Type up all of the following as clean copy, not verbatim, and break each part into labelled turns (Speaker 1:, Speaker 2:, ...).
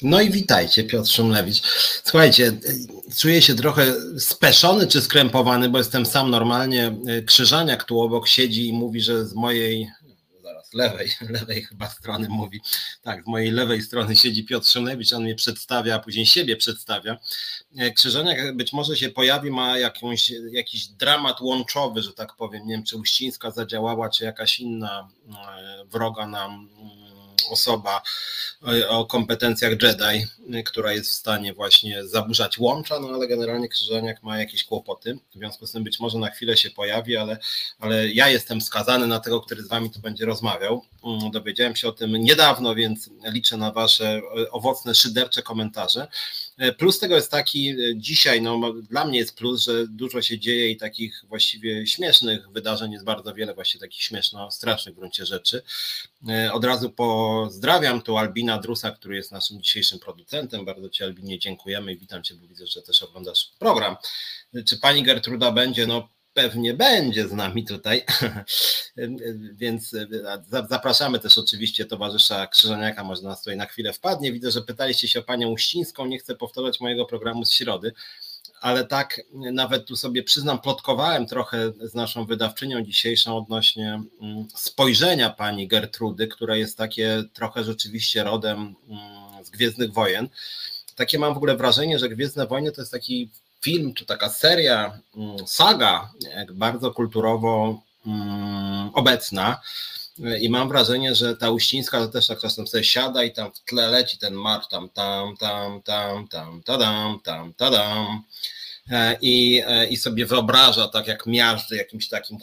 Speaker 1: No i witajcie, Piotr Szumlewicz. Słuchajcie, czuję się trochę speszony czy skrępowany, bo jestem sam normalnie. Krzyżaniak tu obok siedzi i mówi, że z mojej, zaraz lewej chyba strony mówi, tak, z mojej lewej strony siedzi Piotr Szumlewicz, on mnie przedstawia, a później siebie przedstawia. Krzyżaniak być może się pojawi, ma jakiś dramat łączowy, że tak powiem, nie wiem, czy Uścińska zadziałała, czy jakaś inna wroga nam osoba o kompetencjach Jedi, która jest w stanie właśnie zaburzać łącza, no ale generalnie Krzyżaniak ma jakieś kłopoty, w związku z tym być może na chwilę się pojawi, ale ja jestem skazany na tego, który z wami tu będzie rozmawiał. Dowiedziałem się o tym niedawno, więc liczę na wasze owocne, szydercze komentarze. Plus tego jest taki, dzisiaj no, dla mnie jest plus, że dużo się dzieje i takich właściwie śmiesznych wydarzeń jest bardzo wiele, właśnie takich śmieszno-strasznych w gruncie rzeczy. Od razu pozdrawiam tu Albina Drusa, który jest naszym dzisiejszym producentem. Bardzo ci, Albinie, dziękujemy i witam cię, bo widzę, że też oglądasz program. Czy pani Gertruda będzie? No pewnie będzie z nami tutaj, więc zapraszamy też oczywiście towarzysza Krzyżaniaka, może nas tutaj na chwilę wpadnie. Widzę, że pytaliście się o panią Uścińską, nie chcę powtarzać mojego programu z środy, ale tak nawet tu sobie przyznam, plotkowałem trochę z naszą wydawczynią dzisiejszą odnośnie spojrzenia pani Gertrudy, które jest takie trochę rzeczywiście rodem z Gwiezdnych Wojen. Takie mam w ogóle wrażenie, że Gwiezdne Wojny to jest taki film, czy taka seria, saga, bardzo kulturowo obecna. I mam wrażenie, że ta Uścińska to też tak czasem sobie siada i tam w tle leci ten marsz tam tadam. I sobie wyobraża tak jak miażdży jakimś takim.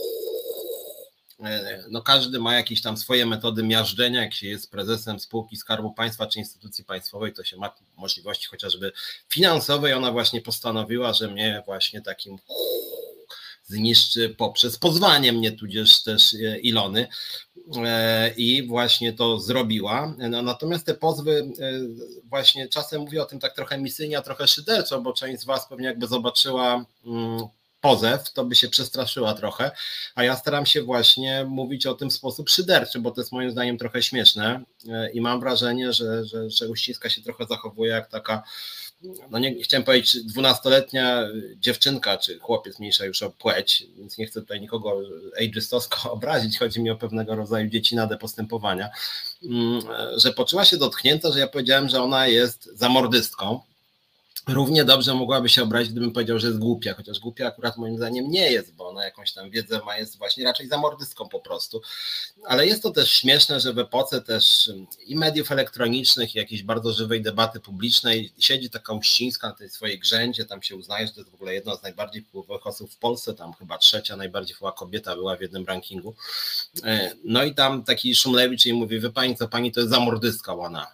Speaker 1: No każdy ma jakieś tam swoje metody miażdżenia, jak się jest prezesem spółki Skarbu Państwa czy instytucji państwowej, to się ma możliwości chociażby finansowej. Ona właśnie postanowiła, że mnie właśnie takim zniszczy poprzez pozwanie mnie, tudzież też Ilony, i właśnie to zrobiła. No, natomiast te pozwy właśnie czasem mówię o tym tak trochę misyjnie, a trochę szyderczo, bo część z was pewnie jakby zobaczyła pozew, to by się przestraszyła trochę, a ja staram się właśnie mówić o tym w sposób szyderczy, bo to jest moim zdaniem trochę śmieszne i mam wrażenie, że Uścińska się trochę zachowuje jak taka, no nie chciałem powiedzieć 12-letnia dziewczynka, czy chłopiec, mniejsza już o płeć, więc nie chcę tutaj nikogo ageistowsko obrazić, chodzi mi o pewnego rodzaju dziecinadę postępowania, że poczuła się dotknięta, że ja powiedziałem, że ona jest zamordystką. Równie dobrze mogłaby się obrazić, gdybym powiedział, że jest głupia, chociaż głupia akurat moim zdaniem nie jest, bo ona jakąś tam wiedzę ma, jest właśnie raczej zamordystką po prostu. Ale jest to też śmieszne, że w epoce też i mediów elektronicznych, i jakiejś bardzo żywej debaty publicznej siedzi taka Uścińska na tej swojej grzędzie, tam się uznaje, że to jest w ogóle jedna z najbardziej wpływowych osób w Polsce, tam chyba trzecia najbardziej wpływowa kobieta była w jednym rankingu. No i tam taki Szumlewicz jej mówi, wie pani co, pani to jest zamordystka, ona.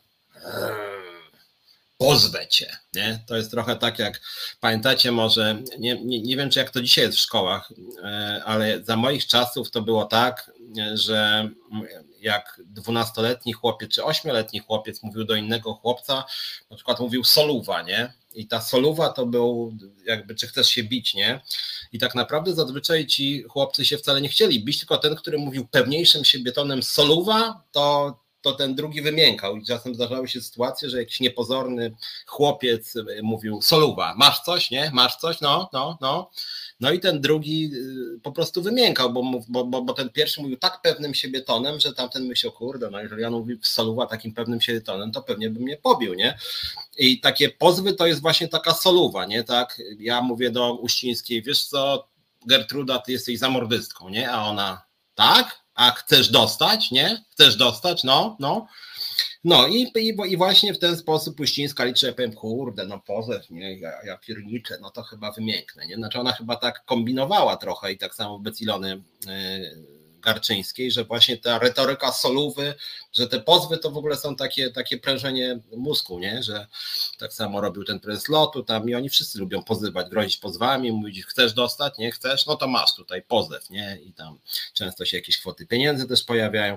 Speaker 1: Pozwę cię, nie? To jest trochę tak jak, pamiętacie może, nie wiem czy jak to dzisiaj jest w szkołach, ale za moich czasów to było tak, że jak 12-letni chłopiec czy 8-letni chłopiec mówił do innego chłopca, na przykład mówił soluwa, nie? I ta soluwa to był jakby, czy chcesz się bić, nie? I tak naprawdę zazwyczaj ci chłopcy się wcale nie chcieli bić, tylko ten, który mówił pewniejszym siebie tonem soluwa, to ten drugi wymiękał i czasem zdarzały się sytuacje, że jakiś niepozorny chłopiec mówił soluwa, masz coś, nie? Masz coś? No i ten drugi po prostu wymiękał, bo ten pierwszy mówił tak pewnym siebie tonem, że tamten myślał, kurde, no jeżeli on mówi soluwa takim pewnym siebie tonem, to pewnie by mnie pobił, nie? I takie pozwy to jest właśnie taka soluwa, nie? Tak, ja mówię do Uścińskiej, wiesz co, Gertruda, ty jesteś zamordystką, nie? A ona, tak? A chcesz dostać, nie? Chcesz dostać? No i właśnie w ten sposób Uścińska liczy, ja powiem, kurde, no pozew, nie, ja pierniczę, no to chyba wymięknę, nie? Znaczy ona chyba tak kombinowała trochę i tak samo wobec Ilony Garczyńskiej, że właśnie ta retoryka solówy, że te pozwy to w ogóle są takie prężenie mózgu, nie? Że tak samo robił ten prezes lotu tam i oni wszyscy lubią pozywać, grozić pozwami, mówić, chcesz dostać, nie chcesz, no to masz tutaj pozew, nie? I tam często się jakieś kwoty pieniędzy też pojawiają.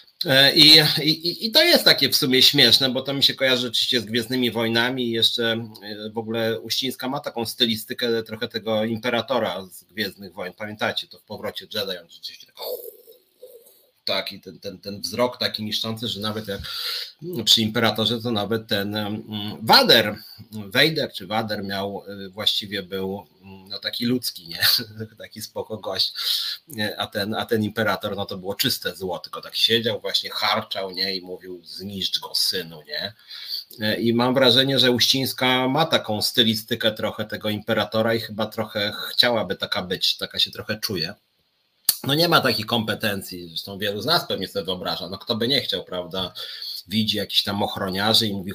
Speaker 1: I to jest takie w sumie śmieszne, bo to mi się kojarzy oczywiście z Gwiezdnymi Wojnami i jeszcze w ogóle Uścińska ma taką stylistykę trochę tego imperatora z Gwiezdnych Wojen. Pamiętacie to w Powrocie Jedi, on rzeczywiście tak tak, i ten wzrok taki niszczący, że nawet jak przy imperatorze, to nawet ten Wejder czy Wader miał, właściwie był no taki ludzki, nie? Taki spoko gość, a ten imperator, no to było czyste zło, tylko tak siedział, właśnie harczał, nie? I mówił, zniszcz go, synu, nie? I mam wrażenie, że Uścińska ma taką stylistykę trochę tego imperatora i chyba trochę chciałaby taka być, taka się trochę czuje. No nie ma takich kompetencji, zresztą wielu z nas pewnie sobie wyobraża, no kto by nie chciał, prawda, widzi jakichś tam ochroniarzy i mówi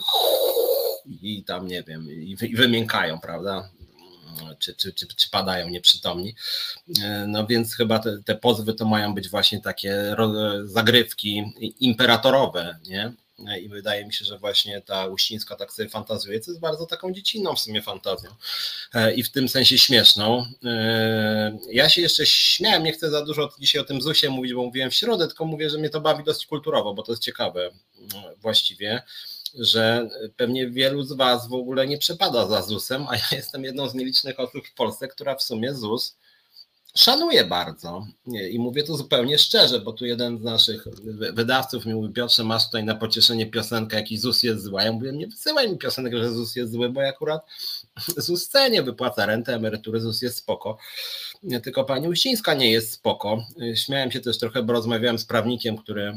Speaker 1: i tam nie wiem, i wymiękają, prawda, czy padają nieprzytomni. No więc chyba te pozwy to mają być właśnie takie zagrywki imperatorowe, nie? I wydaje mi się, że właśnie ta Uścińska tak sobie fantazuje, co jest bardzo taką dziecinną w sumie fantazją i w tym sensie śmieszną. Ja się jeszcze śmiałem, nie chcę za dużo dzisiaj o tym ZUS-ie mówić, bo mówiłem w środę, tylko mówię, że mnie to bawi dość kulturowo, bo to jest ciekawe właściwie, że pewnie wielu z was w ogóle nie przepada za ZUS-em, a ja jestem jedną z nielicznych osób w Polsce, która w sumie ZUS szanuję bardzo i mówię to zupełnie szczerze, bo tu jeden z naszych wydawców mi mówi, Piotrze, masz tutaj na pocieszenie piosenkę, jaki ZUS jest zły. Ja mówię, nie wysyłaj mi piosenek, że ZUS jest zły, bo ja akurat ZUS cenię, wypłaca rentę, emerytury, ZUS jest spoko. Tylko pani Uścińska nie jest spoko. Śmiałem się też trochę, bo rozmawiałem z prawnikiem, który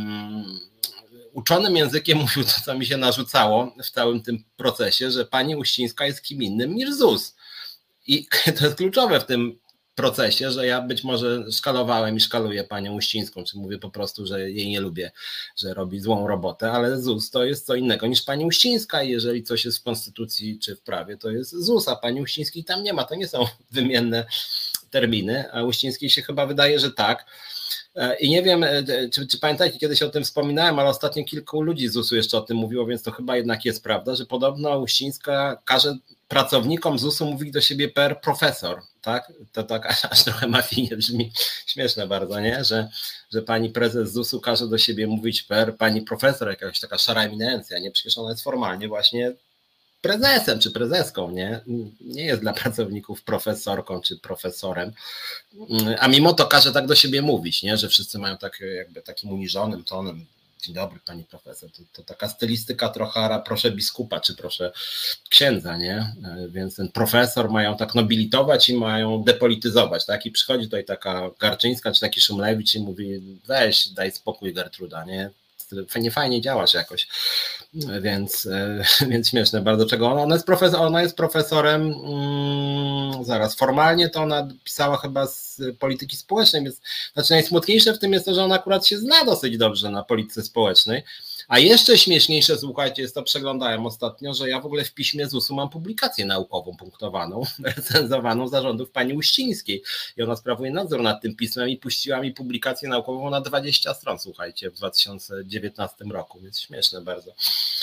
Speaker 1: uczonym językiem mówił to, co mi się narzucało w całym tym procesie, że pani Uścińska jest kim innym niż ZUS. I to jest kluczowe w tym procesie, że ja być może szkalowałem i szkaluję panią Uścińską, czy mówię po prostu, że jej nie lubię, że robi złą robotę, ale ZUS to jest co innego niż pani Uścińska i jeżeli coś jest w konstytucji czy w prawie, to jest ZUS, a pani Uścińskiej tam nie ma, to nie są wymienne terminy, a Uścińskiej się chyba wydaje, że tak. I nie wiem, czy pamiętacie, kiedyś o tym wspominałem, ale ostatnio kilku ludzi z ZUS-u jeszcze o tym mówiło, więc to chyba jednak jest prawda, że podobno Uścińska każe pracownikom ZUS-u mówić do siebie per profesor, tak? To tak aż trochę mafijnie brzmi, śmieszne bardzo, nie? Że pani prezes ZUS-u każe do siebie mówić per pani profesor, jakaś taka szara eminencja, nie? Przecież ona jest formalnie właśnie prezesem czy prezeską, nie jest dla pracowników profesorką czy profesorem, a mimo to każe tak do siebie mówić, nie? Że wszyscy mają tak jakby takim uniżonym tonem, dzień dobry pani profesor, to taka stylistyka trochę proszę biskupa czy proszę księdza, nie? Więc ten profesor mają tak nobilitować i mają depolityzować, tak? I przychodzi tutaj taka Garczyńska czy taki Szumlewicz i mówi, weź daj spokój Gertruda, nie? Fajnie działasz jakoś, więc śmieszne bardzo, czego ona jest profesorem, zaraz, formalnie to ona pisała chyba z polityki społecznej, więc znaczy najsmutniejsze w tym jest to, że ona akurat się zna dosyć dobrze na polityce społecznej, a jeszcze śmieszniejsze, słuchajcie, jest to, przeglądałem ostatnio, że ja w ogóle w piśmie ZUS-u mam publikację naukową punktowaną, recenzowaną zarządów pani Uścińskiej i ona sprawuje nadzór nad tym pismem i puściła mi publikację naukową na 20 stron, słuchajcie, w 2019 roku, więc śmieszne bardzo.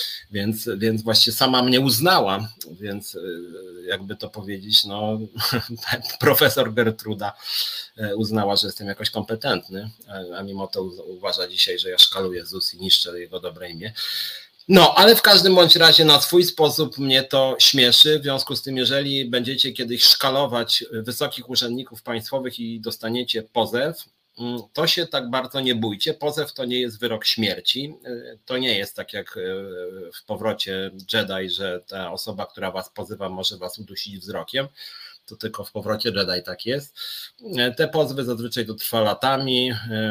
Speaker 1: Więc właśnie sama mnie uznała, więc jakby to powiedzieć, no profesor Gertruda uznała, że jestem jakoś kompetentny, a mimo to uważa dzisiaj, że ja szkaluję ZUS i niszczę jego dobre imię. No, ale w każdym bądź razie na swój sposób mnie to śmieszy, w związku z tym, jeżeli będziecie kiedyś szkalować wysokich urzędników państwowych i dostaniecie pozew, to się tak bardzo nie bójcie. Pozew to nie jest wyrok śmierci. To nie jest tak jak w powrocie Jedi, że ta osoba, która was pozywa, może was udusić wzrokiem. To tylko w powrocie Jedi tak jest. Te pozwy zazwyczaj to trwa latami.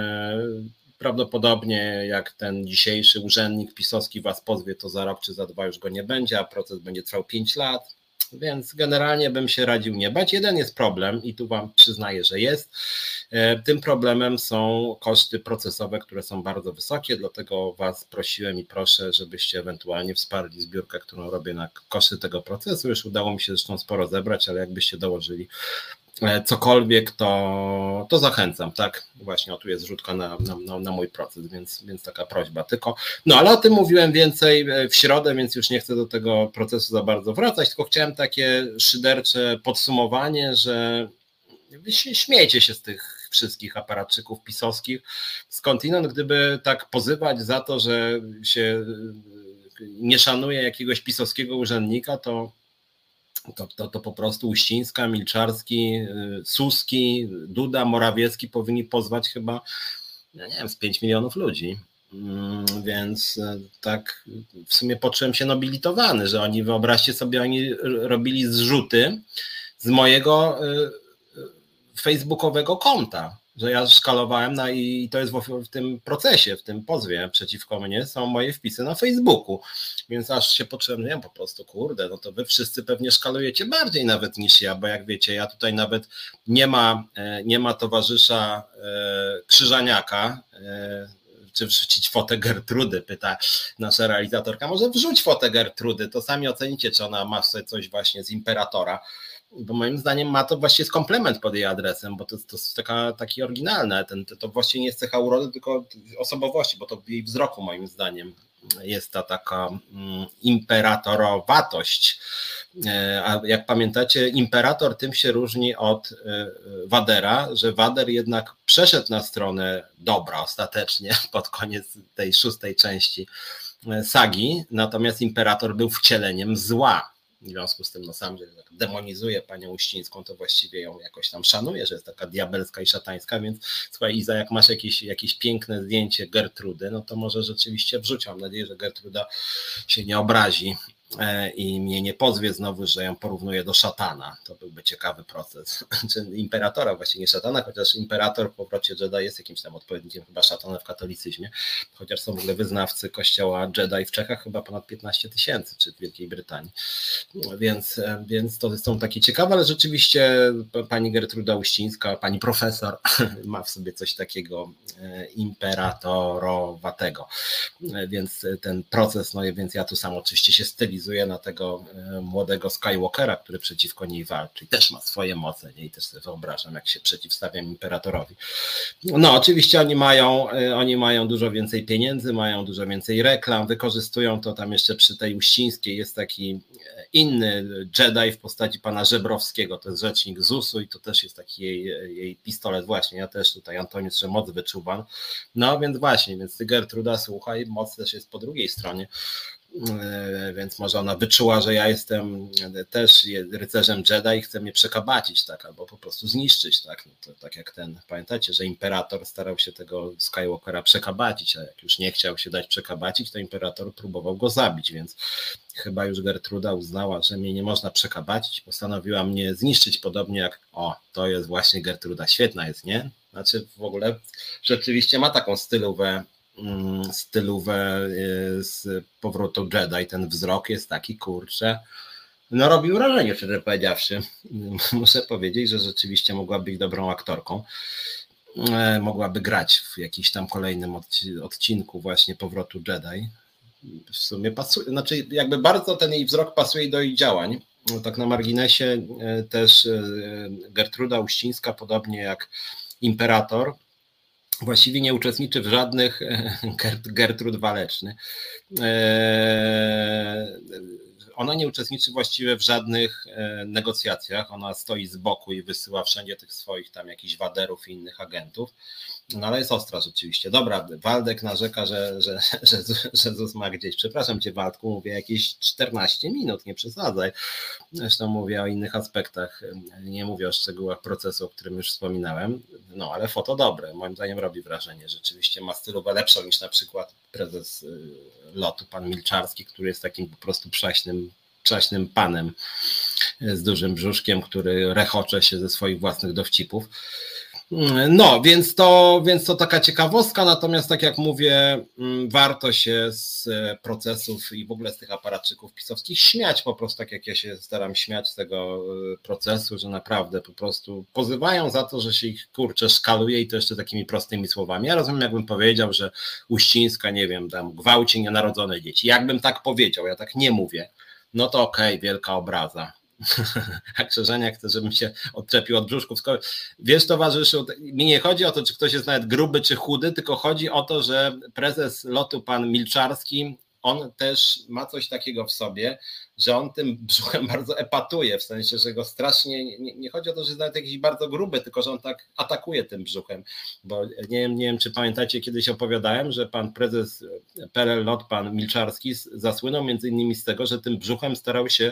Speaker 1: Prawdopodobnie jak ten dzisiejszy urzędnik pisowski was pozwie, to za rok czy za 2 już go nie będzie, a proces będzie trwał 5 lat. Więc generalnie bym się radził nie bać. Jeden jest problem i tu wam przyznaję, że jest. Tym problemem są koszty procesowe, które są bardzo wysokie, dlatego was prosiłem i proszę, żebyście ewentualnie wsparli zbiórkę, którą robię na koszty tego procesu. Już udało mi się zresztą sporo zebrać, ale jakbyście dołożyli cokolwiek, to zachęcam, tak? Właśnie tu jest zrzutka na mój proces, więc taka prośba tylko. No ale o tym mówiłem więcej w środę, więc już nie chcę do tego procesu za bardzo wracać, tylko chciałem takie szydercze podsumowanie, że wy śmiejecie się z tych wszystkich aparatczyków pisowskich. Skądinąd, gdyby tak pozywać za to, że się nie szanuje jakiegoś pisowskiego urzędnika, to po prostu Uścińska, Milczarski, Suski, Duda, Morawiecki powinni pozwać chyba ja nie wiem, z 5 milionów ludzi. Więc tak w sumie poczułem się nobilitowany, że oni, wyobraźcie sobie, oni robili zrzuty z mojego facebookowego konta, że ja szkalowałem i to jest w tym procesie, w tym pozwie przeciwko mnie są moje wpisy na Facebooku, więc aż się poczułem, nie wiem, po prostu kurde, no to wy wszyscy pewnie szkalujecie bardziej nawet niż ja, bo jak wiecie, ja tutaj nawet nie ma towarzysza Krzyżaniaka, czy wrzucić fotę Gertrudy, pyta nasza realizatorka. Może wrzuć fotę Gertrudy, to sami ocenicie, czy ona ma sobie coś właśnie z Imperatora, bo moim zdaniem ma to właściwie jest komplement pod jej adresem, bo to jest taki oryginalne, to właściwie nie jest cecha urody, tylko osobowości, bo to w jej wzroku moim zdaniem jest ta taka imperatorowatość. A jak pamiętacie, imperator tym się różni od Wadera, że Wader jednak przeszedł na stronę dobra ostatecznie pod koniec tej 6. części sagi, natomiast imperator był wcieleniem zła. W związku z tym, no sam, że demonizuje panią Uścińską, to właściwie ją jakoś tam szanuje, że jest taka diabelska i szatańska, więc słuchaj Iza, jak masz jakieś piękne zdjęcie Gertrudy, no to może rzeczywiście wrzuć. Mam nadzieję, że Gertruda się nie obrazi i mnie nie pozwie znowu, że ją porównuje do szatana. To byłby ciekawy proces. Czy imperatora, właściwie nie szatana, chociaż imperator w powrocie Jedi jest jakimś tam odpowiednikiem chyba szatana w katolicyzmie, chociaż są w ogóle wyznawcy kościoła Jedi w Czechach chyba ponad 15 000, czy w Wielkiej Brytanii. Więc to są takie ciekawe, ale rzeczywiście pani Gertruda Uścińska, pani profesor ma w sobie coś takiego imperatorowatego. Więc ten proces, no więc ja tu sam oczywiście się stylizuję na tego młodego Skywalkera, który przeciwko niej walczy i też ma swoje moce, nie? I też sobie wyobrażam, jak się przeciwstawiam imperatorowi. No oczywiście oni mają dużo więcej pieniędzy, mają dużo więcej reklam, wykorzystują to tam jeszcze przy tej Uścińskiej jest taki inny Jedi w postaci pana Żebrowskiego, to jest rzecznik ZUS-u i to też jest taki jej pistolet właśnie, ja też tutaj Antoniusz moc wyczuwam, no więc właśnie, więc ty Gertruda słuchaj, moc też jest po drugiej stronie, więc może ona wyczuła, że ja jestem też rycerzem Jedi i chce mnie przekabacić, tak, albo po prostu zniszczyć, tak, no to tak jak pamiętacie, że imperator starał się tego Skywalkera przekabacić, a jak już nie chciał się dać przekabacić, to imperator próbował go zabić, więc chyba już Gertruda uznała, że mnie nie można przekabacić, postanowiła mnie zniszczyć, podobnie jak, to jest właśnie Gertruda, świetna jest, nie? Znaczy w ogóle rzeczywiście ma taką stylówę z powrotu Jedi, ten wzrok jest taki, kurczę, no robi wrażenie, szczerze powiedziawszy. Muszę powiedzieć, że rzeczywiście mogła być dobrą aktorką. Mogłaby grać w jakimś tam kolejnym odcinku właśnie powrotu Jedi. W sumie pasuje, znaczy jakby bardzo ten jej wzrok pasuje do jej działań. No tak na marginesie też Gertruda Uścińska, podobnie jak imperator, właściwie nie uczestniczy w żadnych Gertrud Waleczny. Ona nie uczestniczy właściwie w żadnych negocjacjach, ona stoi z boku i wysyła wszędzie tych swoich tam jakichś waderów i innych agentów, no ale jest ostra rzeczywiście. Dobra, Waldek narzeka, że ZUS ma gdzieś, przepraszam cię Waldku, mówię jakieś 14 minut, nie przesadzaj, zresztą mówię o innych aspektach, nie mówię o szczegółach procesu, o którym już wspominałem, no ale foto dobre, moim zdaniem robi wrażenie, rzeczywiście ma stylówę lepszą niż na przykład prezes LOT-u, pan Milczarski, który jest takim po prostu przaśnym panem z dużym brzuszkiem, który rechocze się ze swoich własnych dowcipów. No, więc to taka ciekawostka, natomiast tak jak mówię, warto się z procesów i w ogóle z tych aparatczyków pisowskich śmiać, po prostu tak jak ja się staram śmiać z tego procesu, że naprawdę po prostu pozywają za to, że się ich kurczę szkaluje i to jeszcze takimi prostymi słowami. Ja rozumiem, jakbym powiedział, że Uścińska, nie wiem, tam gwałci nienarodzone dzieci. Jakbym tak powiedział, ja tak nie mówię, no to okej, wielka obraza. A Krzyżania chce, żebym się odczepił od brzuszków. Wiesz, towarzyszu, mi nie chodzi o to, czy ktoś jest nawet gruby, czy chudy, tylko chodzi o to, że prezes LOT-u, pan Milczarski, on też ma coś takiego w sobie, że on tym brzuchem bardzo epatuje, w sensie, że go strasznie, nie chodzi o to, że jest nawet jakiś bardzo gruby, tylko że on tak atakuje tym brzuchem, bo nie wiem, czy pamiętacie, kiedyś opowiadałem, że pan prezes PRL LOT, pan Milczarski zasłynął między innymi z tego, że tym brzuchem starał się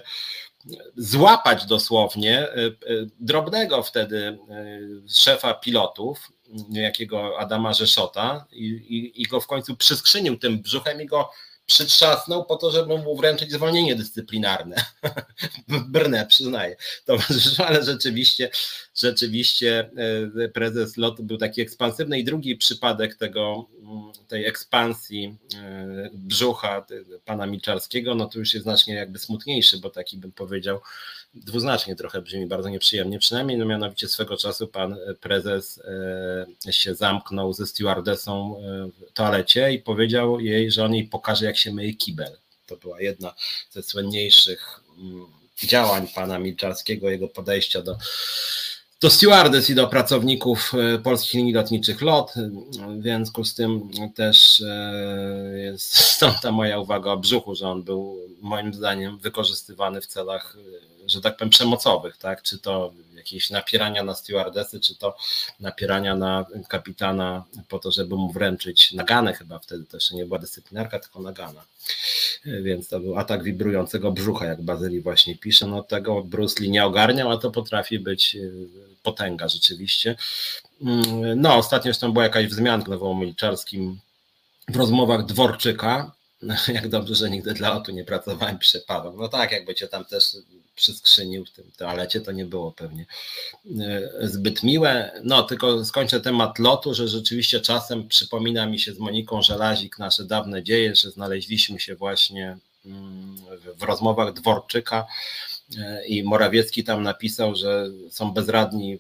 Speaker 1: złapać dosłownie drobnego wtedy szefa pilotów, niejakiego Adama Rzeszota i go w końcu przyskrzynił tym brzuchem i go przytrzasnął po to, żeby mu wręczyć zwolnienie dyscyplinarne. Brnę, przyznaję, towarzyszu, ale rzeczywiście prezes LOT był taki ekspansywny i drugi przypadek tej ekspansji brzucha pana Milczarskiego, no to już jest znacznie jakby smutniejszy, bo taki bym powiedział, dwuznacznie trochę brzmi, bardzo nieprzyjemnie przynajmniej, no mianowicie swego czasu pan prezes się zamknął ze stewardessą w toalecie i powiedział jej, że on jej pokaże, jak się myje kibel. To była jedna ze słynniejszych działań pana Milczarskiego, jego podejścia do stewardess i do pracowników polskich linii lotniczych LOT, w związku z tym też jest stąd ta moja uwaga o brzuchu, że on był moim zdaniem wykorzystywany w celach, że tak powiem, przemocowych, tak? Czy to jakieś napierania na stewardessy, czy to napierania na kapitana po to, żeby mu wręczyć naganę, chyba wtedy też nie była dyscyplinarka, tylko nagana. Więc to był atak wibrującego brzucha, jak Bazyli właśnie pisze. No tego Bruce Lee nie ogarniał, a to potrafi być potęga rzeczywiście. No ostatnio zresztą była jakaś wzmianka o Milczarskim w rozmowach Dworczyka. Jak dobrze, że nigdy dla LOT-u nie pracowałem, pisze Paweł. No tak, jakby cię tam też przyskrzynił w tym toalecie, to nie było pewnie zbyt miłe. No tylko skończę temat LOT-u, że rzeczywiście czasem przypomina mi się z Moniką Żelazik nasze dawne dzieje, że znaleźliśmy się właśnie w rozmowach Dworczyka i Morawiecki tam napisał, że są bezradni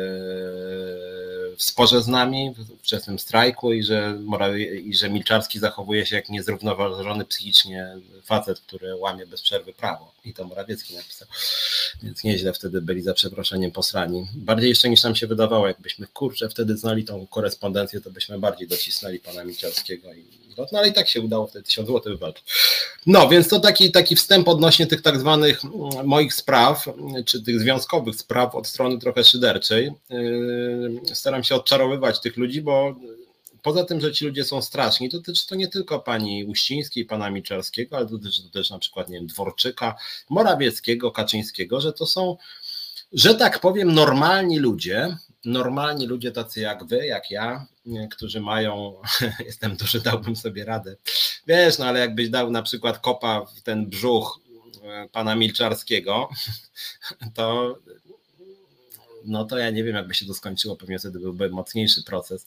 Speaker 1: w sporze z nami, w wczesnym strajku i że Milczarski zachowuje się jak niezrównoważony psychicznie facet, który łamie bez przerwy prawo. I to Morawiecki napisał. Więc nieźle wtedy byli za przeproszeniem posrani. Bardziej jeszcze niż nam się wydawało, jakbyśmy wtedy znali tą korespondencję, to byśmy bardziej docisnęli pana Milczarskiego. No ale i tak się udało wtedy 1000 zł wywalczyć. No więc to taki wstęp odnośnie tych tak zwanych moich spraw, czy tych związkowych spraw od strony trochę szyderczej. Staram się odczarowywać tych ludzi, bo poza tym, że ci ludzie są straszni, to dotyczy to nie tylko pani Uścińskiej, pana Milczarskiego, ale dotyczy to też na przykład, nie wiem, Dworczyka, Morawieckiego, Kaczyńskiego, że to są, że tak powiem, normalni ludzie tacy jak wy, jak ja, którzy mają, jestem duży, dałbym sobie radę, wiesz, no ale jakbyś dał na przykład kopa w ten brzuch pana Milczarskiego, to no to ja nie wiem, jakby się to skończyło, pewnie wtedy byłby mocniejszy proces,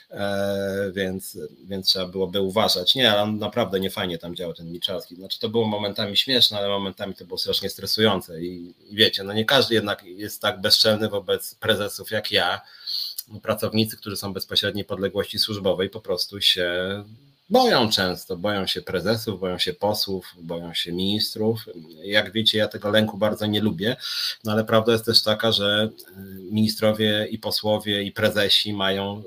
Speaker 1: więc trzeba byłoby uważać. Nie, ale on naprawdę nie fajnie tam działał, ten Milczarski. Znaczy to było momentami śmieszne, ale momentami to było strasznie stresujące i wiecie, no nie każdy jednak jest tak bezczelny wobec prezesów jak ja. Pracownicy, którzy są w bezpośredniej podległości służbowej, po prostu się boją często, boją się prezesów, boją się posłów, boją się ministrów. Jak wiecie, ja tego lęku bardzo nie lubię, no ale prawda jest też taka, że ministrowie i posłowie i prezesi mają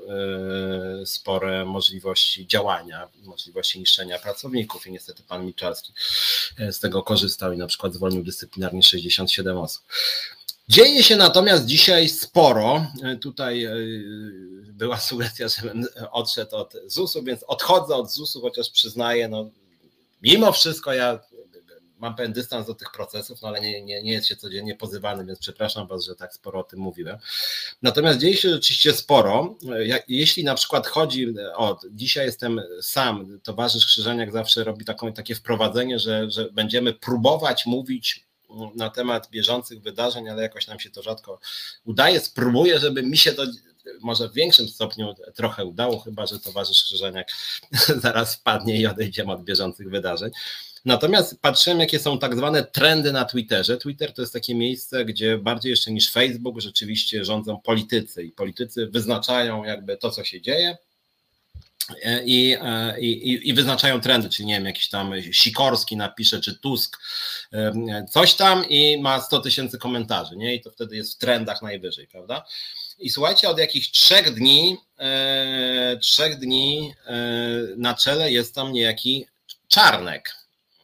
Speaker 1: spore możliwości działania, możliwości niszczenia pracowników i niestety pan Milczarski z tego korzystał i na przykład zwolnił dyscyplinarnie 67 osób. Dzieje się natomiast dzisiaj sporo. Tutaj była sugestia, żebym odszedł od ZUS-u, więc odchodzę od ZUS-u, chociaż przyznaję, no mimo wszystko ja mam pewien dystans do tych procesów, no ale nie jest się codziennie pozywany, więc przepraszam was, że tak sporo o tym mówiłem. Natomiast dzieje się rzeczywiście sporo. Jeśli na przykład chodzi dzisiaj jestem sam, towarzysz Krzyżaniak zawsze robi takie wprowadzenie, że będziemy próbować mówić na temat bieżących wydarzeń, ale jakoś nam się to rzadko udaje. Spróbuję, żeby mi się to może w większym stopniu trochę udało, chyba że towarzysz Krzyżaniak zaraz wpadnie i odejdziemy od bieżących wydarzeń. Natomiast patrzyłem, jakie są tak zwane trendy na Twitterze. Twitter to jest takie miejsce, gdzie bardziej jeszcze niż Facebook rzeczywiście rządzą politycy i politycy wyznaczają jakby to, co się dzieje. I wyznaczają trendy, czyli nie wiem, jakiś tam Sikorski napisze, czy Tusk coś tam i ma 100 000 komentarzy, nie? I to wtedy jest w trendach najwyżej, prawda? I słuchajcie, od jakichś 3 dni na czele jest tam niejaki Czarnek.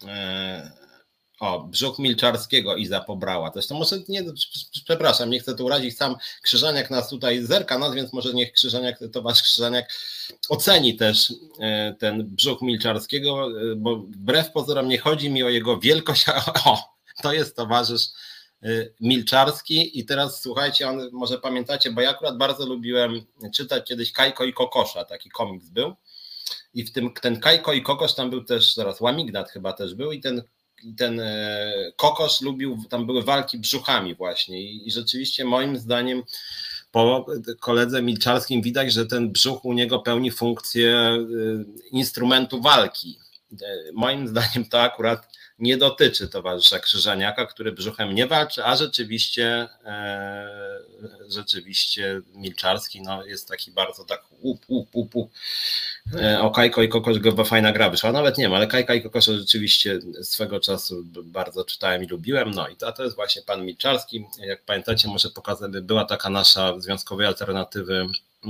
Speaker 1: Brzuch Milczarskiego Iza pobrała. Zresztą może nie, przepraszam, nie chcę tu urazić, sam Krzyżaniak nas tutaj zerka nas, więc może niech towarzysz Krzyżaniak oceni też ten brzuch Milczarskiego, bo wbrew pozorom nie chodzi mi o jego wielkość, to jest towarzysz Milczarski i teraz słuchajcie, może pamiętacie, bo ja akurat bardzo lubiłem czytać kiedyś Kajko i Kokosza, taki komiks był i w tym ten Kajko i Kokosz tam był też, zaraz Łamignat chyba też był i ten Kokosz lubił, tam były walki brzuchami właśnie i rzeczywiście moim zdaniem po koledze Milczarskim widać, że ten brzuch u niego pełni funkcję instrumentu walki. Moim zdaniem to akurat nie dotyczy towarzysza Krzyżaniaka, który brzuchem nie walczy, a rzeczywiście Milczarski no, jest taki bardzo tak O Kajko i Kokosz chyba fajna gra wyszła, nawet nie wiem, ale Kajka i Kokosza rzeczywiście swego czasu bardzo czytałem i lubiłem, no i to jest właśnie pan Milczarski, jak pamiętacie, może pokazać, była taka nasza związkowej alternatywy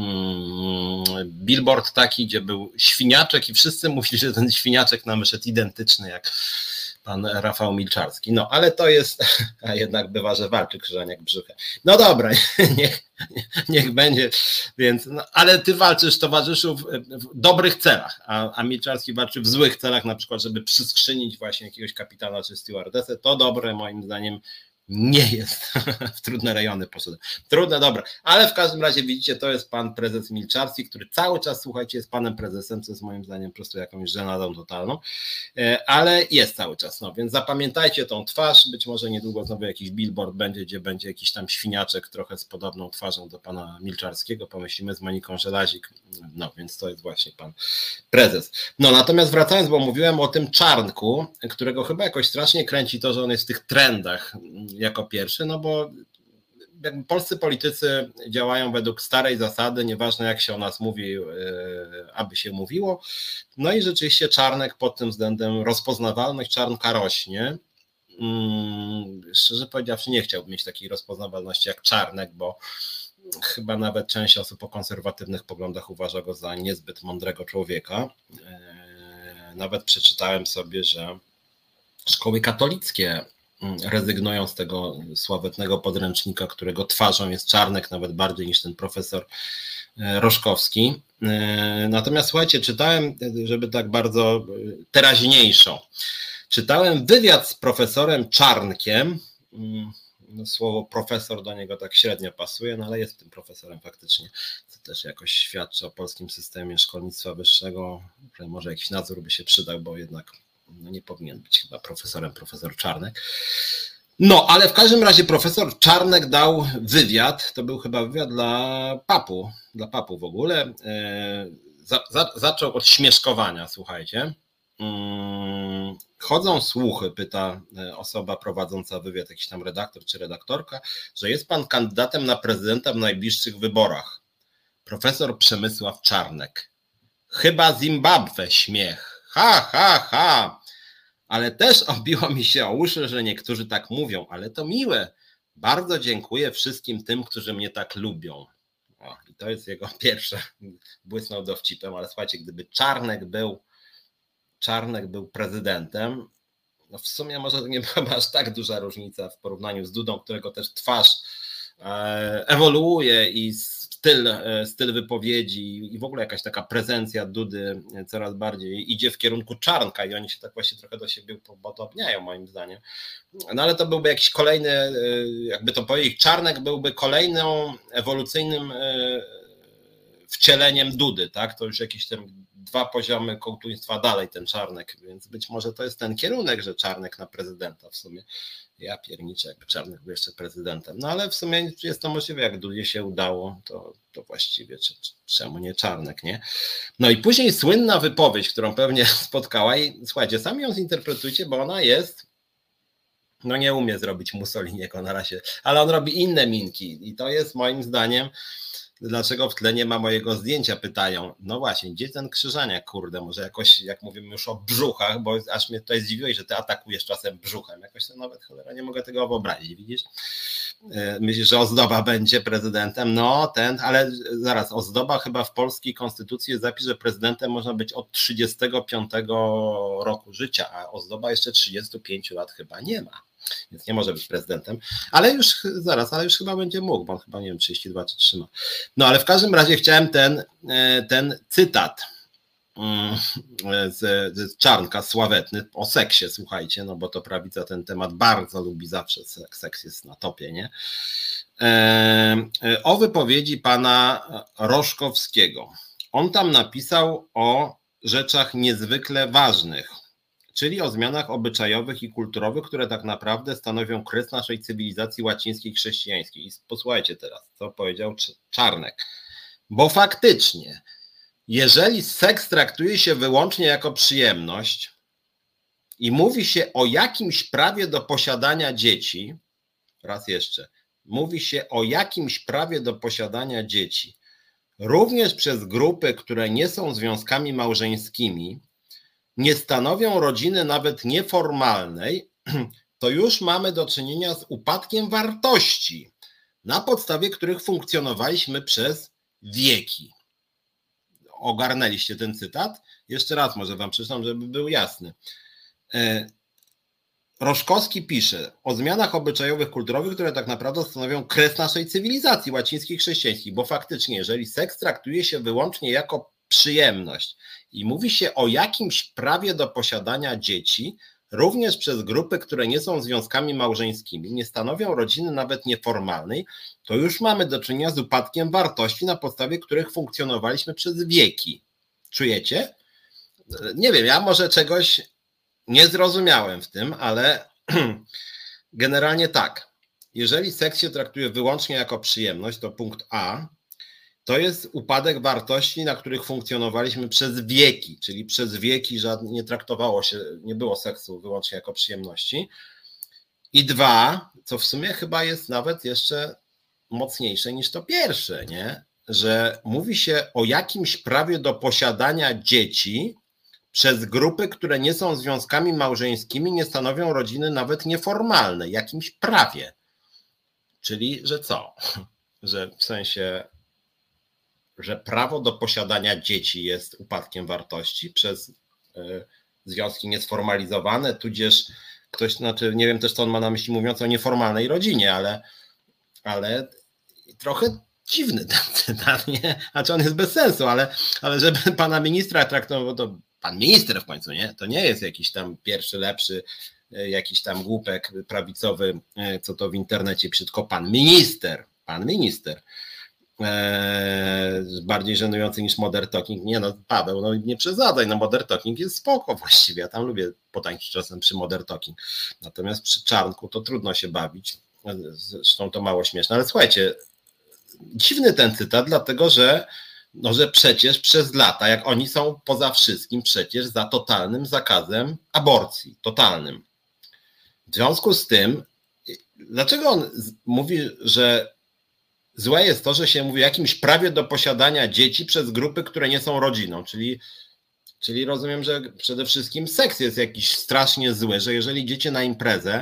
Speaker 1: billboard taki, gdzie był świniaczek i wszyscy mówili, że ten świniaczek nam wyszedł identyczny jak pan Rafał Milczarski. No ale to jest, a jednak bywa, że walczy Krzyżaniak brzuchem. No dobra, niech będzie, więc, no, ale ty walczysz, towarzyszu, w dobrych celach, a Milczarski walczy w złych celach, na przykład, żeby przyskrzynić właśnie jakiegoś kapitana czy stewardessę. To dobre moim zdaniem nie jest. W trudne rejony poszedłem. Trudne, dobra. Ale w każdym razie widzicie, to jest pan prezes Milczarski, który cały czas, słuchajcie, jest panem prezesem, co jest moim zdaniem po prostu jakąś żenadą totalną, ale jest cały czas. No więc zapamiętajcie tą twarz. Być może niedługo znowu jakiś billboard będzie, gdzie będzie jakiś tam świniaczek trochę z podobną twarzą do pana Milczarskiego. Pomyślimy z Moniką Żelazik. No więc to jest właśnie pan prezes. No natomiast wracając, bo mówiłem o tym Czarnku, którego chyba jakoś strasznie kręci to, że on jest w tych trendach jako pierwszy, no bo polscy politycy działają według starej zasady, nieważne jak się o nas mówi, aby się mówiło. No i rzeczywiście Czarnek pod tym względem, rozpoznawalność Czarnka rośnie. Szczerze powiedziawszy, nie chciałbym mieć takiej rozpoznawalności jak Czarnek, bo chyba nawet część osób o konserwatywnych poglądach uważa go za niezbyt mądrego człowieka. Nawet przeczytałem sobie, że szkoły katolickie rezygnują z tego sławetnego podręcznika, którego twarzą jest Czarnek, nawet bardziej niż ten profesor Roszkowski. Natomiast słuchajcie, czytałem, żeby tak bardzo teraźniejszo, czytałem wywiad z profesorem Czarnkiem. No, słowo profesor do niego tak średnio pasuje, no ale jest tym profesorem faktycznie, co też jakoś świadczy o polskim systemie szkolnictwa wyższego. Może jakiś nadzór by się przydał, bo jednak no nie powinien być chyba profesorem profesor Czarnek. No, ale w każdym razie profesor Czarnek dał wywiad, to był chyba wywiad dla papu w ogóle. Zaczął od śmieszkowania, słuchajcie. Chodzą słuchy, pyta osoba prowadząca wywiad, jakiś tam redaktor czy redaktorka, że jest pan kandydatem na prezydenta w najbliższych wyborach. Profesor Przemysław Czarnek. Chyba Zimbabwe, śmiech. Ha, ha, ha. Ale też obiło mi się o uszy, że niektórzy tak mówią, ale to miłe. Bardzo dziękuję wszystkim tym, którzy mnie tak lubią. O, i to jest jego pierwsze. Błysnął dowcipem, ale słuchajcie, gdyby Czarnek był prezydentem, no w sumie może to nie byłaby aż tak duża różnica w porównaniu z Dudą, którego też twarz ewoluuje i styl wypowiedzi i w ogóle jakaś taka prezencja Dudy coraz bardziej idzie w kierunku Czarnka i oni się tak właśnie trochę do siebie podobniają moim zdaniem. No ale to byłby jakiś kolejny, jakby to powiedzieć, Czarnek byłby kolejną ewolucyjnym wcieleniem Dudy, tak? To już jakieś tam 2 poziomy kołtuństwa dalej ten Czarnek, więc być może to jest ten kierunek, że Czarnek na prezydenta w sumie. Ja pierniczę, jakby Czarnek był jeszcze prezydentem. No ale w sumie jest to możliwe, jak Dudzie się udało, to właściwie czemu nie Czarnek, nie? No i później słynna wypowiedź, którą pewnie spotkała i słuchajcie, sami ją zinterpretujcie, bo ona jest, no nie umie zrobić Mussoliniego na razie, ale on robi inne minki i to jest moim zdaniem, dlaczego w tle nie ma mojego zdjęcia, pytają. No właśnie, gdzie ten Krzyżaniak, kurde, może jakoś, jak mówimy już o brzuchach, bo aż mnie tutaj zdziwiłeś, że ty atakujesz czasem brzuchem, jakoś to nawet cholera nie mogę tego wyobrazić, widzisz? Myślisz, że Ozdoba będzie prezydentem? No ale zaraz, Ozdoba chyba w polskiej konstytucji jest zapis, że prezydentem można być od 35 roku życia, a Ozdoba jeszcze 35 lat chyba nie ma. Więc nie może być prezydentem, ale już chyba będzie mógł, bo on chyba nie wiem, 32 czy 3 ma. No ale w każdym razie chciałem ten cytat z Czarnka sławetny o seksie, słuchajcie, no bo to prawica ten temat bardzo lubi zawsze, seks jest na topie, nie? O wypowiedzi pana Roszkowskiego. On tam napisał o rzeczach niezwykle ważnych, czyli o zmianach obyczajowych i kulturowych, które tak naprawdę stanowią kres naszej cywilizacji łacińskiej chrześcijańskiej. I posłuchajcie teraz, co powiedział Czarnek. Bo faktycznie, jeżeli seks traktuje się wyłącznie jako przyjemność i mówi się o jakimś prawie do posiadania dzieci, raz jeszcze, mówi się o jakimś prawie do posiadania dzieci, również przez grupy, które nie są związkami małżeńskimi, nie stanowią rodziny nawet nieformalnej, to już mamy do czynienia z upadkiem wartości, na podstawie których funkcjonowaliśmy przez wieki. Ogarnęliście ten cytat? Jeszcze raz może wam przeczytam, żeby był jasny. Roszkowski pisze o zmianach obyczajowych, kulturowych, które tak naprawdę stanowią kres naszej cywilizacji łacińskiej chrześcijańskiej, bo faktycznie, jeżeli seks traktuje się wyłącznie jako przyjemność i mówi się o jakimś prawie do posiadania dzieci, również przez grupy, które nie są związkami małżeńskimi, nie stanowią rodziny nawet nieformalnej, to już mamy do czynienia z upadkiem wartości, na podstawie których funkcjonowaliśmy przez wieki. Czujecie? Nie wiem, ja może czegoś nie zrozumiałem w tym, ale generalnie tak. Jeżeli seks się traktuje wyłącznie jako przyjemność, to punkt A, to jest upadek wartości, na których funkcjonowaliśmy przez wieki, czyli przez wieki nie traktowało się, nie było seksu wyłącznie jako przyjemności. I dwa, co w sumie chyba jest nawet jeszcze mocniejsze niż to pierwsze, nie? Że mówi się o jakimś prawie do posiadania dzieci przez grupy, które nie są związkami małżeńskimi, nie stanowią rodziny nawet nieformalnej, jakimś prawie. Czyli, że co? Że w sensie, że prawo do posiadania dzieci jest upadkiem wartości przez związki niesformalizowane, tudzież ktoś, znaczy nie wiem też, co on ma na myśli, mówiąc o nieformalnej rodzinie, ale trochę dziwny ten cytat, nie? Znaczy on jest bez sensu, ale żeby pana ministra traktował, to pan minister w końcu, nie? To nie jest jakiś tam pierwszy, lepszy, jakiś tam głupek prawicowy, co to w internecie pisze, tylko pan minister. Bardziej żenujący niż Modern Talking. Nie no, Paweł, no nie przesadzaj, no Modern Talking jest spoko właściwie, ja tam lubię potańczyć czasem przy Modern Talking. Natomiast przy Czarnku to trudno się bawić, zresztą to mało śmieszne, ale słuchajcie, dziwny ten cytat, dlatego że przecież przez lata, jak oni są poza wszystkim przecież za totalnym zakazem aborcji, totalnym. W związku z tym, dlaczego on mówi, że złe jest to, że się mówi o jakimś prawie do posiadania dzieci przez grupy, które nie są rodziną, czyli rozumiem, że przede wszystkim seks jest jakiś strasznie zły, że jeżeli idziecie na imprezę,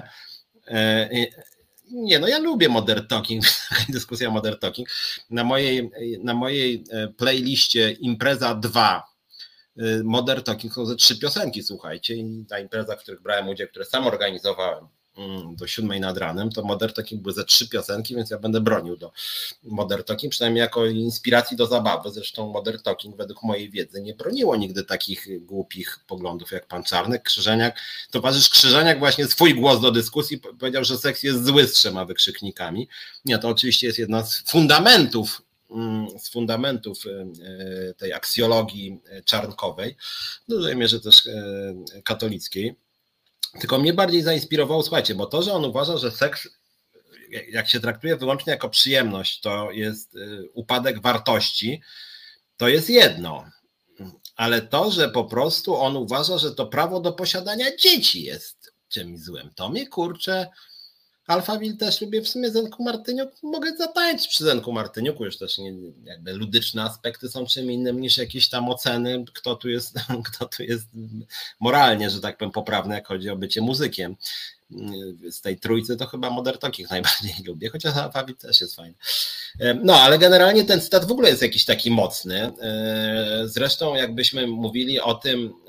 Speaker 1: nie, no ja lubię Modern Talking, dyskusja Modern Talking. Na mojej playliście Impreza 2 Modern Talking są ze 3 piosenki, słuchajcie. I na imprezach, w których brałem udział, które sam organizowałem do 7 nad ranem, to Modern Talking były ze 3 piosenki, więc ja będę bronił do Modern Talking, przynajmniej jako inspiracji do zabawy. Zresztą Modern Talking według mojej wiedzy nie broniło nigdy takich głupich poglądów jak pan Czarnek. Towarzysz Krzyżaniak właśnie swój głos do dyskusji powiedział, że seks jest zły z 3 wykrzyknikami. Nie, to oczywiście jest jedna z fundamentów tej aksjologii czarnkowej, w dużej mierze też katolickiej. Tylko mnie bardziej zainspirowało, słuchajcie, bo to, że on uważa, że seks, jak się traktuje wyłącznie jako przyjemność, to jest upadek wartości, to jest jedno. Ale to, że po prostu on uważa, że to prawo do posiadania dzieci jest czymś złym, to mnie kurczę. Alphaville też lubię w sumie Zenku Martyniuku, mogę zatańczyć przy Zenku Martyniuku, już też nie, jakby ludyczne aspekty są czym innym niż jakieś tam oceny, kto tu jest moralnie, że tak powiem, poprawny, jak chodzi o bycie muzykiem. Z tej trójcy to chyba Modern Talking najbardziej lubię, chociaż Alphaville też jest fajny. No, ale generalnie ten cytat w ogóle jest jakiś taki mocny. Zresztą jakbyśmy mówili o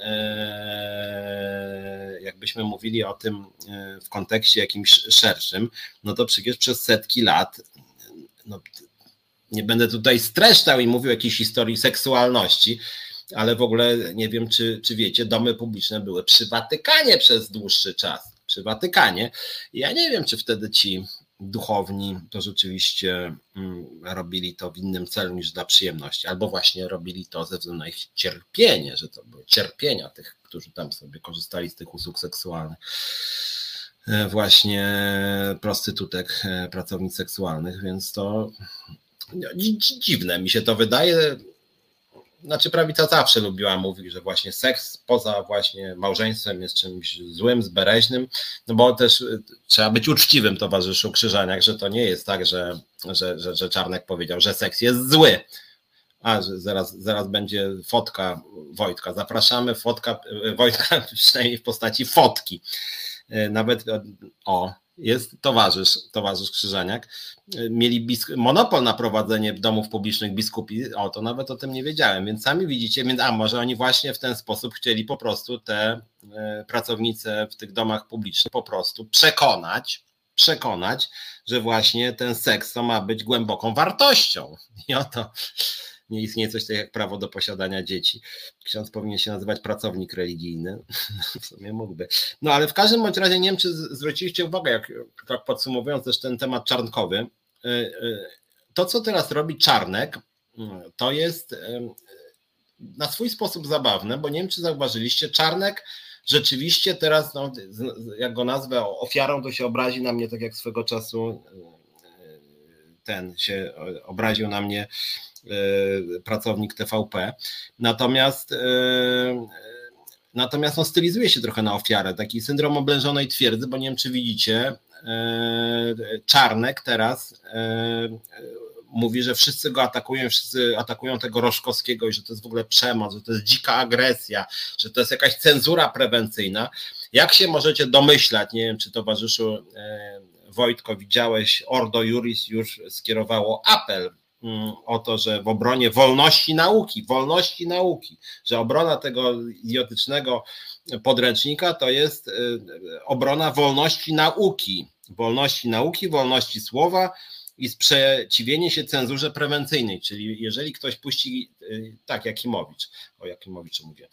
Speaker 1: tym w kontekście jakimś szerszym, no to przecież przez setki lat, no, nie będę tutaj streszczał i mówił o jakiejś historii seksualności, ale w ogóle nie wiem, czy wiecie, domy publiczne były przy Watykanie przez dłuższy czas, przy Watykanie. Ja nie wiem, czy wtedy ci duchowni to rzeczywiście robili to w innym celu niż dla przyjemności, albo właśnie robili to ze względu na ich cierpienie, że to były cierpienia tych, którzy tam sobie korzystali z tych usług seksualnych, właśnie prostytutek, pracownic seksualnych, więc to dziwne mi się to wydaje. Znaczy prawica zawsze lubiła mówić, że właśnie seks poza właśnie małżeństwem jest czymś złym, zbereźnym, no bo też trzeba być uczciwym, towarzyszu Krzyżaniak, że to nie jest tak, że Czarnek powiedział, że seks jest zły. A, że zaraz będzie fotka Wojtka. Zapraszamy, fotka Wojtka przynajmniej w postaci fotki. Nawet jest towarzysz Krzyżaniak. Mieli monopol na prowadzenie domów publicznych biskupi, to nawet o tym nie wiedziałem, więc sami widzicie, może oni właśnie w ten sposób chcieli po prostu te pracownice w tych domach publicznych po prostu przekonać, że właśnie ten seks to ma być głęboką wartością. I oto nie istnieje coś takiego jak prawo do posiadania dzieci. Ksiądz powinien się nazywać pracownik religijny. W sumie mógłby. No ale w każdym bądź razie nie wiem, czy zwróciliście uwagę, jak tak podsumowując też ten temat czarnkowy, to co teraz robi Czarnek, to jest na swój sposób zabawne, bo nie wiem, czy zauważyliście, Czarnek rzeczywiście teraz, jak go nazwę ofiarą, to się obrazi na mnie, tak jak swego czasu ten się obraził na mnie pracownik TVP. Natomiast stylizuje się trochę na ofiarę, taki syndrom oblężonej twierdzy, bo nie wiem, czy widzicie, Czarnek teraz mówi, że wszyscy go atakują, wszyscy atakują tego Roszkowskiego i że to jest w ogóle przemoc, że to jest dzika agresja, że to jest jakaś cenzura prewencyjna. Jak się możecie domyślać, nie wiem, czy towarzyszu Wojtko widziałeś, Ordo Iuris już skierowało apel o to, że w obronie wolności nauki, że obrona tego idiotycznego podręcznika to jest obrona wolności nauki, wolności słowa i sprzeciwienie się cenzurze prewencyjnej, czyli jeżeli ktoś puści, tak, Jakimowicz mówię,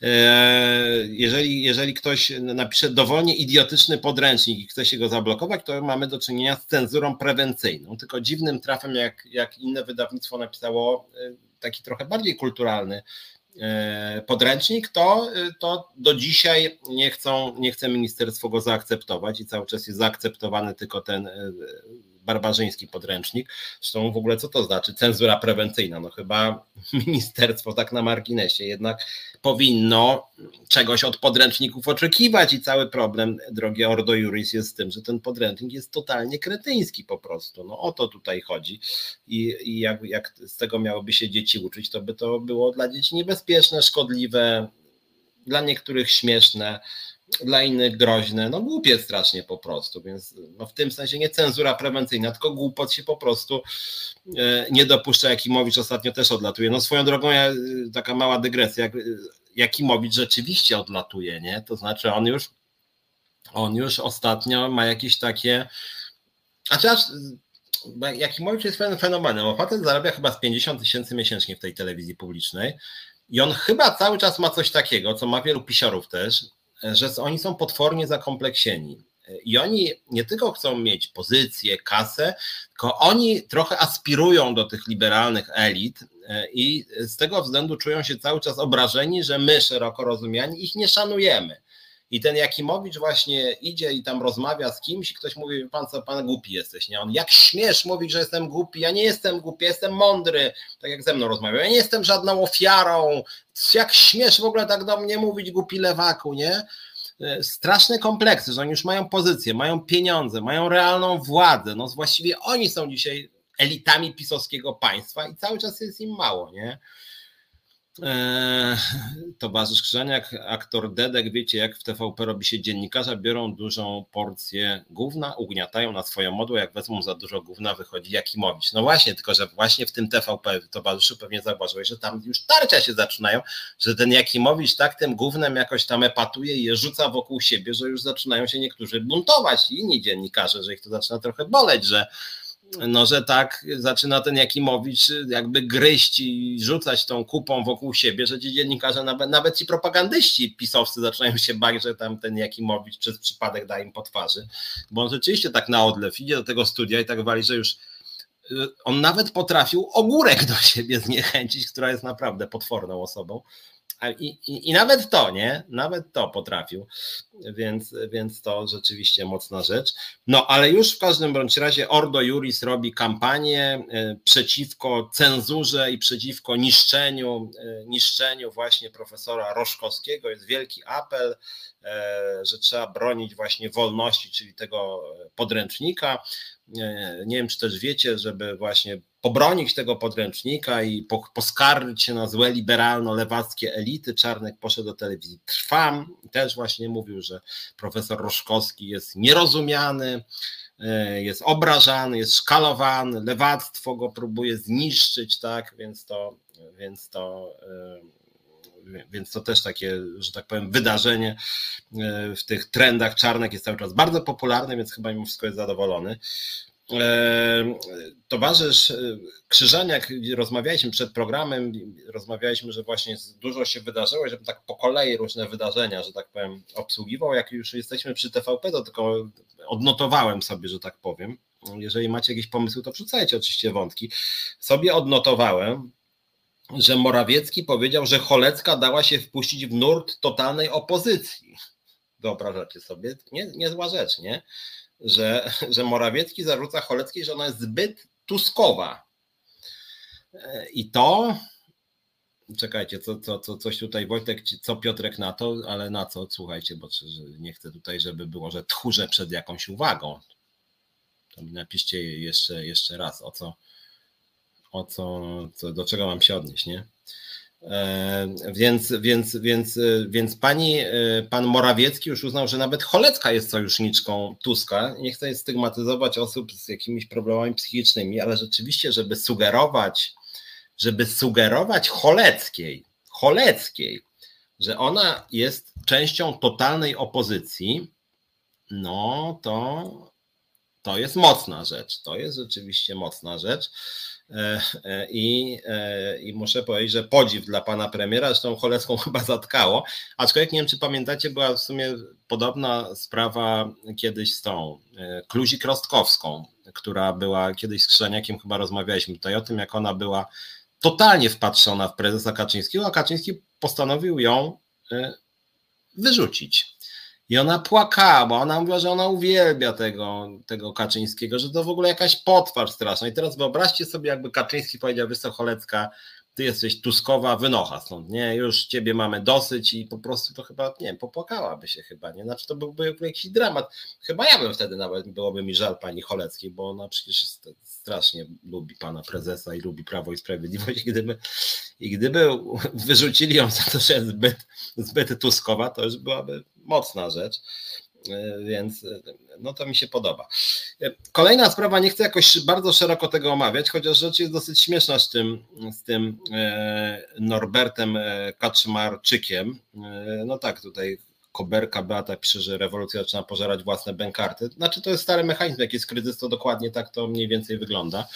Speaker 1: jeżeli ktoś napisze dowolnie idiotyczny podręcznik i chce się go zablokować, to mamy do czynienia z cenzurą prewencyjną, tylko dziwnym trafem, jak inne wydawnictwo napisało taki trochę bardziej kulturalny podręcznik, to do dzisiaj nie chce ministerstwo go zaakceptować i cały czas jest zaakceptowany tylko ten barbarzyński podręcznik. Zresztą w ogóle co to znaczy cenzura prewencyjna? No chyba ministerstwo tak na marginesie jednak powinno czegoś od podręczników oczekiwać i cały problem, drogie Ordo Iuris, jest z tym, że ten podręcznik jest totalnie kretyński po prostu. No o to tutaj chodzi i jak z tego miałoby się dzieci uczyć, to by to było dla dzieci niebezpieczne, szkodliwe, dla niektórych śmieszne, dla innych groźne, no głupie strasznie po prostu, więc no w tym sensie nie cenzura prewencyjna, tylko głupot się po prostu nie dopuszcza. Jakimowicz ostatnio też odlatuje. No swoją drogą, taka mała dygresja, Jakimowicz rzeczywiście odlatuje, nie? To znaczy on już ostatnio ma jakieś takie, Jakimowicz jest fenomenem, bo facet zarabia chyba z 50 000 miesięcznie w tej telewizji publicznej i on chyba cały czas ma coś takiego, co ma wielu pisiorów też, że oni są potwornie zakompleksieni i oni nie tylko chcą mieć pozycję, kasę, tylko oni trochę aspirują do tych liberalnych elit i z tego względu czują się cały czas obrażeni, że my, szeroko rozumiani, ich nie szanujemy. I ten Jakimowicz właśnie idzie i tam rozmawia z kimś i ktoś mówi, pan głupi jesteś, nie? On, jak śmiesz mówić, że jestem głupi? Ja nie jestem głupi, jestem mądry, tak jak ze mną rozmawiał. Ja nie jestem żadną ofiarą, jak śmiesz w ogóle tak do mnie mówić, głupi lewaku, nie? Straszne kompleksy, że oni już mają pozycję, mają pieniądze, mają realną władzę, no właściwie oni są dzisiaj elitami pisowskiego państwa i cały czas jest im mało, nie? Towarzysz Krzyżaniak, aktor Dedek, wiecie jak w TVP robi się dziennikarza, biorą dużą porcję gówna, ugniatają na swoją modłę, jak wezmą za dużo gówna, wychodzi Jakimowicz. No właśnie, tylko że właśnie w tym TVP, towarzyszu, pewnie zauważyłeś, że tam już tarcia się zaczynają, że ten Jakimowicz tak tym gównem jakoś tam epatuje i je rzuca wokół siebie, że już zaczynają się niektórzy buntować i inni dziennikarze, że ich to zaczyna trochę boleć, no, że tak zaczyna ten Jakimowicz jakby gryźć i rzucać tą kupą wokół siebie, że ci dziennikarze, nawet ci propagandyści pisowscy zaczynają się bać, że tam ten Jakimowicz przez przypadek da im po twarzy, bo on rzeczywiście tak na odlew idzie do tego studia i tak wali, że już on nawet potrafił Ogórek do siebie zniechęcić, która jest naprawdę potworną osobą. I nawet to, nie? Nawet to potrafił, więc to rzeczywiście mocna rzecz. No ale już w każdym bądź razie Ordo Iuris robi kampanię przeciwko cenzurze i przeciwko niszczeniu właśnie profesora Roszkowskiego. Jest wielki apel, że trzeba bronić właśnie wolności, czyli tego podręcznika. Nie wiem, czy też wiecie, żeby właśnie pobronić tego podręcznika i poskarżyć się na złe liberalno-lewackie elity. Czarnek poszedł do telewizji Trwam i też właśnie mówił, że profesor Roszkowski jest nierozumiany, jest obrażany, jest szkalowany, lewactwo go próbuje zniszczyć, tak, więc to też takie, że tak powiem, wydarzenie w tych trendach. Czarnek jest cały czas bardzo popularny, więc chyba mimo wszystko jest zadowolony. Towarzysz Krzyżaniak, rozmawialiśmy przed programem, rozmawialiśmy, że właśnie dużo się wydarzyło, żeby tak po kolei różne wydarzenia, że tak powiem, obsługiwał. Jak już jesteśmy przy TVP, to tylko odnotowałem sobie, że tak powiem. Jeżeli macie jakieś pomysły, to wrzucajcie oczywiście wątki. Sobie odnotowałem, że Morawiecki powiedział, że Cholecka dała się wpuścić w nurt totalnej opozycji. Wyobrażacie sobie? Niezła rzecz, nie? Że Morawiecki zarzuca Choleckiej, że ona jest zbyt tuskowa. I to... Czekajcie, coś tutaj Wojtek, co Piotrek na to, ale na co? Słuchajcie, bo nie chcę tutaj, żeby było, że tchórzę przed jakąś uwagą. To mi napiszcie jeszcze raz, do czego mam się odnieść, nie? Więc pan Morawiecki już uznał, że nawet Cholecka jest sojuszniczką Tuska. Nie chcę stygmatyzować osób z jakimiś problemami psychicznymi, ale rzeczywiście, żeby sugerować Choleckiej, że ona jest częścią totalnej opozycji, no to jest mocna rzecz. To jest rzeczywiście mocna rzecz. I muszę powiedzieć, że podziw dla pana premiera, zresztą Cholecką chyba zatkało, aczkolwiek nie wiem, czy pamiętacie, była w sumie podobna sprawa kiedyś z tą Kluzik-Rostkowską, która była kiedyś z Krzyżaniakiem, chyba rozmawialiśmy tutaj o tym, jak ona była totalnie wpatrzona w prezesa Kaczyńskiego, a Kaczyński postanowił ją wyrzucić. I ona płakała, ona mówiła, że ona uwielbia tego Kaczyńskiego, że to w ogóle jakaś potwarz straszna. I teraz wyobraźcie sobie, jakby Kaczyński powiedział: wiesz co, Cholecka, ty jesteś tuskowa, wynocha stąd, nie, już ciebie mamy dosyć, i po prostu to chyba, nie wiem, popłakałaby się chyba, nie, znaczy to byłby jakiś dramat. Chyba ja bym wtedy nawet, byłoby mi żal pani Choleckiej, bo ona przecież strasznie lubi pana prezesa i lubi Prawo i Sprawiedliwość, i gdyby wyrzucili ją za to, że jest zbyt tuskowa, to już byłaby mocna rzecz. Więc no to mi się podoba. Kolejna sprawa, nie chcę jakoś bardzo szeroko tego omawiać, chociaż rzecz jest dosyć śmieszna z tym Norbertem Kaczmarczykiem. No tak, tutaj Koberka Beata pisze, że rewolucja zaczyna pożerać własne bękarty. Znaczy to jest stary mechanizm, jak jest kryzys, to dokładnie tak to mniej więcej wygląda.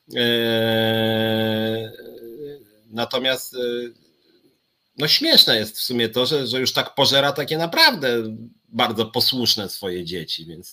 Speaker 1: Natomiast no śmieszne jest w sumie to, że już tak pożera takie naprawdę bardzo posłuszne swoje dzieci, więc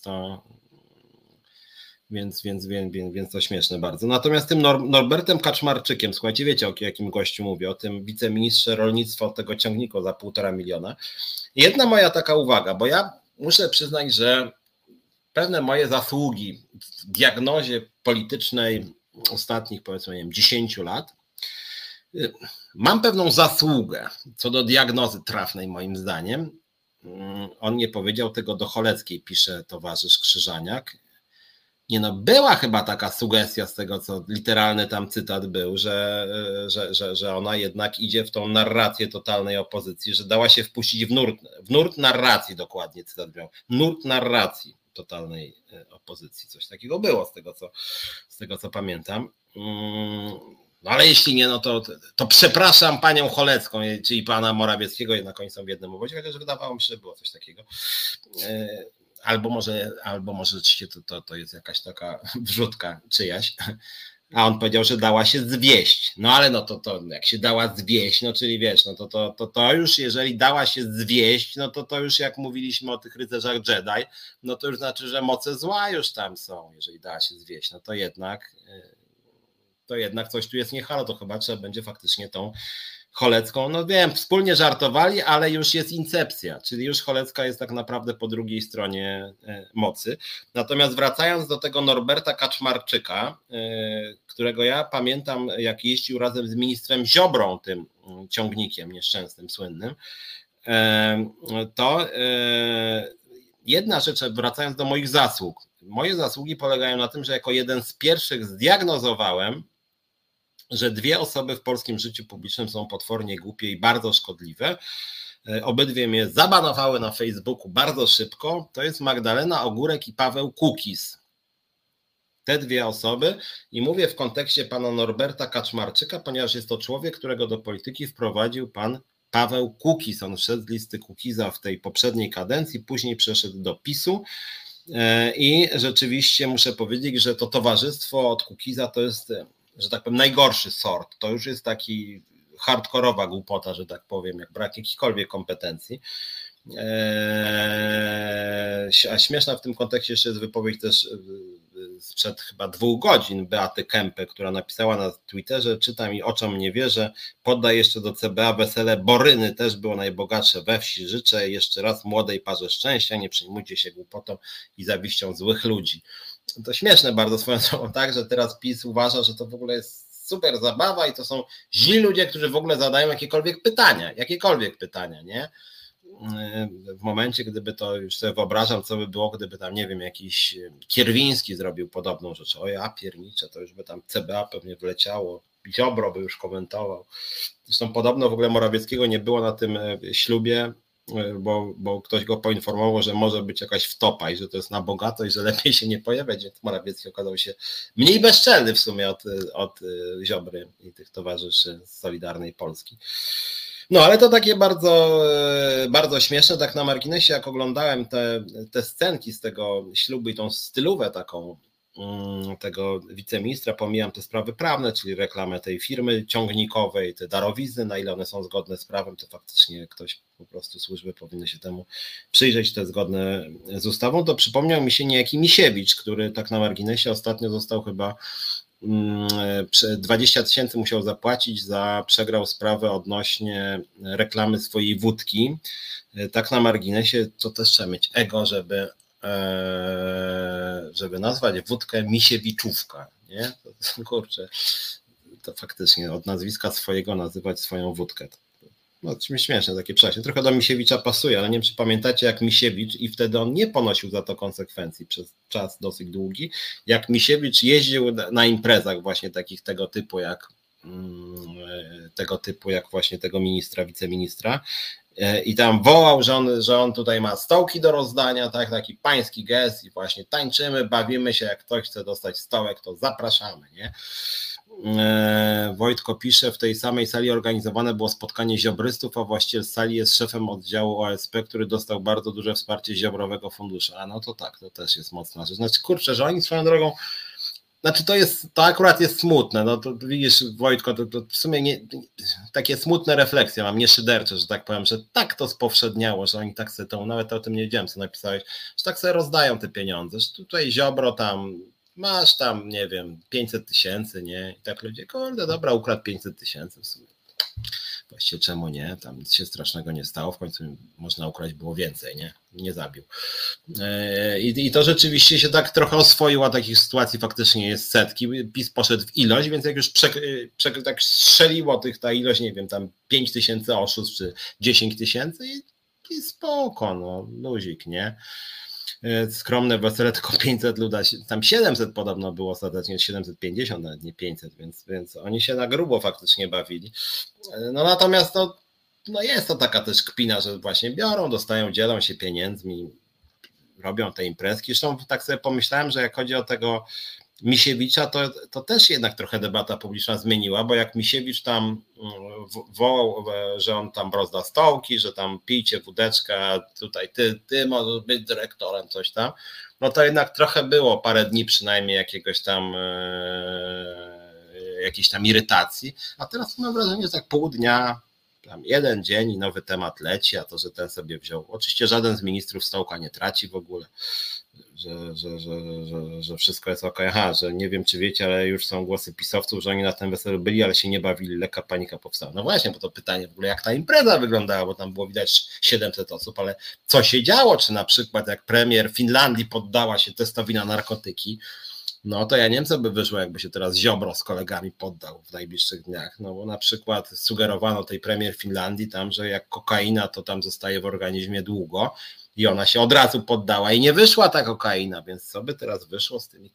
Speaker 1: to śmieszne bardzo. Natomiast tym Norbertem Kaczmarczykiem, słuchajcie, wiecie, o jakim gościu mówię, o tym wiceministrze rolnictwa od tego ciągnika za 1,5 miliona. Jedna moja taka uwaga, bo ja muszę przyznać, że pewne moje zasługi w diagnozie politycznej ostatnich, powiedzmy, nie wiem, 10 lat, mam pewną zasługę co do diagnozy trafnej, moim zdaniem. On nie powiedział tego do Choleckiej, pisze towarzysz Krzyżaniak. Nie no, była chyba taka sugestia z tego, co literalny tam cytat był, że ona jednak idzie w tą narrację totalnej opozycji, że dała się wpuścić w nurt narracji, dokładnie cytat miał, nurt narracji totalnej opozycji. Coś takiego było z tego co pamiętam. No ale jeśli nie, no to przepraszam panią Cholecką, czyli pana Morawieckiego, jednak oni są w jednym obozie, chociaż wydawało mi się, że było coś takiego. albo może rzeczywiście to jest jakaś taka wrzutka czyjaś. A on powiedział, że dała się zwieść. No ale no to jak się dała zwieść, no czyli wiesz, no to już jeżeli dała się zwieść, no to już jak mówiliśmy o tych rycerzach Jedi, no to już znaczy, że moce zła już tam są, jeżeli dała się zwieść, no to jednak coś tu jest nie halo, to chyba trzeba będzie faktycznie tą Cholecką, no wiem, wspólnie żartowali, ale już jest incepcja, czyli już Cholecka jest tak naprawdę po drugiej stronie mocy. Natomiast wracając do tego Norberta Kaczmarczyka, którego ja pamiętam, jak jeździł razem z ministrem Ziobrą, tym ciągnikiem nieszczęsnym, słynnym, to jedna rzecz, wracając do moich zasług. Moje zasługi polegają na tym, że jako jeden z pierwszych zdiagnozowałem, że dwie osoby w polskim życiu publicznym są potwornie głupie i bardzo szkodliwe. Obydwie mnie zabanowały na Facebooku bardzo szybko. To jest Magdalena Ogórek i Paweł Kukiz. Te dwie osoby, i mówię w kontekście pana Norberta Kaczmarczyka, ponieważ jest to człowiek, którego do polityki wprowadził pan Paweł Kukiz. On wszedł z listy Kukiza w tej poprzedniej kadencji, później przeszedł do PiS-u. I rzeczywiście muszę powiedzieć, że to towarzystwo od Kukiza to jest, że tak powiem, najgorszy sort. To już jest taki hardkorowa głupota, że tak powiem, jak brak jakichkolwiek kompetencji. A śmieszna w tym kontekście jeszcze jest wypowiedź też sprzed chyba 2 godzin Beaty Kempy, która napisała na Twitterze: czytam i oczom nie wierzę, poddaj jeszcze do CBA wesele Boryny, też było najbogatsze we wsi, życzę jeszcze raz młodej parze szczęścia, nie przejmujcie się głupotą i zawiścią złych ludzi. To śmieszne bardzo swoją drogą, tak, że teraz PiS uważa, że to w ogóle jest super zabawa i to są źli ludzie, którzy w ogóle zadają jakiekolwiek pytania, nie? W momencie, gdyby to, już sobie wyobrażam, co by było, gdyby tam, nie wiem, jakiś Kierwiński zrobił podobną rzecz. O ja pierniczę, to już by tam CBA pewnie wleciało, Ziobro by już komentował. Zresztą podobno w ogóle Morawieckiego nie było na tym ślubie, bo ktoś go poinformował, że może być jakaś wtopa i że to jest na bogato i że lepiej się nie pojawiać, więc Morawiecki okazał się mniej bezczelny w sumie od Ziobry i tych towarzyszy z Solidarnej Polski. No ale to takie bardzo, bardzo śmieszne, tak na marginesie, jak oglądałem te scenki z tego ślubu i tą stylówę taką tego wiceministra, pomijam te sprawy prawne, czyli reklamę tej firmy ciągnikowej, te darowizny, na ile one są zgodne z prawem, to faktycznie ktoś, po prostu służby powinny się temu przyjrzeć, te zgodne z ustawą. To przypomniał mi się niejaki Misiewicz, który tak na marginesie ostatnio został chyba 20 000 musiał zapłacić przegrał sprawę odnośnie reklamy swojej wódki. Tak na marginesie, to też trzeba mieć ego, żeby nazwać wódkę Misiewiczówka, nie? Kurczę, to faktycznie od nazwiska swojego nazywać swoją wódkę. No, śmieszne takie przejście. Trochę do Misiewicza pasuje, ale nie wiem, czy pamiętacie, jak Misiewicz, i wtedy on nie ponosił za to konsekwencji przez czas dosyć długi, jak Misiewicz jeździł na imprezach właśnie takich tego typu jak właśnie tego ministra, wiceministra, i tam wołał, że on tutaj ma stołki do rozdania, tak, taki pański gest i właśnie tańczymy, bawimy się, jak ktoś chce dostać stołek, to zapraszamy, nie? Wojtko pisze, w tej samej sali organizowane było spotkanie ziobrystów, a właściciel sali jest szefem oddziału OSP, który dostał bardzo duże wsparcie Ziobrowego Funduszu. A no to tak, to też jest mocna rzecz. Znaczy, kurczę, że oni swoją drogą, znaczy to akurat jest smutne, no to widzisz, Wojtko, to w sumie nie, takie smutne refleksje mam, nie szydercze, że tak powiem, że tak to spowszedniało, że oni tak sobie to, nawet o tym nie wiedziałem, co napisałeś, że tak sobie rozdają te pieniądze, że tutaj Ziobro tam, masz tam, nie wiem, 500 000, nie? I tak ludzie, kurde, dobra, ukradł 500 000 w sumie. Właściwie czemu nie? Tam nic się strasznego nie stało, w końcu można ukraść było więcej, nie? Nie zabił. I to rzeczywiście się tak trochę oswoiło, a takich sytuacji faktycznie jest setki. PiS poszedł w ilość, więc jak już tak strzeliło ta ilość, nie wiem, tam 5 000 oszustw czy 10 000 i spoko, no, luzik, nie? Skromne wesele, tylko 500 ludzi, tam 700 podobno było ostatecznie, 750, nawet nie 500, więc oni się na grubo faktycznie bawili. No natomiast no jest to taka też kpina, że właśnie biorą, dostają, dzielą się pieniędzmi, robią te imprezki. Zresztą tak sobie pomyślałem, że jak chodzi o tego Misiewicza, to też jednak trochę debata publiczna zmieniła, bo jak Misiewicz tam wołał, że on tam rozda stołki, że tam pijcie wódeczkę, tutaj ty możesz być dyrektorem, coś tam, no to jednak trochę było parę dni przynajmniej jakiejś tam irytacji, a teraz mam wrażenie, że tak pół dnia, tam jeden dzień i nowy temat leci, a to, że ten sobie wziął. Oczywiście żaden z ministrów stołka nie traci w ogóle, że wszystko jest okej. Aha, że nie wiem, czy wiecie, ale już są głosy pisowców, że oni na tym weselu byli, ale się nie bawili, lekka panika powstała. No właśnie, bo to pytanie w ogóle, jak ta impreza wyglądała, bo tam było widać 700 osób, ale co się działo, czy na przykład jak premier Finlandii poddała się testowi na narkotyki, no to ja nie wiem, co by wyszło, jakby się teraz Ziobro z kolegami poddał w najbliższych dniach, no bo na przykład sugerowano tej premier Finlandii tam, że jak kokaina, to tam zostaje w organizmie długo i ona się od razu poddała i nie wyszła ta kokaina, więc co by teraz wyszło z tymi,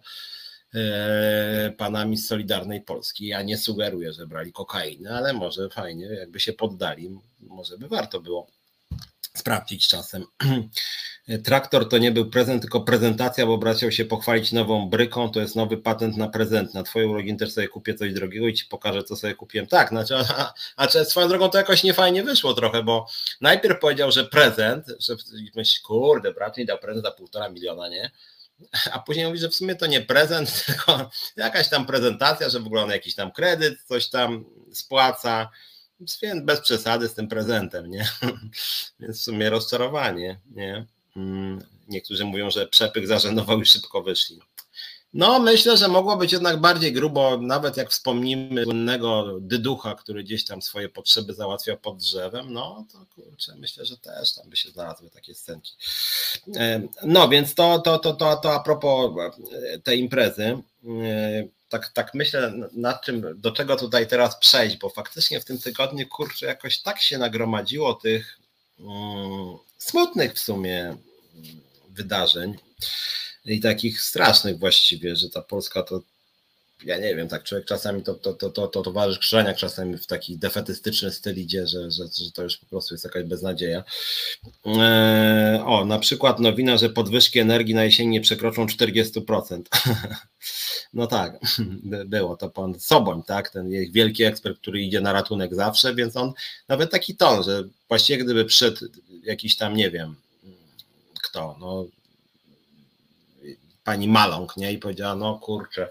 Speaker 1: panami z Solidarnej Polski? Ja nie sugeruję, że brali kokainę, ale może fajnie, jakby się poddali, może by warto było sprawdzić czasem. Traktor to nie był prezent, tylko prezentacja, bo brat chciał się pochwalić nową bryką, to jest nowy patent na prezent. Na twoją urodzin też sobie kupię coś drogiego i ci pokażę, co sobie kupiłem. Tak, znaczy swoją drogą to jakoś niefajnie wyszło trochę, bo najpierw powiedział, że prezent, że myśl, kurde, brat mi dał prezent za 1,5 miliona, nie? A później mówi, że w sumie to nie prezent, tylko jakaś tam prezentacja, że w ogóle on jakiś tam kredyt, coś tam spłaca. Więc bez przesady z tym prezentem, nie? Więc w sumie rozczarowanie, nie? Niektórzy mówią, że przepych zażenował i szybko wyszli. No myślę, że mogło być jednak bardziej grubo, nawet jak wspomnimy słynnego dyducha, który gdzieś tam swoje potrzeby załatwiał pod drzewem, no to kurczę, myślę, że też tam by się znalazły takie scenki. No więc to a propos tej imprezy, tak myślę nad czym, do czego tutaj teraz przejść, bo faktycznie w tym tygodniu, kurczę, jakoś tak się nagromadziło tych smutnych w sumie wydarzeń i takich strasznych właściwie, że ta Polska to, ja nie wiem, tak człowiek czasami to towarzysz Krzyżaniak czasami w taki defetystyczny styl idzie, że to już po prostu jest jakaś beznadzieja. Na przykład nowina, że podwyżki energii na jesień nie przekroczą 40%. No tak, było to pan Soboń, tak, ten wielki ekspert, który idzie na ratunek zawsze, więc on nawet taki ton, że właściwie gdyby przyszedł jakiś tam, nie wiem kto, no pani Maląg, nie, i powiedziała, no kurczę,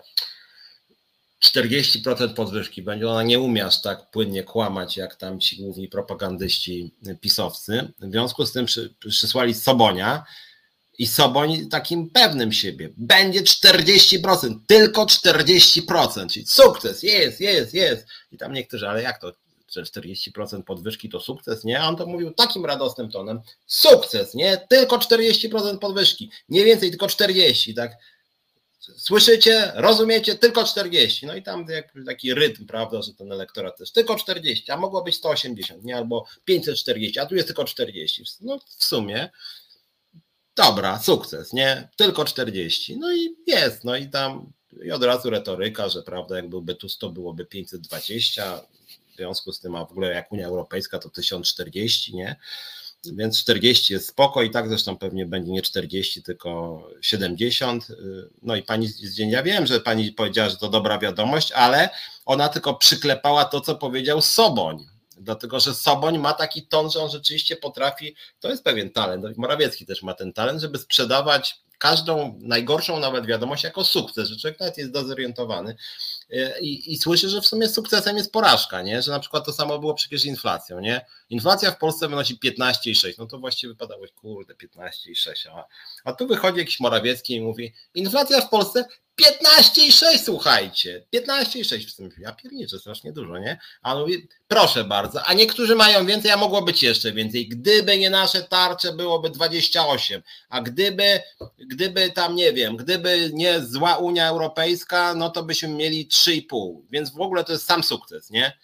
Speaker 1: 40% podwyżki będzie, ona nie umie aż tak płynnie kłamać, jak tam ci główni propagandyści pisowcy. W związku z tym przysłali Sobonia i Soboń takim pewnym siebie. Będzie 40%, tylko 40%, czyli sukces, jest. I tam niektórzy, ale jak to, że 40% podwyżki to sukces, nie? A on to mówił takim radosnym tonem, sukces, nie? Tylko 40% podwyżki, nie więcej, tylko 40%, tak? Słyszycie, rozumiecie, tylko 40. No i tam taki rytm, prawda, że ten elektorat też tylko 40, a mogło być 180, nie, albo 540, a tu jest tylko 40. No w sumie dobra, sukces, nie, tylko 40. No i jest, no i tam i od razu retoryka, że prawda, jak byłby tu 100, byłoby 520. W związku z tym, a w ogóle jak Unia Europejska to 1040, nie? Więc 40 jest spoko i tak zresztą pewnie będzie nie 40, tylko 70. No i pani z dzień, ja wiem, że pani powiedziała, że to dobra wiadomość, ale ona tylko przyklepała to, co powiedział Soboń. Dlatego, że Soboń ma taki ton, że on rzeczywiście potrafi, to jest pewien talent, Morawiecki też ma ten talent, żeby sprzedawać każdą najgorszą nawet wiadomość jako sukces, że człowiek nawet jest dezorientowany i słyszy, że w sumie sukcesem jest porażka, nie? Że na przykład to samo było przecież z inflacją, nie? Inflacja w Polsce wynosi 15,6, no to właściwie wypadało, kurde, 15,6, a tu wychodzi jakiś Morawiecki i mówi, inflacja w Polsce 15,6, słuchajcie, 15,6, w tym ja pierniczę, strasznie dużo, nie? A on mówi, proszę bardzo, a niektórzy mają więcej, a mogło być jeszcze więcej, gdyby nie nasze tarcze, byłoby 28, a gdyby tam, nie wiem, gdyby nie zła Unia Europejska, no to byśmy mieli 3,5, więc w ogóle to jest sam sukces, nie?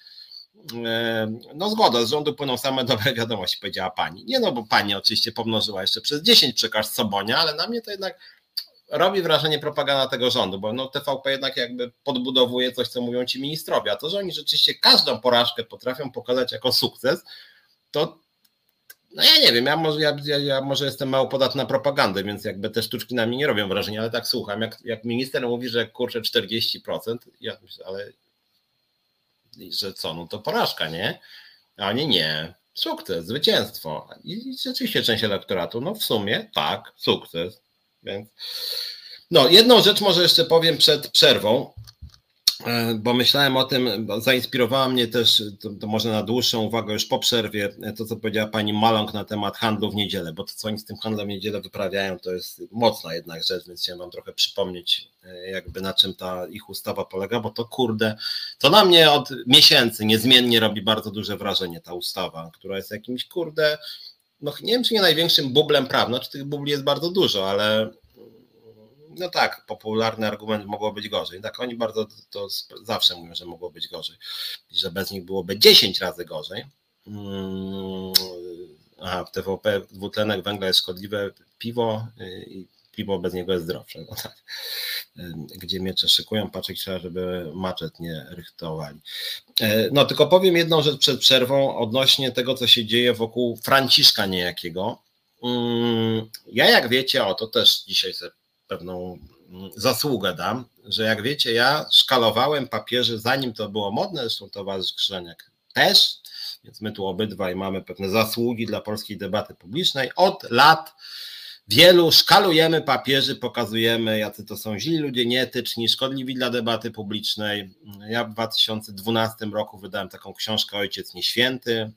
Speaker 1: No zgoda, z rządu płyną same dobre wiadomości, powiedziała pani. Nie no, bo pani oczywiście pomnożyła jeszcze przez 10 przekaz Sobonia, ale na mnie to jednak robi wrażenie propaganda tego rządu, bo no TVP jednak jakby podbudowuje coś, co mówią ci ministrowie, a to, że oni rzeczywiście każdą porażkę potrafią pokazać jako sukces, to No ja nie wiem, ja może jestem mało podatny na propagandę, więc jakby te sztuczki na mnie nie robią wrażenia, ale tak słucham, jak minister mówi, że kurczę 40%, ja myślę, ale że co, no to porażka, nie? A oni nie, sukces, zwycięstwo. I rzeczywiście część elektoratu, no w sumie tak, sukces. Więc no jedną rzecz może jeszcze powiem przed przerwą, bo myślałem o tym, bo zainspirowała mnie też, to może na dłuższą uwagę już po przerwie, to co powiedziała pani Maląg na temat handlu w niedzielę, bo to co oni z tym handlem w niedzielę wyprawiają, to jest mocna jednak rzecz, więc chciałem wam trochę przypomnieć jakby na czym ta ich ustawa polega, bo to kurde, to na mnie od miesięcy niezmiennie robi bardzo duże wrażenie ta ustawa, która jest jakimś kurde, no nie wiem czy nie największym bublem prawnym, czy tych bubli jest bardzo dużo, ale no tak, popularny argument mogło być gorzej. Tak, oni bardzo to zawsze mówią, że mogło być gorzej. I że bez nich byłoby 10 razy gorzej. Aha, w TVP dwutlenek węgla jest szkodliwe, piwo i piwo bez niego jest zdrowsze. No tak. Gdzie miecze szykują, patrzeć trzeba, żeby maczet nie rychtowali. No tylko powiem jedną rzecz przed przerwą odnośnie tego, co się dzieje wokół Franciszka niejakiego. Ja jak wiecie, to też dzisiaj sobie pewną zasługę dam, że jak wiecie, ja szkalowałem papieży zanim to było modne, zresztą towarzysz Krzyżaniak też, więc my tu obydwaj mamy pewne zasługi dla polskiej debaty publicznej. Od lat wielu szkalujemy papieży, pokazujemy, jacy to są źli ludzie, nieetyczni, szkodliwi dla debaty publicznej. Ja w 2012 roku wydałem taką książkę Ojciec Nieświęty.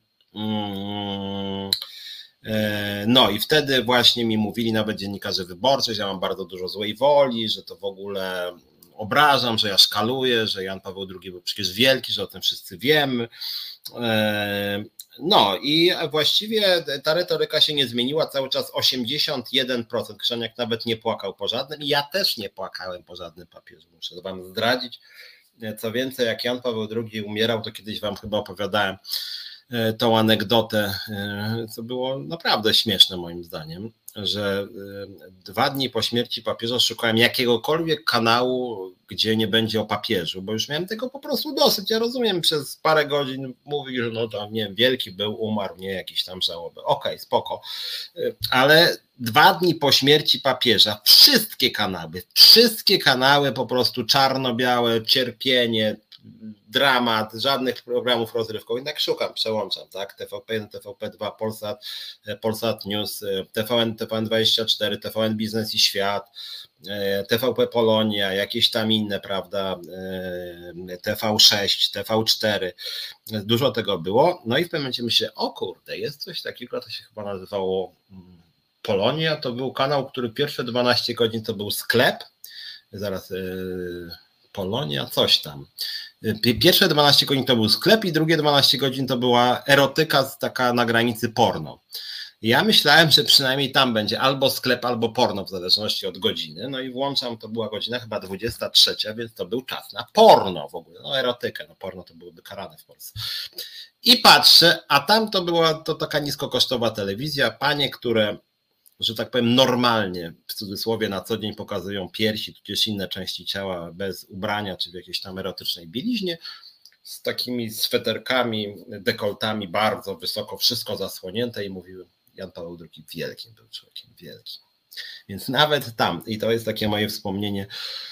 Speaker 1: No i wtedy właśnie mi mówili nawet dziennikarze wyborczy, że ja mam bardzo dużo złej woli, że to w ogóle obrażam, że ja szkaluję, że Jan Paweł II był przecież wielki, że o tym wszyscy wiemy. No i właściwie ta retoryka się nie zmieniła, cały czas 81%. Krzyżaniak nawet nie płakał po żadnym i ja też nie płakałem po żadnym papieżu, muszę wam zdradzić. Co więcej, jak Jan Paweł II umierał, to kiedyś wam chyba opowiadałem tą anegdotę, co było naprawdę śmieszne moim zdaniem, że 2 dni po śmierci papieża szukałem jakiegokolwiek kanału, gdzie nie będzie o papieżu, bo już miałem tego po prostu dosyć. Ja rozumiem, przez parę godzin mówi, że no tam nie wiem, wielki był, umarł, nie jakiś tam żałoby. Okej, spoko. Ale 2 dni po śmierci papieża wszystkie kanały po prostu czarno-białe, cierpienie, dramat, żadnych programów rozrywkowych, tak szukam, przełączam, tak, TVP1, TVP2, Polsat News, TVN24, TVN Biznes i Świat, TVP Polonia, jakieś tam inne, prawda, TV6, TV4, dużo tego było, no i w pewnym momencie myślę, o kurde, jest coś takiego, to się chyba nazywało Polonia, to był kanał, który pierwsze 12 godzin to był sklep, zaraz Polonia, coś tam. Pierwsze 12 godzin to był sklep i drugie 12 godzin to była erotyka taka na granicy porno. Ja myślałem, że przynajmniej tam będzie albo sklep, albo porno w zależności od godziny. No i włączam, to była godzina chyba 23, więc to był czas na porno w ogóle, no erotykę, no porno to byłoby karane w Polsce. I patrzę, a tam to była to taka niskokosztowa telewizja, panie, które, że tak powiem, normalnie, w cudzysłowie, na co dzień pokazują piersi, tudzież inne części ciała bez ubrania, czy w jakiejś tam erotycznej bieliźnie, z takimi sweterkami, dekoltami, bardzo wysoko, wszystko zasłonięte i mówiły, Jan Paweł II wielkim był człowiekiem, wielkim. Więc nawet tam, i to jest takie moje wspomnienie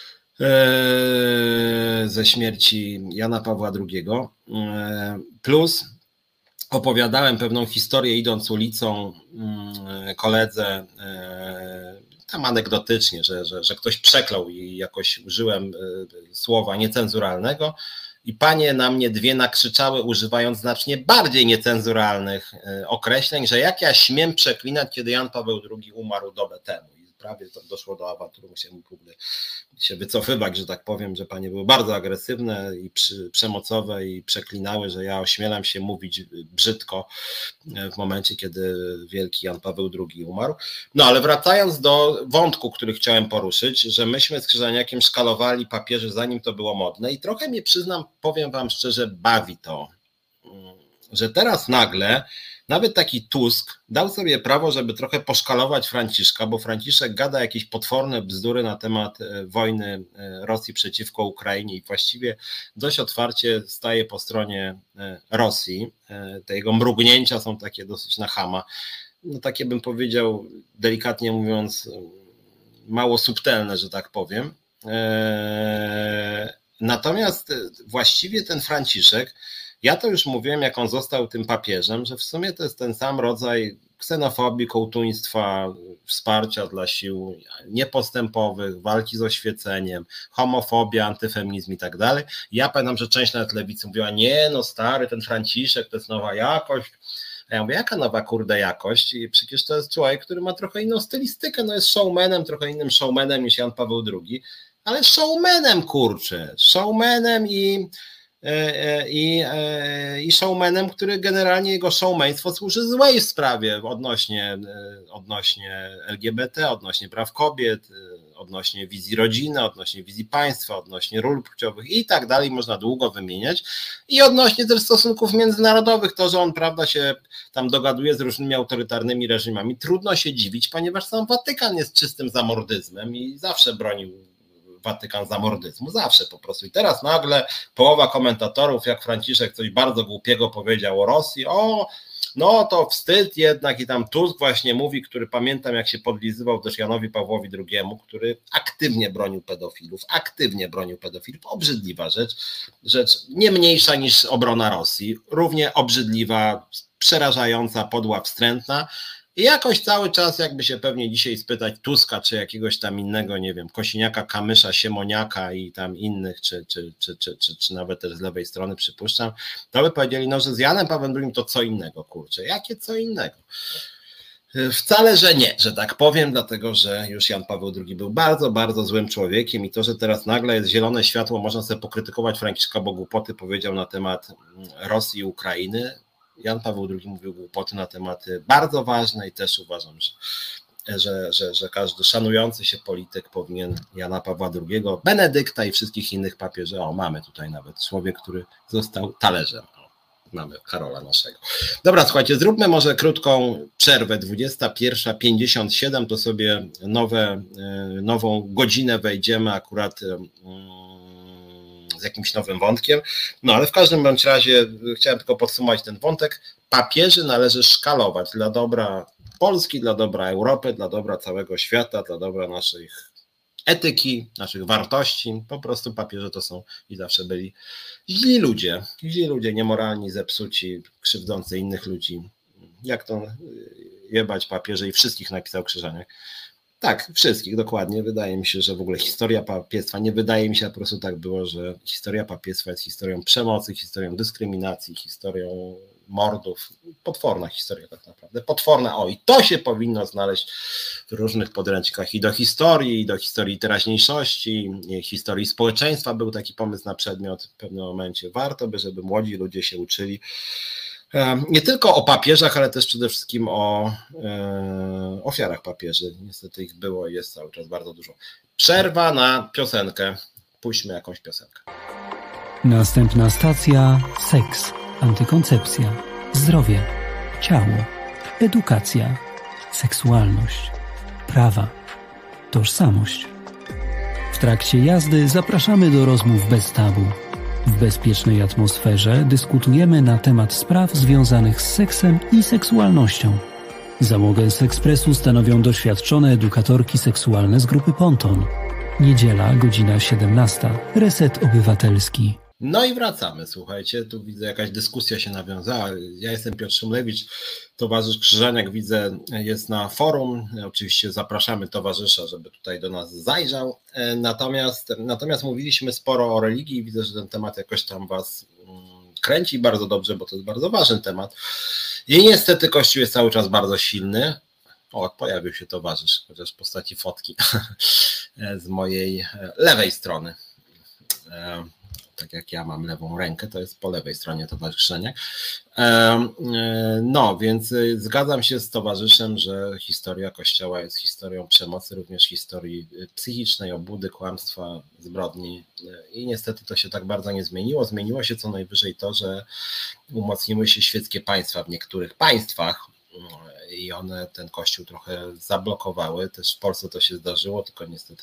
Speaker 1: ze śmierci Jana Pawła II, plus opowiadałem pewną historię idąc ulicą koledze, tam anegdotycznie, że ktoś przeklął i jakoś użyłem słowa niecenzuralnego i panie na mnie 2 nakrzyczały, używając znacznie bardziej niecenzuralnych określeń, że jak ja śmiem przeklinać, kiedy Jan Paweł II umarł dobę temu. Prawie to doszło do awantury, musiałem się wycofywać, że tak powiem, że panie były bardzo agresywne i przemocowe i przeklinały, że ja ośmielam się mówić brzydko w momencie, kiedy wielki Jan Paweł II umarł. No ale wracając do wątku, który chciałem poruszyć, że myśmy z Krzyżaniakiem szkalowali papieży zanim to było modne i trochę mnie, przyznam, powiem wam szczerze, bawi to, że teraz nagle nawet taki Tusk dał sobie prawo, żeby trochę poszkalować Franciszka, bo Franciszek gada jakieś potworne bzdury na temat wojny Rosji przeciwko Ukrainie i właściwie dość otwarcie staje po stronie Rosji. Te jego mrugnięcia są takie dosyć na chama. No takie bym powiedział, delikatnie mówiąc, mało subtelne, że tak powiem. Natomiast właściwie ten Franciszek, ja to już mówiłem, jak on został tym papieżem, że w sumie to jest ten sam rodzaj ksenofobii, kołtuństwa, wsparcia dla sił niepostępowych, walki z oświeceniem, homofobia, antyfeminizm i tak dalej. Ja pamiętam, że część nawet lewicy mówiła, nie no stary, ten Franciszek to jest nowa jakość. A ja mówię, jaka nowa kurde jakość? I przecież to jest człowiek, który ma trochę inną stylistykę, no jest showmanem, trochę innym showmanem niż Jan Paweł II, ale showmanem kurczę, showmanem i showmanem, który generalnie jego showmeństwo służy złej sprawie odnośnie LGBT, odnośnie praw kobiet, odnośnie wizji rodziny, odnośnie wizji państwa, odnośnie ról płciowych i tak dalej, można długo wymieniać. I odnośnie też stosunków międzynarodowych, to, że on prawda się tam dogaduje z różnymi autorytarnymi reżimami, trudno się dziwić, ponieważ sam Watykan jest czystym zamordyzmem i zawsze bronił Watykan zamordyzmu, zawsze po prostu. I teraz nagle połowa komentatorów, jak Franciszek coś bardzo głupiego powiedział o Rosji, no to wstyd jednak i tam Tusk właśnie mówi, który pamiętam jak się podlizywał też Janowi Pawłowi II, który aktywnie bronił pedofilów, obrzydliwa rzecz nie mniejsza niż obrona Rosji, równie obrzydliwa, przerażająca, podła, wstrętna. I jakoś cały czas jakby się pewnie dzisiaj spytać Tuska, czy jakiegoś tam innego, nie wiem, Kosiniaka, Kamysza, Siemoniaka i tam innych, czy nawet też z lewej strony przypuszczam, to by powiedzieli, no że z Janem Pawłem II to co innego, kurczę, jakie co innego? Wcale, że nie, że tak powiem, dlatego, że już Jan Paweł II był bardzo, bardzo złym człowiekiem i to, że teraz nagle jest zielone światło, można sobie pokrytykować Franciszka, bo głupoty powiedział na temat Rosji i Ukrainy. Jan Paweł II mówił głupoty na tematy bardzo ważne i też uważam, że każdy szanujący się polityk powinien Jana Pawła II, Benedykta i wszystkich innych papieży, mamy tutaj nawet człowiek, który został talerzem. Mamy Karola naszego. Dobra, słuchajcie, zróbmy może krótką przerwę, 21:57, to sobie nową godzinę wejdziemy akurat z jakimś nowym wątkiem, no ale w każdym bądź razie chciałem tylko podsumować ten wątek. Papieży należy szkalować dla dobra Polski, dla dobra Europy, dla dobra całego świata, dla dobra naszych etyki, naszych wartości. Po prostu papieże to są i zawsze byli źli ludzie, niemoralni, zepsuci, krzywdzący innych ludzi. Jak to jebać papieży i wszystkich napisał Krzyżaniak. Tak, wszystkich, dokładnie. Wydaje mi się, że w ogóle historia papiestwa, nie wydaje mi się, a po prostu tak było, że historia papiestwa jest historią przemocy, historią dyskryminacji, historią mordów. Potworna historia tak naprawdę. Potworna. I to się powinno znaleźć w różnych podręcznikach i do historii teraźniejszości, historii społeczeństwa. Był taki pomysł na przedmiot w pewnym momencie. Warto by, żeby młodzi ludzie się uczyli nie tylko o papieżach, ale też przede wszystkim o ofiarach papieży. Niestety ich było i jest cały czas bardzo dużo. Przerwa na piosenkę. Puśćmy jakąś piosenkę.
Speaker 2: Następna stacja: seks, antykoncepcja, zdrowie, ciało, edukacja, seksualność, prawa, tożsamość. W trakcie jazdy zapraszamy do rozmów bez tabu. W bezpiecznej atmosferze dyskutujemy na temat spraw związanych z seksem i seksualnością. Załogę Sekspresu stanowią doświadczone edukatorki seksualne z grupy Ponton. Niedziela, godzina 17. Reset Obywatelski.
Speaker 1: No i wracamy, słuchajcie, tu widzę jakaś dyskusja się nawiązała. Ja jestem Piotr Szumlewicz, towarzysz Krzyżaniak, widzę, jest na forum. Oczywiście zapraszamy towarzysza, żeby tutaj do nas zajrzał. Natomiast mówiliśmy sporo o religii i widzę, że ten temat jakoś tam was kręci bardzo dobrze, bo to jest bardzo ważny temat. I niestety Kościół jest cały czas bardzo silny. Pojawił się towarzysz, chociaż w postaci fotki z mojej lewej strony. tak jak ja mam lewą rękę, to jest po lewej stronie towarzyszenia. No, więc zgadzam się z towarzyszem, że historia Kościoła jest historią przemocy, również historii psychicznej, obłudy, kłamstwa, zbrodni i niestety to się tak bardzo nie zmieniło. Zmieniło się co najwyżej to, że umocniły się świeckie państwa w niektórych państwach i one ten Kościół trochę zablokowały. Też w Polsce to się zdarzyło, tylko niestety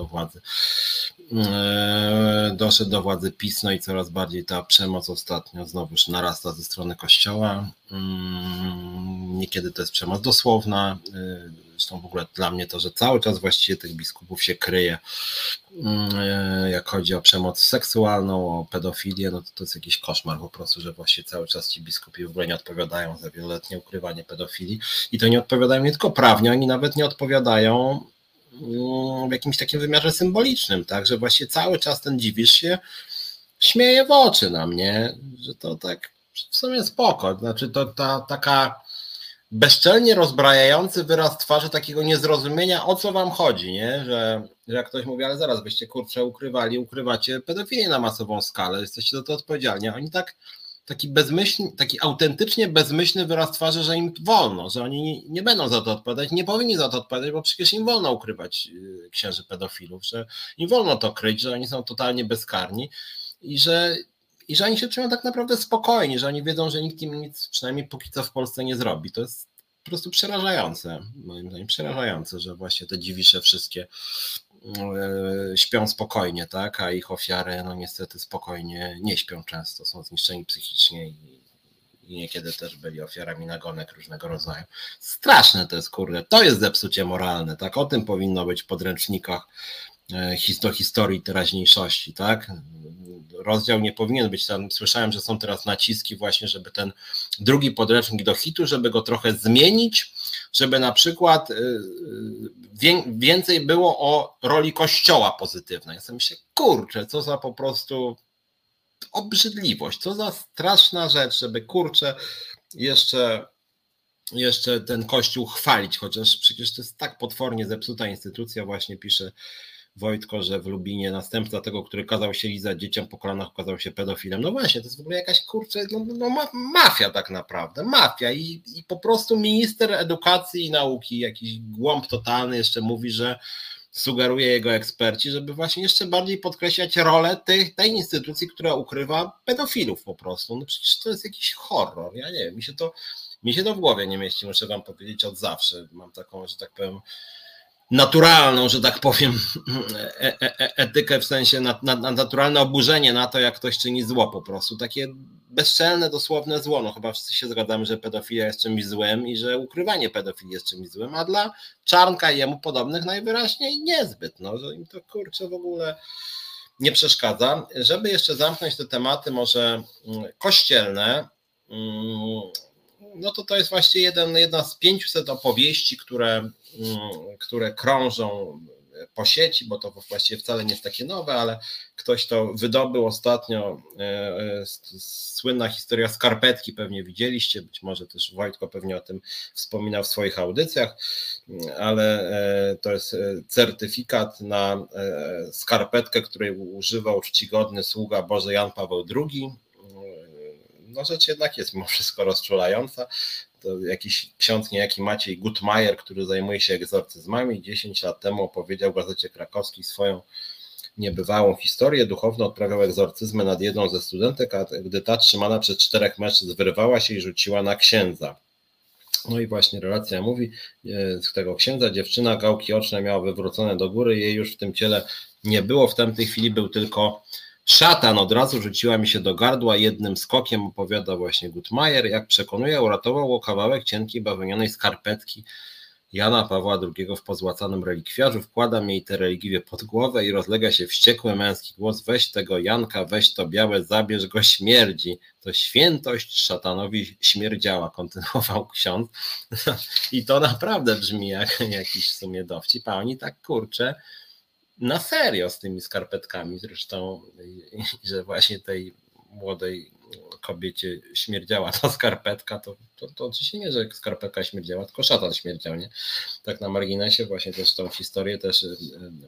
Speaker 1: doszedł do władzy PiS, no i coraz bardziej ta przemoc ostatnio znowuż narasta ze strony Kościoła. Niekiedy to jest przemoc dosłowna. Zresztą w ogóle dla mnie to, że cały czas właściwie tych biskupów się kryje, jak chodzi o przemoc seksualną, o pedofilię, no to jest jakiś koszmar po prostu, że właściwie cały czas ci biskupi w ogóle nie odpowiadają za wieloletnie ukrywanie pedofilii i to nie odpowiadają nie tylko prawnie, oni nawet nie odpowiadają w jakimś takim wymiarze symbolicznym, tak, że właściwie cały czas ten Dziwisz się śmieje w oczy na mnie, że to tak w sumie spoko, znaczy to ta taka bezczelnie rozbrajający wyraz twarzy takiego niezrozumienia, o co wam chodzi, nie? Że jak ktoś mówi, ale zaraz byście kurczę ukrywacie pedofilię na masową skalę, jesteście za to odpowiedzialni, a oni taki bezmyślny, taki autentycznie bezmyślny wyraz twarzy, że im wolno, że oni nie będą za to odpowiadać, nie powinni za to odpowiadać, bo przecież im wolno ukrywać księży pedofilów, że im wolno to kryć, że oni są totalnie bezkarni i że oni się czują tak naprawdę spokojni, że oni wiedzą, że nikt im nic, przynajmniej póki co w Polsce nie zrobi. To jest po prostu przerażające, moim zdaniem przerażające, że właśnie te Dziwisze wszystkie śpią spokojnie, tak, a ich ofiary no niestety spokojnie nie śpią często, są zniszczeni psychicznie i niekiedy też byli ofiarami nagonek różnego rodzaju. Straszne to jest, kurde, to jest zepsucie moralne, tak, o tym powinno być w podręcznikach do historii teraźniejszości, tak? Rozdział nie powinien być tam, słyszałem, że są teraz naciski właśnie, żeby ten drugi podręcznik do hitu, żeby go trochę zmienić, żeby na przykład więcej było o roli Kościoła pozytywnej. Ja sobie myślę, kurczę, co za po prostu obrzydliwość, co za straszna rzecz, żeby kurczę jeszcze ten Kościół chwalić, chociaż przecież to jest tak potwornie zepsuta instytucja, właśnie pisze Wojtko, że w Lubinie następca tego, który kazał się lizać dzieciom po kolanach, okazał się pedofilem. No właśnie, to jest w ogóle jakaś kurczę, mafia tak naprawdę, mafia i po prostu minister edukacji i nauki, jakiś głąb totalny jeszcze mówi, że sugeruje jego eksperci, żeby właśnie jeszcze bardziej podkreślać rolę tej instytucji, która ukrywa pedofilów po prostu. No przecież to jest jakiś horror, ja nie wiem, mi się to w głowie nie mieści, muszę wam powiedzieć od zawsze. Mam taką, że tak powiem, naturalną, że tak powiem, etykę w sensie naturalne oburzenie na to, jak ktoś czyni zło po prostu. Takie bezczelne, dosłowne zło. No chyba wszyscy się zgadzamy, że pedofilia jest czymś złym i że ukrywanie pedofilii jest czymś złym, a dla Czarnka i jemu podobnych najwyraźniej niezbyt. No, że im to kurczę w ogóle nie przeszkadza. Żeby jeszcze zamknąć te tematy może kościelne, no to jest właśnie jedna z 500 opowieści, które krążą po sieci, bo to właściwie wcale nie jest takie nowe, ale ktoś to wydobył ostatnio, słynna historia skarpetki, pewnie widzieliście, być może też Wojtko pewnie o tym wspominał w swoich audycjach, ale to jest certyfikat na skarpetkę, której używał czcigodny sługa Boży Jan Paweł II. No rzecz jednak jest mimo wszystko rozczulająca. To jakiś ksiądz niejaki Maciej Gutmajer, który zajmuje się egzorcyzmami, 10 lat temu opowiedział w Gazecie Krakowskiej swoją niebywałą historię. Duchowny odprawiał egzorcyzmy nad jedną ze studentek, a gdy ta trzymana przez 4 mężczyzn wyrwała się i rzuciła na księdza. No i właśnie relacja mówi, z tego księdza dziewczyna gałki oczne miała wywrócone do góry, jej już w tym ciele nie było, w tamtej chwili był tylko szatan. Od razu rzuciła mi się do gardła, jednym skokiem, opowiada właśnie Gutmajer, jak przekonuje, uratował o kawałek cienkiej bawełnianej skarpetki Jana Pawła II w pozłacanym relikwiarzu, wkładam jej te relikwie pod głowę i rozlega się wściekły męski głos: weź tego Janka, weź to białe, zabierz go, śmierdzi. To świętość szatanowi śmierdziała, kontynuował ksiądz. I to naprawdę brzmi jak jakiś w sumie dowcip, a oni tak kurczę na serio z tymi skarpetkami, zresztą, że właśnie tej młodej kobiecie śmierdziała ta skarpetka, to oczywiście nie, że skarpetka śmierdziała, tylko szatan śmierdział, nie? Tak na marginesie właśnie też tą historię też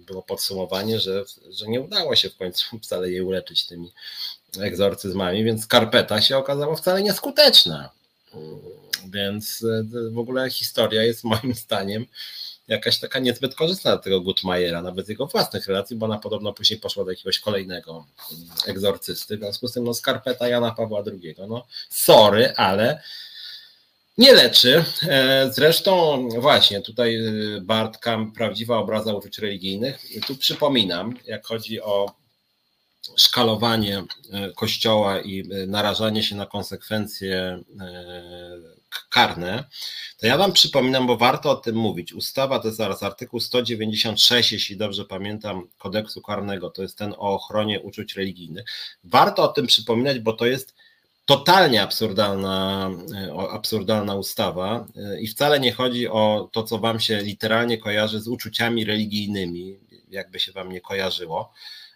Speaker 1: było podsumowanie, że nie udało się w końcu wcale jej uleczyć tymi egzorcyzmami, więc skarpeta się okazała wcale nieskuteczna. Więc w ogóle historia jest moim zdaniem jakaś taka niezbyt korzystna dla tego Guttmajera, nawet z jego własnych relacji, bo ona podobno później poszła do jakiegoś kolejnego egzorcysty, w związku z tym skarpeta Jana Pawła II, sorry, ale nie leczy. Zresztą właśnie tutaj Bartka, prawdziwa obraza uczuć religijnych. Tu przypominam, jak chodzi o szkalowanie Kościoła i narażanie się na konsekwencje karne, to ja wam przypominam, bo warto o tym mówić. Ustawa to jest zaraz artykuł 196, jeśli dobrze pamiętam, kodeksu karnego, to jest ten o ochronie uczuć religijnych. Warto o tym przypominać, bo to jest totalnie absurdalna ustawa i wcale nie chodzi o to, co wam się literalnie kojarzy z uczuciami religijnymi, jakby się wam nie kojarzyło.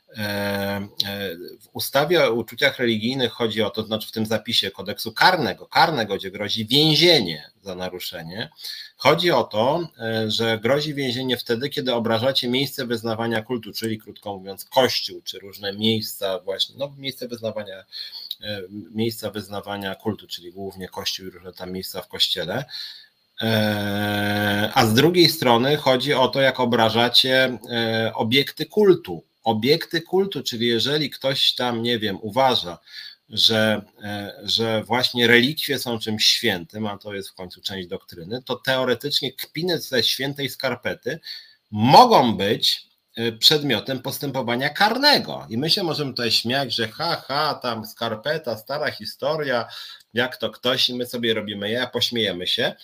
Speaker 1: W ustawie o uczuciach religijnych chodzi o to, znaczy w tym zapisie kodeksu karnego, gdzie grozi więzienie za naruszenie, chodzi o to, że grozi więzienie wtedy, kiedy obrażacie miejsce wyznawania kultu, czyli krótko mówiąc Kościół, czy różne miejsca właśnie, miejsca wyznawania kultu, czyli głównie Kościół i różne tam miejsca w Kościele. A z drugiej strony chodzi o to, jak obrażacie obiekty kultu, czyli jeżeli ktoś tam, nie wiem, uważa, że właśnie relikwie są czymś świętym, a to jest w końcu część doktryny, to teoretycznie kpiny ze świętej skarpety mogą być przedmiotem postępowania karnego. I my się możemy tutaj śmiać, że tam skarpeta, stara historia, jak to ktoś i my sobie robimy pośmiejemy się.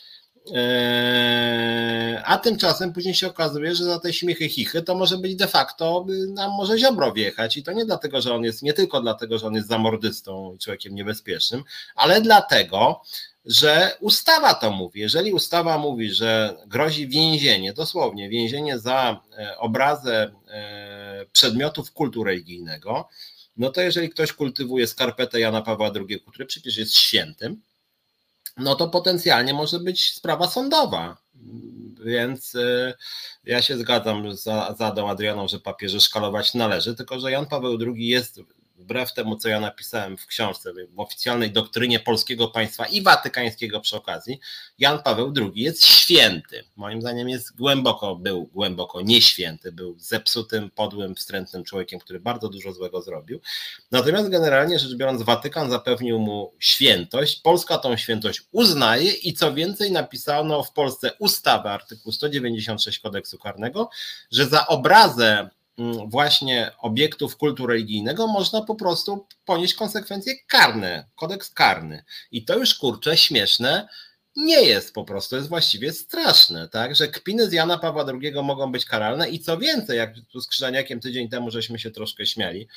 Speaker 1: A tymczasem później się okazuje, że za te śmiechy chichy to może być de facto, nam może Ziobro wjechać i to nie dlatego, że on jest, nie tylko dlatego, że on jest zamordystą i człowiekiem niebezpiecznym, ale dlatego, że ustawa to mówi. Jeżeli ustawa mówi, że grozi więzienie, dosłownie więzienie za obrazę przedmiotów kultu religijnego, no to jeżeli ktoś kultywuje skarpetę Jana Pawła II, który przecież jest świętym, no to potencjalnie może być sprawa sądowa. Więc ja się zgadzam z Adą Adrianą, że papieży szkalować należy, tylko że Jan Paweł II jest, wbrew temu, co ja napisałem w książce, w oficjalnej doktrynie polskiego państwa i watykańskiego przy okazji, Jan Paweł II jest święty. Moim zdaniem był głęboko nieświęty, był zepsutym, podłym, wstrętnym człowiekiem, który bardzo dużo złego zrobił. Natomiast generalnie rzecz biorąc, Watykan zapewnił mu świętość, Polska tą świętość uznaje i co więcej napisano w Polsce ustawę, artykuł 196 kodeksu karnego, że za obrazę właśnie obiektów kultu religijnego można po prostu ponieść konsekwencje karne, kodeks karny. I to już kurczę śmieszne nie jest po prostu, jest właściwie straszne, tak, że kpiny z Jana Pawła II mogą być karalne i co więcej, jak tu z Krzyżaniakiem tydzień temu żeśmy się troszkę śmiali,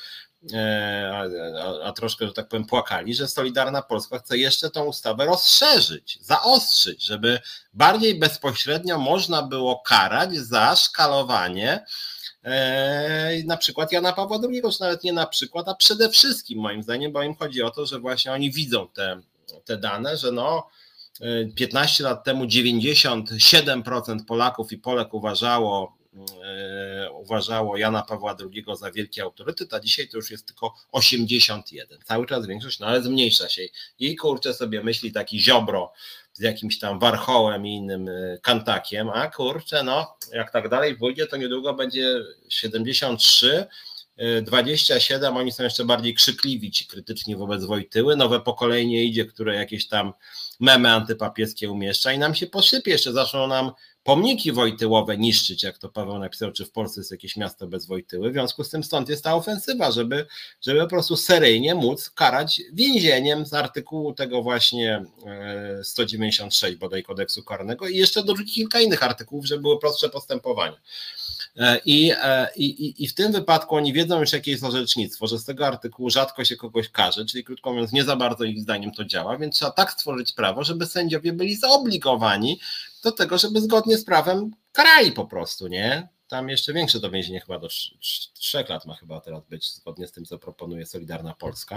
Speaker 1: a troszkę, że tak powiem, płakali, że Solidarna Polska chce jeszcze tą ustawę rozszerzyć, zaostrzyć, żeby bardziej bezpośrednio można było karać za szkalowanie na przykład Jana Pawła II, czy nawet nie na przykład, a przede wszystkim moim zdaniem, bo im chodzi o to, że właśnie oni widzą te dane, że 15 lat temu 97% Polaków i Polek uważało Jana Pawła II za wielki autorytet, a dzisiaj to już jest tylko 81%. Cały czas większość, ale zmniejsza się. I kurczę sobie myśli taki Ziobro z jakimś tam Warchołem i innym Kantakiem, a kurczę, jak tak dalej pójdzie, to niedługo będzie 73, 27, oni są jeszcze bardziej krzykliwi, ci krytyczni wobec Wojtyły, nowe pokolenie idzie, które jakieś tam memy antypapieskie umieszcza i nam się posypie, jeszcze zaczną nam pomniki wojtyłowe niszczyć, jak to Paweł napisał, czy w Polsce jest jakieś miasto bez Wojtyły, w związku z tym stąd jest ta ofensywa, żeby po prostu seryjnie móc karać więzieniem z artykułu tego właśnie 196 bodaj kodeksu karnego i jeszcze dorzucić kilka innych artykułów, żeby były prostsze postępowania. I w tym wypadku oni wiedzą już, jakie jest orzecznictwo, że z tego artykułu rzadko się kogoś karze, czyli krótko mówiąc, nie za bardzo ich zdaniem to działa, więc trzeba tak stworzyć prawo, żeby sędziowie byli zobligowani do tego, żeby zgodnie z prawem karali po prostu, nie? Tam jeszcze większe to więzienie chyba do 3 lat ma chyba teraz być, zgodnie z tym, co proponuje Solidarna Polska.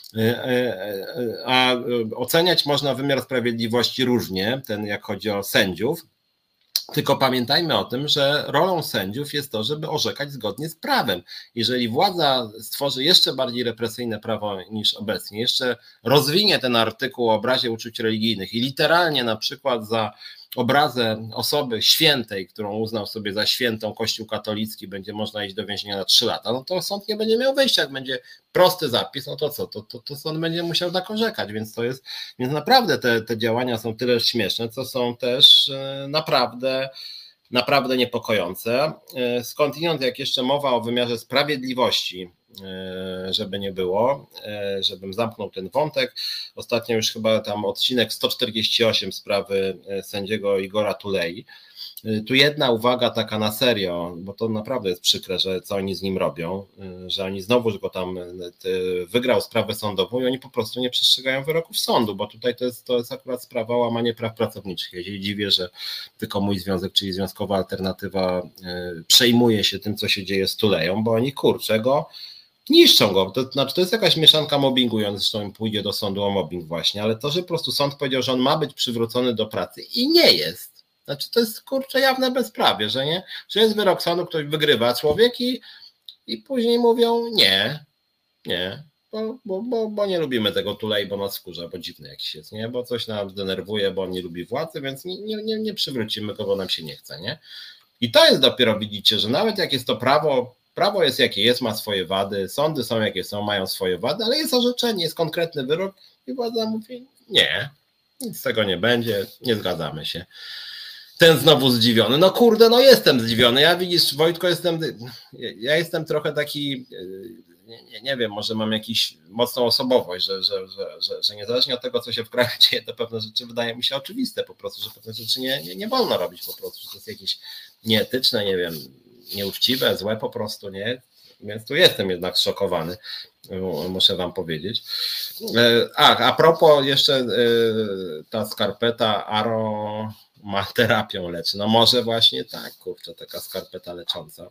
Speaker 1: A oceniać można wymiar sprawiedliwości różnie, jak chodzi o sędziów. Tylko pamiętajmy o tym, że rolą sędziów jest to, żeby orzekać zgodnie z prawem. Jeżeli władza stworzy jeszcze bardziej represyjne prawo niż obecnie, jeszcze rozwinie ten artykuł o obrazie uczuć religijnych i literalnie na przykład za obrazę osoby świętej, którą uznał sobie za świętą Kościół katolicki, będzie można iść do więzienia na 3 lata, no to sąd nie będzie miał wyjścia. Jak będzie prosty zapis, no to co? To sąd będzie musiał tak orzekać, więc to jest, więc naprawdę te działania są tyle śmieszne, co są też naprawdę niepokojące. Skądinąd, jak jeszcze mowa o wymiarze sprawiedliwości, żeby nie było, żebym zamknął ten wątek. Ostatnio już chyba tam odcinek 148 sprawy sędziego Igora Tulei. Tu jedna uwaga taka na serio, bo to naprawdę jest przykre, że co oni z nim robią, że oni znowuż go tam wygrał sprawę sądową i oni po prostu nie przestrzegają wyroków sądu, bo tutaj to jest akurat sprawa o łamanie praw pracowniczych. Ja się dziwię, że tylko mój związek, czyli Związkowa Alternatywa, przejmuje się tym, co się dzieje z Tuleją, bo oni go niszczą go. To znaczy, to jest jakaś mieszanka mobbingu i on zresztą pójdzie do sądu o mobbing właśnie, ale to, że po prostu sąd powiedział, że on ma być przywrócony do pracy i nie jest. Znaczy, to jest jawne bezprawie, że nie? Że jest wyrok sądu, ktoś wygrywa człowiek i później mówią nie, bo nie lubimy tego Tulei, bo nas wkurza, bo dziwny jakiś jest, nie? Bo coś nam denerwuje, bo on nie lubi władzy, więc nie przywrócimy go, bo nam się nie chce, nie? I to jest dopiero, widzicie, że nawet jak jest to prawo jest jakie jest, ma swoje wady, sądy są jakie są, mają swoje wady, ale jest orzeczenie, jest konkretny wyrok i władza mówi nie, nic z tego nie będzie, nie zgadzamy się. Ten znowu zdziwiony. No kurde, no jestem zdziwiony. Ja widzisz, Wojtko, jestem trochę taki, nie wiem, może mam jakąś mocną osobowość, że niezależnie od tego, co się w kraju dzieje, to pewne rzeczy wydają mi się oczywiste po prostu, że pewne rzeczy nie wolno robić po prostu, że to jest jakieś nieetyczne, nie wiem, nieuczciwe, złe po prostu, nie? Więc tu jestem jednak zszokowany, muszę wam powiedzieć. A propos jeszcze ta skarpeta Aro ma terapią leczy. No może właśnie tak, kurczę, taka skarpeta lecząca.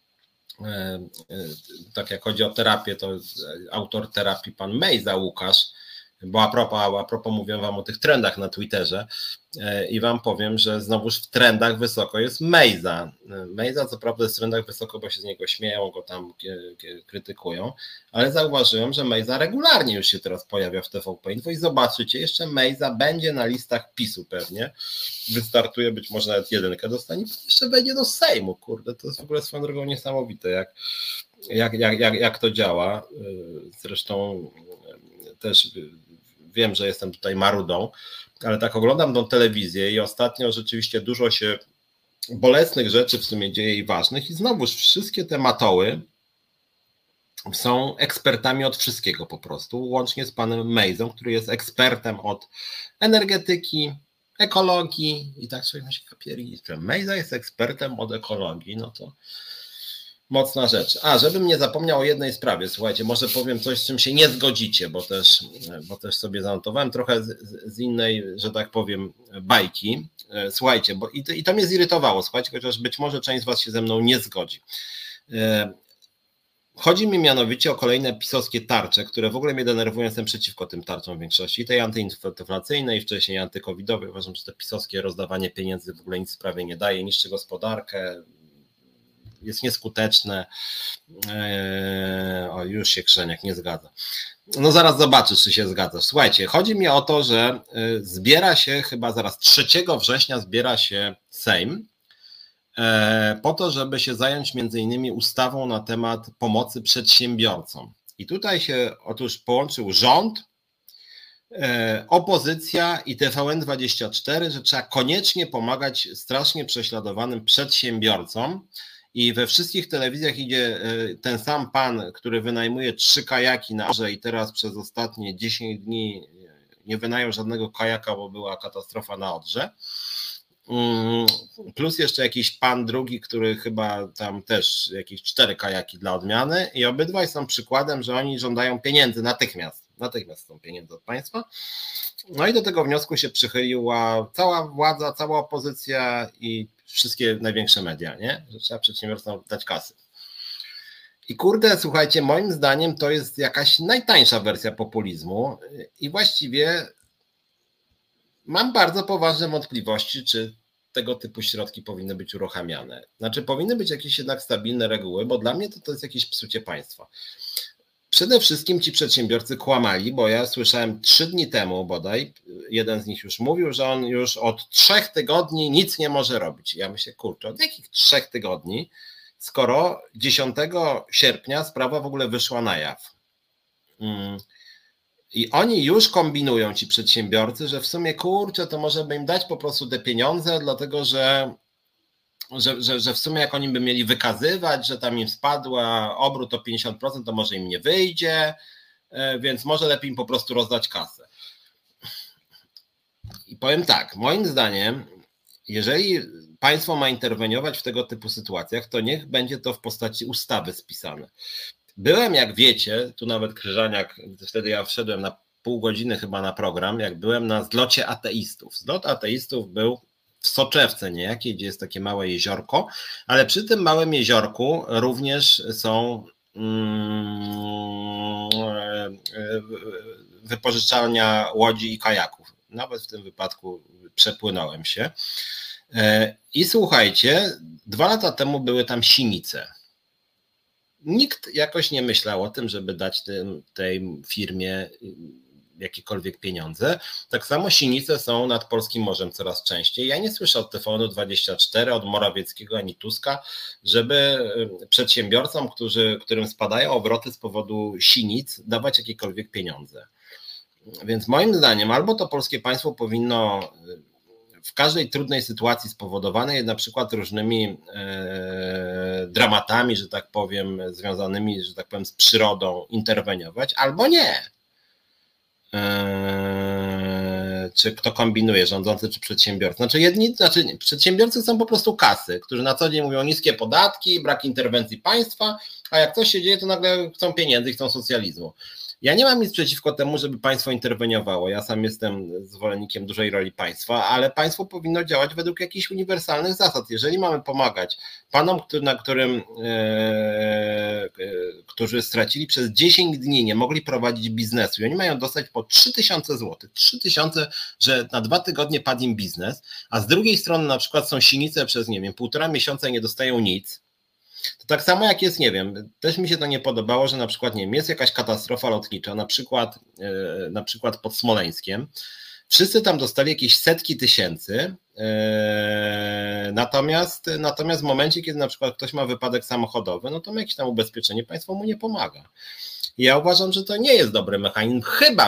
Speaker 1: Tak jak chodzi o terapię, to autor terapii pan Mejza Łukasz, bo a propos mówię wam o tych trendach na Twitterze i wam powiem, że znowuż w trendach wysoko jest Mejza. Mejza co prawda jest w trendach wysoko, bo się z niego śmieją, go tam krytykują, ale zauważyłem, że Mejza regularnie już się teraz pojawia w TVP Info i zobaczycie, jeszcze Mejza będzie na listach PiS-u pewnie, wystartuje, być może nawet 1 dostanie, jeszcze wejdzie do Sejmu, kurde, to jest w ogóle swoją drogą niesamowite, jak to działa. Zresztą też wiem, że jestem tutaj marudą, ale tak oglądam tą telewizję i ostatnio rzeczywiście dużo się bolesnych rzeczy w sumie dzieje i ważnych i znowuż wszystkie te matoły są ekspertami od wszystkiego po prostu, łącznie z panem Mejzą, który jest ekspertem od energetyki, ekologii i tak sobie myślę, pierniczę, Mejza jest ekspertem od ekologii, no to mocna rzecz. Żebym nie zapomniał o jednej sprawie, słuchajcie, może powiem coś, z czym się nie zgodzicie, bo też sobie zanotowałem trochę z innej, że tak powiem, bajki. Słuchajcie, bo i to mnie zirytowało, słuchajcie, chociaż być może część z was się ze mną nie zgodzi. Chodzi mi mianowicie o kolejne pisowskie tarcze, które w ogóle mnie denerwują, jestem przeciwko tym tarczom w większości, tej antyinflacyjnej, wcześniej antykowidowej. Uważam, że te pisowskie rozdawanie pieniędzy w ogóle nic sprawie nie daje, niszczy gospodarkę, jest nieskuteczne. O, już się Krzeniak nie zgadza. No zaraz zobaczysz, czy się zgadzasz. Słuchajcie, chodzi mi o to, że zbiera się chyba zaraz 3 września zbiera się Sejm po to, żeby się zająć między innymi ustawą na temat pomocy przedsiębiorcom. I tutaj się otóż połączył rząd, opozycja i TVN24, że trzeba koniecznie pomagać strasznie prześladowanym przedsiębiorcom. I we wszystkich telewizjach idzie ten sam pan, który wynajmuje 3 kajaki na morze i teraz przez ostatnie 10 dni nie wynajął żadnego kajaka, bo była katastrofa na Odrze. Plus jeszcze jakiś pan drugi, który chyba tam też jakieś 4 kajaki dla odmiany i obydwaj są przykładem, że oni żądają pieniędzy natychmiast są pieniądze od państwa. No i do tego wniosku się przychyliła cała władza, cała opozycja i wszystkie największe media, nie? Że trzeba przedsiębiorcom dać kasy. I kurde, słuchajcie, moim zdaniem to jest jakaś najtańsza wersja populizmu i właściwie mam bardzo poważne wątpliwości, czy tego typu środki powinny być uruchamiane. Znaczy powinny być jakieś jednak stabilne reguły, bo dla mnie to jest jakieś psucie państwa. Przede wszystkim ci przedsiębiorcy kłamali, bo ja słyszałem 3 dni temu bodaj, jeden z nich już mówił, że on już od 3 tygodni nic nie może robić. Ja myślę, kurczę, od jakich 3 tygodni, skoro 10 sierpnia sprawa w ogóle wyszła na jaw. I oni już kombinują, ci przedsiębiorcy, że w sumie kurczę, to może by im dać po prostu te pieniądze, dlatego że w sumie jak oni by mieli wykazywać, że tam im spadła obrót o 50%, to może im nie wyjdzie, więc może lepiej im po prostu rozdać kasę. I powiem tak, moim zdaniem, jeżeli państwo ma interweniować w tego typu sytuacjach, to niech będzie to w postaci ustawy spisane. Byłem, jak wiecie, tu nawet Krzyżaniak, wtedy ja wszedłem na pół godziny chyba na program, jak byłem na zlocie ateistów. Zlot ateistów był w Soczewce niejakiej, gdzie jest takie małe jeziorko, ale przy tym małym jeziorku również są wypożyczalnia łodzi i kajaków. Nawet w tym wypadku przepłynąłem się. I słuchajcie, 2 lata temu były tam sinice. Nikt jakoś nie myślał o tym, żeby dać tej firmie jakiekolwiek pieniądze. Tak samo sinice są nad Polskim Morzem coraz częściej. Ja nie słyszę od TVN-24, od Morawieckiego ani Tuska, żeby przedsiębiorcom, którym spadają obroty z powodu sinic, dawać jakiekolwiek pieniądze. Więc moim zdaniem albo to polskie państwo powinno w każdej trudnej sytuacji spowodowanej na przykład różnymi dramatami, że tak powiem, związanymi, że tak powiem, z przyrodą interweniować, albo nie. Czy kto kombinuje, rządzący czy przedsiębiorcy? Przedsiębiorcy są po prostu kasy, którzy na co dzień mówią niskie podatki, brak interwencji państwa, a jak coś się dzieje, to nagle chcą pieniędzy i chcą socjalizmu. Ja nie mam nic przeciwko temu, żeby państwo interweniowało. Ja sam jestem zwolennikiem dużej roli państwa, ale państwo powinno działać według jakichś uniwersalnych zasad. Jeżeli mamy pomagać panom, którzy stracili przez 10 dni, nie mogli prowadzić biznesu i oni mają dostać po 3000 zł, 3000, że na 2 tygodnie padł im biznes, a z drugiej strony na przykład są sinice przez, nie wiem, 1,5 miesiąca i nie dostają nic. To tak samo jak jest, nie wiem, też mi się to nie podobało, że na przykład, nie wiem, jest jakaś katastrofa lotnicza, na przykład pod Smoleńskiem. Wszyscy tam dostali jakieś setki tysięcy, natomiast w momencie, kiedy na przykład ktoś ma wypadek samochodowy, no to ma jakieś tam ubezpieczenie, państwo mu nie pomaga. Ja uważam, że to nie jest dobry mechanizm,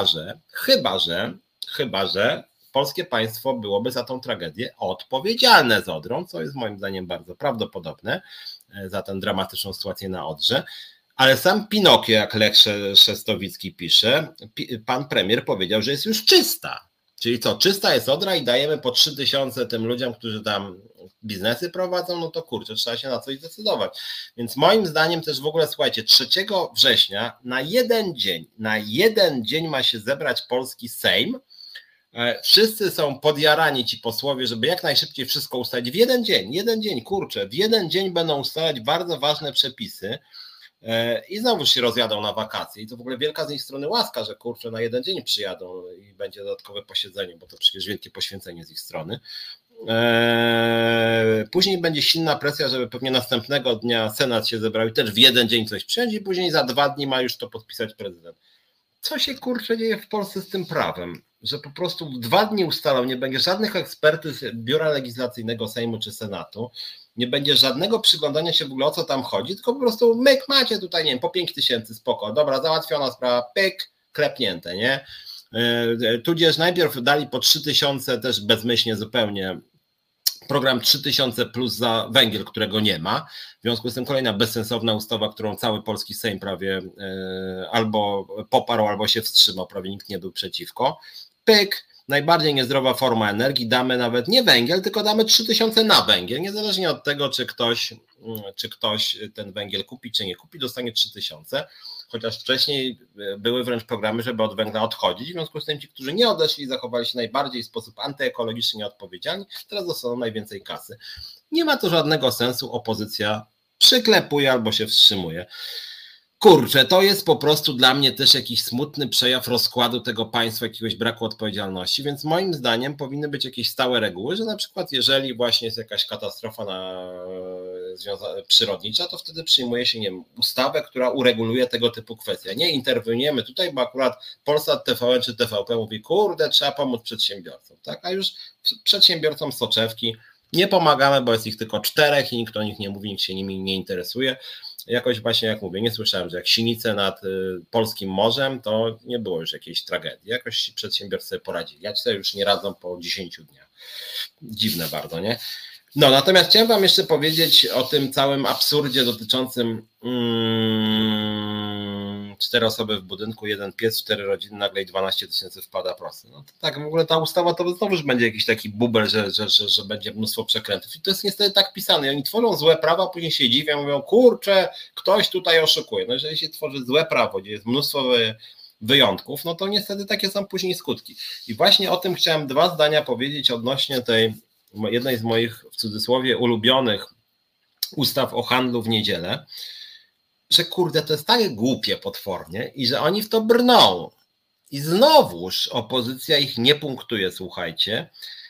Speaker 1: chyba że polskie państwo byłoby za tą tragedię odpowiedzialne z Odrą, co jest moim zdaniem bardzo prawdopodobne, za tę dramatyczną sytuację na Odrze. Ale sam Pinokio, jak Lech Szestowicki pisze, pan premier powiedział, że jest już czysta. Czyli co, czysta jest Odra i dajemy po 3000 tym ludziom, którzy tam biznesy prowadzą, no to kurczę, trzeba się na coś zdecydować. Więc moim zdaniem też w ogóle, słuchajcie, 3 września na jeden dzień ma się zebrać polski Sejm. Wszyscy są podjarani, ci posłowie, żeby jak najszybciej wszystko ustalić w jeden dzień, kurczę, w jeden dzień będą ustalać bardzo ważne przepisy i znowu się rozjadą na wakacje i to w ogóle wielka z ich strony łaska, że kurczę, na jeden dzień przyjadą i będzie dodatkowe posiedzenie, bo to przecież wielkie poświęcenie z ich strony. Później będzie silna presja, żeby pewnie następnego dnia Senat się zebrał i też w jeden dzień coś przyjąć i później za 2 dni ma już to podpisać prezydent. Co się kurczę dzieje w Polsce z tym prawem? Że po prostu w 2 dni ustalą, nie będzie żadnych ekspertyz Biura Legislacyjnego Sejmu czy Senatu, nie będzie żadnego przyglądania się w ogóle o co tam chodzi, tylko po prostu myk macie tutaj, nie wiem, po 5000 spoko, dobra, załatwiona sprawa, pyk, klepnięte, nie? Tudzież najpierw dali po 3000 też bezmyślnie zupełnie program 3000 plus za węgiel, którego nie ma. W związku z tym kolejna bezsensowna ustawa, którą cały polski Sejm prawie albo poparł, albo się wstrzymał, prawie nikt nie był przeciwko. Pyk, najbardziej niezdrowa forma energii, damy nawet nie węgiel, tylko damy 3000 na węgiel, niezależnie od tego, czy ktoś ten węgiel kupi, czy nie kupi, dostanie 3000, chociaż wcześniej były wręcz programy, żeby od węgla odchodzić, w związku z tym ci, którzy nie odeszli, zachowali się najbardziej w sposób antyekologiczny, nieodpowiedzialny, teraz dostaną najwięcej kasy. Nie ma to żadnego sensu, opozycja przyklepuje albo się wstrzymuje. Kurczę, to jest po prostu dla mnie też jakiś smutny przejaw rozkładu tego państwa, jakiegoś braku odpowiedzialności, więc moim zdaniem powinny być jakieś stałe reguły, że na przykład jeżeli właśnie jest jakaś katastrofa przyrodnicza, to wtedy przyjmuje się, nie wiem, ustawę, która ureguluje tego typu kwestie. Nie interweniujemy tutaj, bo akurat Polsat, TVN czy TVP mówi, kurde, trzeba pomóc przedsiębiorcom, tak? A już przedsiębiorcom soczewki nie pomagamy, bo jest ich tylko 4 i nikt o nich nie mówi, nikt się nimi nie interesuje. Jakoś właśnie, jak mówię, nie słyszałem, że jak sinice nad polskim morzem, to nie było już jakiejś tragedii. Jakoś przedsiębiorcy sobie poradzili. Ja sobie już nie radzą po 10 dniach. Dziwne bardzo, nie? No, natomiast chciałem wam jeszcze powiedzieć o tym całym absurdzie dotyczącym 4 osoby w budynku, 1 pies, 4 rodziny, nagle i 12 000 wpada prosty. No to tak w ogóle ta ustawa to znowuż będzie jakiś taki bubel, że będzie mnóstwo przekrętów. I to jest niestety tak pisane. I oni tworzą złe prawa, później się dziwią, mówią, kurczę, ktoś tutaj oszukuje. No jeżeli się tworzy złe prawo, gdzie jest mnóstwo wyjątków, no to niestety takie są później skutki. I właśnie o tym chciałem 2 zdania powiedzieć odnośnie tej jednej z moich, w cudzysłowie, ulubionych ustaw o handlu w niedzielę, że kurde, to jest tak głupie potwornie i że oni w to brną. I znowuż opozycja ich nie punktuje, słuchajcie.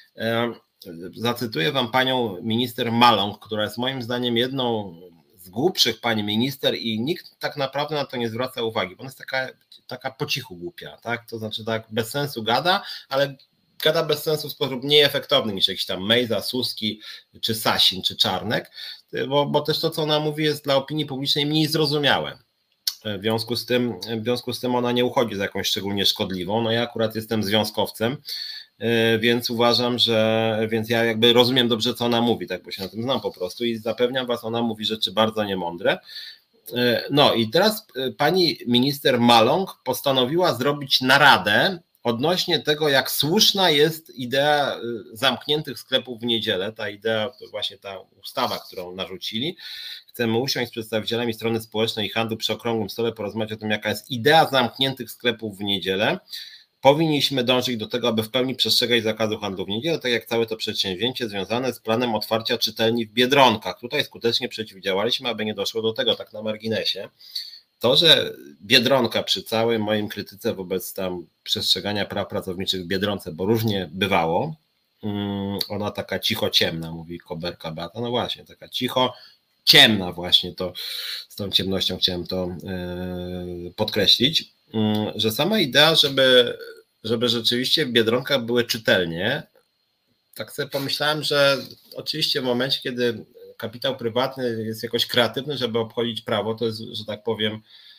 Speaker 1: Zacytuję wam panią minister Maląg, która jest moim zdaniem jedną z głupszych pani minister i nikt tak naprawdę na to nie zwraca uwagi, bo ona jest taka po cichu głupia, tak? To znaczy tak bez sensu gada, ale gada bez sensu w sposób mniej efektowny niż jakiś tam Mejza, Suski, czy Sasin, czy Czarnek, bo też to, co ona mówi, jest dla opinii publicznej mniej zrozumiałe. W związku z tym ona nie uchodzi za jakąś szczególnie szkodliwą. No ja akurat jestem związkowcem, więc uważam, więc ja jakby rozumiem dobrze, co ona mówi, tak, bo się na tym znam po prostu i zapewniam was, ona mówi rzeczy bardzo niemądre. No i teraz pani minister Maląg postanowiła zrobić naradę odnośnie tego, jak słuszna jest idea zamkniętych sklepów w niedzielę, ta idea, to właśnie ta ustawa, którą narzucili. Chcemy usiąść z przedstawicielami strony społecznej i handlu przy okrągłym stole, porozmawiać o tym, jaka jest idea zamkniętych sklepów w niedzielę. Powinniśmy dążyć do tego, aby w pełni przestrzegać zakazu handlu w niedzielę, tak jak całe to przedsięwzięcie związane z planem otwarcia czytelni w Biedronkach. Tutaj skutecznie przeciwdziałaliśmy, aby nie doszło do tego, tak na marginesie. To, że Biedronka przy całej moim krytyce wobec tam przestrzegania praw pracowniczych w Biedronce, bo różnie bywało, ona taka cicho ciemna, mówi Koberka Beata, no właśnie, taka cicho ciemna właśnie, to z tą ciemnością chciałem to podkreślić, że sama idea, żeby rzeczywiście w Biedronkach były czytelnie, tak sobie pomyślałem, że oczywiście w momencie, kiedy kapitał prywatny jest jakoś kreatywny, żeby obchodzić prawo, to jest, że tak powiem,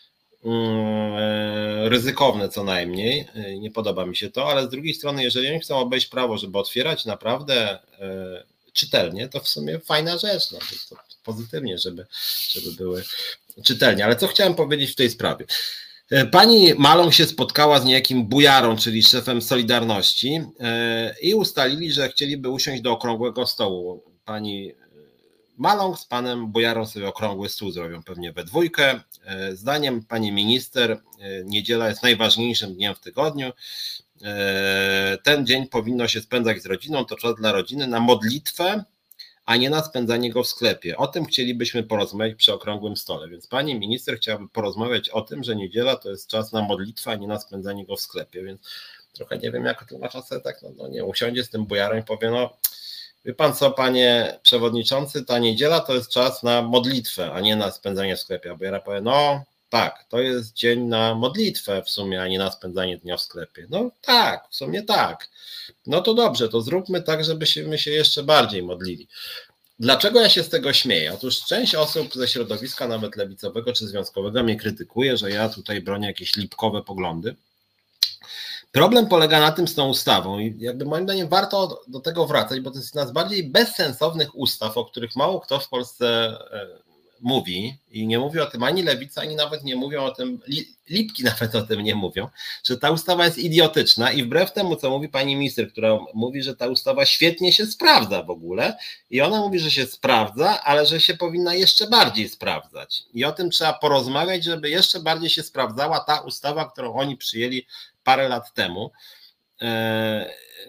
Speaker 1: ryzykowne co najmniej, nie podoba mi się to, ale z drugiej strony, jeżeli oni chcą obejść prawo, żeby otwierać naprawdę czytelnie, to w sumie fajna rzecz, no, to pozytywnie, żeby były czytelnie. Ale co chciałem powiedzieć w tej sprawie? Pani Maląg się spotkała z niejakim Bujarą, czyli szefem Solidarności i ustalili, że chcieliby usiąść do okrągłego stołu. Pani Maląg z panem Bujarą sobie okrągły stół zrobią pewnie we dwójkę. Zdaniem pani minister niedziela jest najważniejszym dniem w tygodniu. Ten dzień powinno się spędzać z rodziną, to czas dla rodziny na modlitwę, a nie na spędzanie go w sklepie. O tym chcielibyśmy porozmawiać przy okrągłym stole, więc pani minister chciałaby porozmawiać o tym, że niedziela to jest czas na modlitwę, a nie na spędzanie go w sklepie, więc trochę nie wiem, jak tłumacza sobie tak, no nie, usiądzie z tym bujarem i powie, no wie pan co, panie przewodniczący, ta niedziela to jest czas na modlitwę, a nie na spędzanie w sklepie, a bujara powie, no tak, to jest dzień na modlitwę w sumie, a nie na spędzanie dnia w sklepie. No tak, w sumie tak. No to dobrze, to zróbmy tak, żebyśmy się jeszcze bardziej modlili. Dlaczego ja się z tego śmieję? Otóż część osób ze środowiska nawet lewicowego czy związkowego mnie krytykuje, że ja tutaj bronię jakieś lipkowe poglądy. Problem polega na tym z tą ustawą i jakby moim zdaniem warto do tego wracać, bo to jest jedna z bardziej bezsensownych ustaw, o których mało kto w Polsce mówi i nie mówi o tym ani lewica, ani nawet nie mówią o tym, lipki nawet o tym nie mówią, że ta ustawa jest idiotyczna i wbrew temu, co mówi pani minister, która mówi, że ta ustawa świetnie się sprawdza w ogóle i ona mówi, że się sprawdza, ale że się powinna jeszcze bardziej sprawdzać i o tym trzeba porozmawiać, żeby jeszcze bardziej się sprawdzała ta ustawa, którą oni przyjęli parę lat temu.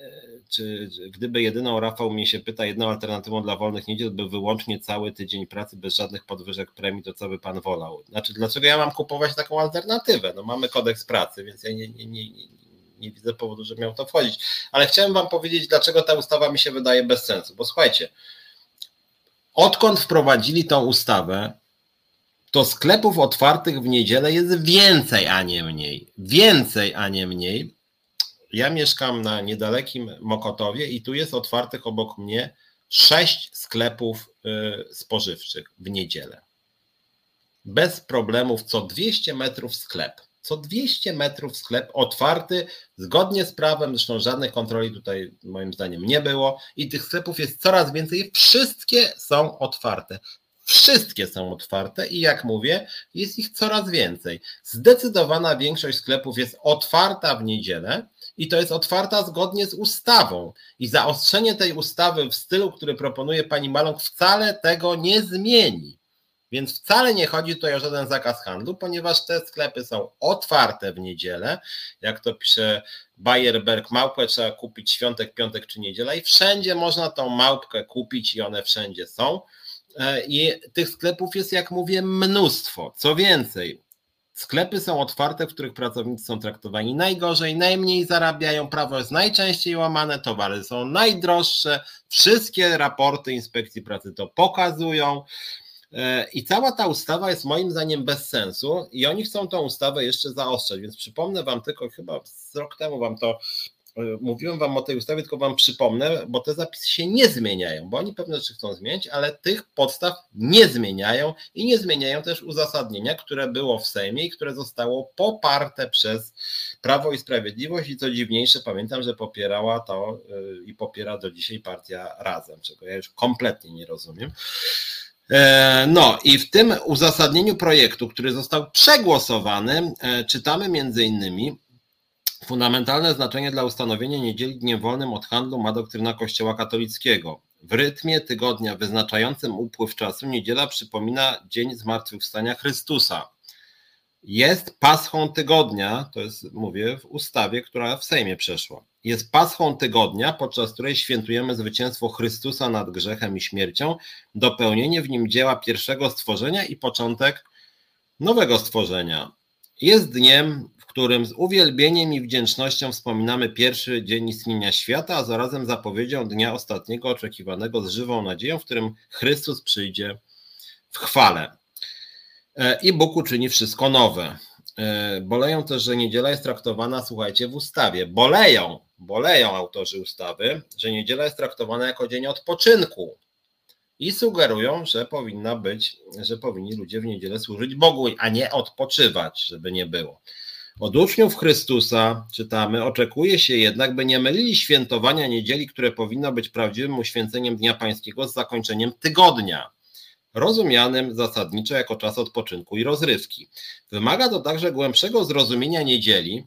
Speaker 1: gdyby jedyną, Rafał mnie się pyta, jedną alternatywą dla wolnych niedziel by wyłącznie cały tydzień pracy bez żadnych podwyżek premii, to co by pan wolał? Znaczy, dlaczego ja mam kupować taką alternatywę? No mamy kodeks pracy, więc ja nie widzę powodu, żeby miał to wchodzić. Ale chciałem wam powiedzieć, dlaczego ta ustawa mi się wydaje bez sensu. Bo słuchajcie, odkąd wprowadzili tą ustawę, to sklepów otwartych w niedzielę jest więcej, a nie mniej. Więcej, a nie mniej. Ja mieszkam na niedalekim Mokotowie i tu jest otwartych obok mnie 6 sklepów spożywczych w niedzielę. Bez problemów, co 200 metrów sklep. Co 200 metrów sklep otwarty, zgodnie z prawem, zresztą żadnych kontroli tutaj moim zdaniem nie było i tych sklepów jest coraz więcej, wszystkie są otwarte. Wszystkie są otwarte i jak mówię, jest ich coraz więcej. Zdecydowana większość sklepów jest otwarta w niedzielę i to jest otwarta zgodnie z ustawą. I zaostrzenie tej ustawy w stylu, który proponuje pani Maląg, wcale tego nie zmieni. Więc wcale nie chodzi tutaj o żaden zakaz handlu, ponieważ te sklepy są otwarte w niedzielę. Jak to pisze Bayerberg, małpkę trzeba kupić świątek, piątek czy niedziela i wszędzie można tą małpkę kupić i one wszędzie są. I tych sklepów jest, jak mówię, mnóstwo. Co więcej, sklepy są otwarte, w których pracownicy są traktowani najgorzej, najmniej zarabiają, prawo jest najczęściej łamane, towary są najdroższe, wszystkie raporty Inspekcji Pracy to pokazują. I cała ta ustawa jest moim zdaniem bez sensu i oni chcą tą ustawę jeszcze zaostrzać, więc przypomnę wam tylko, chyba z rok temu wam to mówiłem wam o tej ustawie, tylko wam przypomnę, bo te zapisy się nie zmieniają, bo oni pewne rzeczy chcą zmienić, ale tych podstaw nie zmieniają i nie zmieniają też uzasadnienia, które było w Sejmie i które zostało poparte przez Prawo i Sprawiedliwość i co dziwniejsze, pamiętam, że popierała to i popiera do dzisiaj partia Razem, czego ja już kompletnie nie rozumiem. No i w tym uzasadnieniu projektu, który został przegłosowany, czytamy między innymi: fundamentalne znaczenie dla ustanowienia niedzieli dniem wolnym od handlu ma doktryna Kościoła katolickiego. W rytmie tygodnia wyznaczającym upływ czasu niedziela przypomina dzień zmartwychwstania Chrystusa. Jest paschą tygodnia, to jest, mówię, w ustawie, która w Sejmie przeszła. Jest paschą tygodnia, podczas której świętujemy zwycięstwo Chrystusa nad grzechem i śmiercią, dopełnienie w nim dzieła pierwszego stworzenia i początek nowego stworzenia. Jest dniem, w którym z uwielbieniem i wdzięcznością wspominamy pierwszy dzień istnienia świata, a zarazem zapowiedzią dnia ostatniego oczekiwanego z żywą nadzieją, w którym Chrystus przyjdzie w chwale. I Bóg uczyni wszystko nowe. Boleją też, że niedziela jest traktowana, słuchajcie, w ustawie. Boleją autorzy ustawy, że niedziela jest traktowana jako dzień odpoczynku. I sugerują, że powinni ludzie w niedzielę służyć Bogu, a nie odpoczywać, żeby nie było. Od uczniów Chrystusa, czytamy, oczekuje się jednak, by nie mylili świętowania niedzieli, które powinno być prawdziwym uświęceniem Dnia Pańskiego, z zakończeniem tygodnia, rozumianym zasadniczo jako czas odpoczynku i rozrywki. Wymaga to także głębszego zrozumienia niedzieli,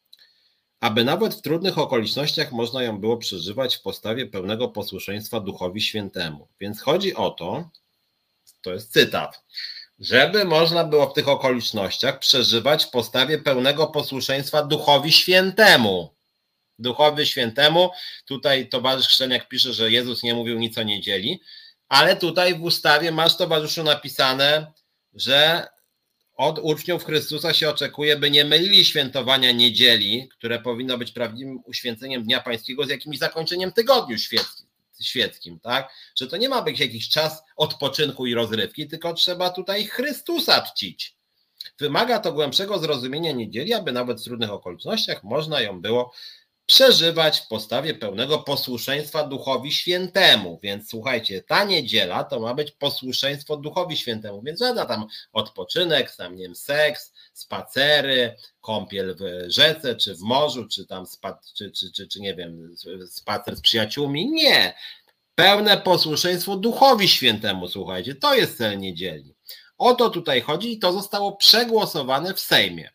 Speaker 1: aby nawet w trudnych okolicznościach można ją było przeżywać w postawie pełnego posłuszeństwa Duchowi Świętemu. Więc chodzi o to jest cytat, żeby można było w tych okolicznościach przeżywać w postawie pełnego posłuszeństwa Duchowi Świętemu. Duchowi Świętemu, tutaj towarzysz Chrzeniak pisze, że Jezus nie mówił nic o niedzieli, ale tutaj w ustawie masz, towarzyszu, napisane, że od uczniów Chrystusa się oczekuje, by nie mylili świętowania niedzieli, które powinno być prawdziwym uświęceniem Dnia Pańskiego, z jakimś zakończeniem tygodniu świeckim, tak? Że to nie ma być jakiś czas odpoczynku i rozrywki, tylko trzeba tutaj Chrystusa czcić. Wymaga to głębszego zrozumienia niedzieli, aby nawet w trudnych okolicznościach można ją było przeżywać w postawie pełnego posłuszeństwa Duchowi Świętemu. Więc słuchajcie, ta niedziela to ma być posłuszeństwo Duchowi Świętemu, więc żaden tam odpoczynek, tam nie wiem, seks, spacery, kąpiel w rzece, czy w morzu, czy tam czy nie wiem, spacer z przyjaciółmi. Nie. Pełne posłuszeństwo Duchowi Świętemu, słuchajcie, to jest cel niedzieli. O to tutaj chodzi i to zostało przegłosowane w Sejmie.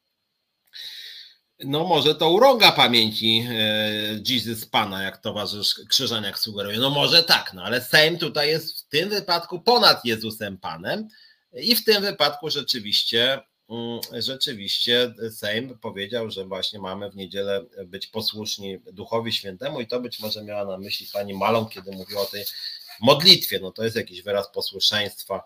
Speaker 1: No może to urąga pamięci Jesus Pana, jak towarzysz Krzyżaniak sugeruje. No może tak, no ale Sejm tutaj jest w tym wypadku ponad Jezusem Panem i w tym wypadku rzeczywiście rzeczywiście Sejm powiedział, że właśnie mamy w niedzielę być posłuszni Duchowi Świętemu i to być może miała na myśli pani Maląg, kiedy mówiła o tej modlitwie. No to jest jakiś wyraz posłuszeństwa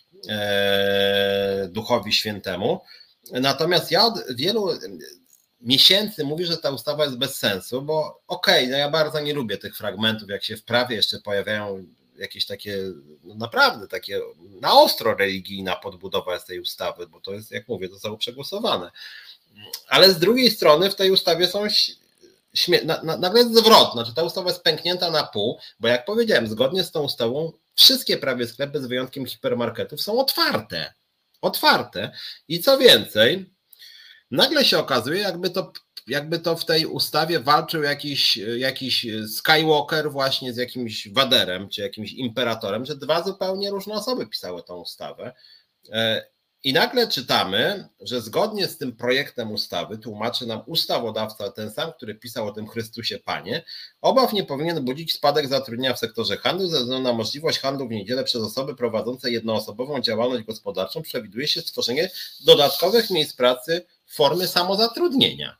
Speaker 1: Duchowi Świętemu. Natomiast ja od wielu miesięcy mówię, że ta ustawa jest bez sensu, bo no ja bardzo nie lubię tych fragmentów, jak się w prawie jeszcze pojawiają jakieś takie, no naprawdę takie na ostro religijna podbudowa jest tej ustawy, bo to jest, jak mówię, to zostało przegłosowane. Ale z drugiej strony w tej ustawie są nagle jest zwrot, znaczy ta ustawa jest pęknięta na pół, bo jak powiedziałem, zgodnie z tą ustawą wszystkie prawie sklepy z wyjątkiem hipermarketów są otwarte i co więcej, nagle się okazuje, jakby to w tej ustawie walczył jakiś Skywalker właśnie z jakimś Waderem czy jakimś imperatorem, że dwa zupełnie różne osoby pisały tą ustawę. I nagle czytamy, że zgodnie z tym projektem ustawy, tłumaczy nam ustawodawca, ten sam, który pisał o tym Chrystusie Panie, obaw nie powinien budzić spadek zatrudnienia w sektorze handlu ze względu na możliwość handlu w niedzielę przez osoby prowadzące jednoosobową działalność gospodarczą. Przewiduje się stworzenie dodatkowych miejsc pracy w formie samozatrudnienia.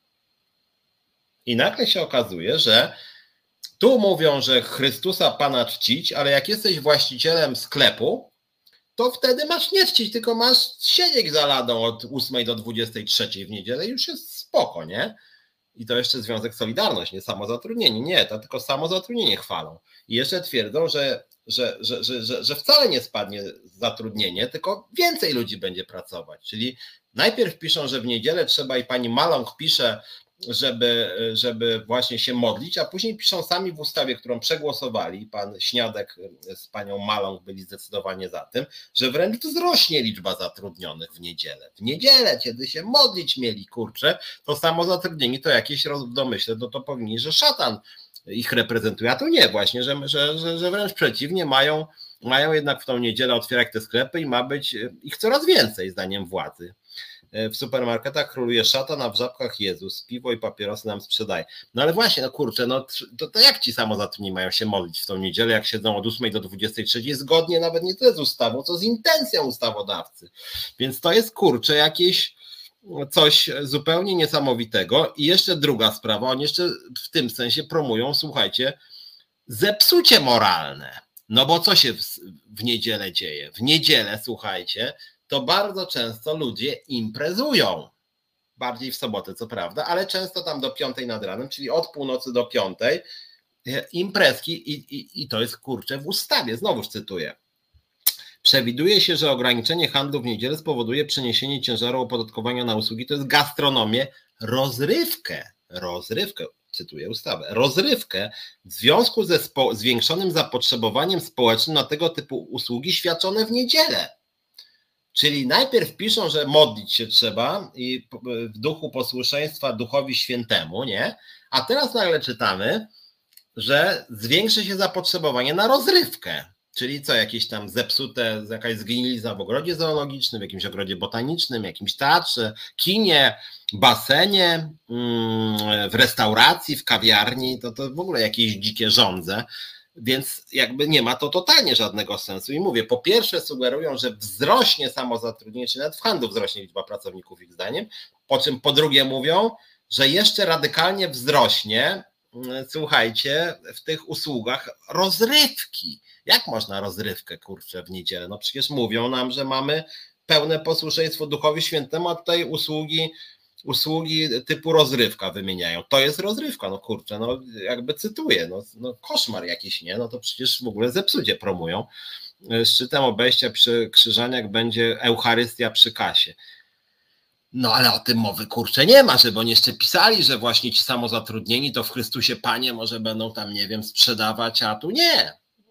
Speaker 1: I nagle się okazuje, że tu mówią, że Chrystusa Pana czcić, ale jak jesteś właścicielem sklepu, to wtedy masz nie czcić, tylko masz siedzieć za ladą od 8 do 23 w niedzielę i już jest spoko, nie? I to jeszcze Związek Solidarność, nie samozatrudnienie. Nie, to tylko samozatrudnienie chwalą. I jeszcze twierdzą, że wcale nie spadnie zatrudnienie, tylko więcej ludzi będzie pracować. Czyli najpierw piszą, że w niedzielę trzeba i pani Maląg pisze, żeby właśnie się modlić, a później piszą sami w ustawie, którą przegłosowali, pan Śniadek z panią Maląg byli zdecydowanie za tym, że wręcz wzrośnie liczba zatrudnionych w niedzielę. W niedzielę, kiedy się modlić mieli, kurczę, to samozatrudnieni to jakieś domyślę, no to powinni, że szatan ich reprezentuje, a to nie właśnie, że wręcz przeciwnie, mają jednak w tą niedzielę otwierać te sklepy i ma być ich coraz więcej zdaniem władzy. W supermarketach króluje szatan, a w żabkach Jezus, piwo i papierosy nam sprzedaje. No ale właśnie, no kurczę, no to jak ci samozatrudnieni mają się modlić w tą niedzielę, jak siedzą od 8 do 23, zgodnie nawet nie tyle z ustawą, co z intencją ustawodawcy. Więc to jest, kurczę, jakieś coś zupełnie niesamowitego. I jeszcze druga sprawa, oni jeszcze w tym sensie promują, słuchajcie, zepsucie moralne. No bo co się w niedzielę dzieje? W niedzielę, słuchajcie, to bardzo często ludzie imprezują. Bardziej w sobotę, co prawda, ale często tam do 5 nad ranem, czyli od północy do 5 imprezki i to jest, kurczę, w ustawie, znowuż cytuję. Przewiduje się, że ograniczenie handlu w niedzielę spowoduje przeniesienie ciężaru opodatkowania na usługi, to jest gastronomię, rozrywkę, cytuję ustawę, rozrywkę w związku ze zwiększonym zapotrzebowaniem społecznym na tego typu usługi świadczone w niedzielę. Czyli najpierw piszą, że modlić się trzeba i w duchu posłuszeństwa Duchowi Świętemu, nie? A teraz nagle czytamy, że zwiększy się zapotrzebowanie na rozrywkę. Czyli co, jakieś tam zepsute, jakaś zgnilizna w ogrodzie zoologicznym, w jakimś ogrodzie botanicznym, jakimś teatrze, kinie, basenie, w restauracji, w kawiarni, to w ogóle jakieś dzikie żądze. Więc jakby nie ma to totalnie żadnego sensu. I mówię, po pierwsze sugerują, że wzrośnie samozatrudnienie, czy nawet w handlu wzrośnie liczba pracowników ich zdaniem, po czym po drugie mówią, że jeszcze radykalnie wzrośnie, słuchajcie, w tych usługach rozrywki. Jak można rozrywkę, kurczę, w niedzielę? No przecież mówią nam, że mamy pełne posłuszeństwo Duchowi Świętemu, a tutaj usługi typu rozrywka wymieniają. To jest rozrywka, no kurczę, no jakby cytuję, no koszmar jakiś, nie? No to przecież w ogóle zepsucie promują. Szczytem obejścia przy Krzyżaniach będzie Eucharystia przy kasie. No ale o tym mowy, kurczę, nie ma, żeby oni jeszcze pisali, że właśnie ci samozatrudnieni to w Chrystusie Panie może będą tam, nie wiem, sprzedawać, a tu nie.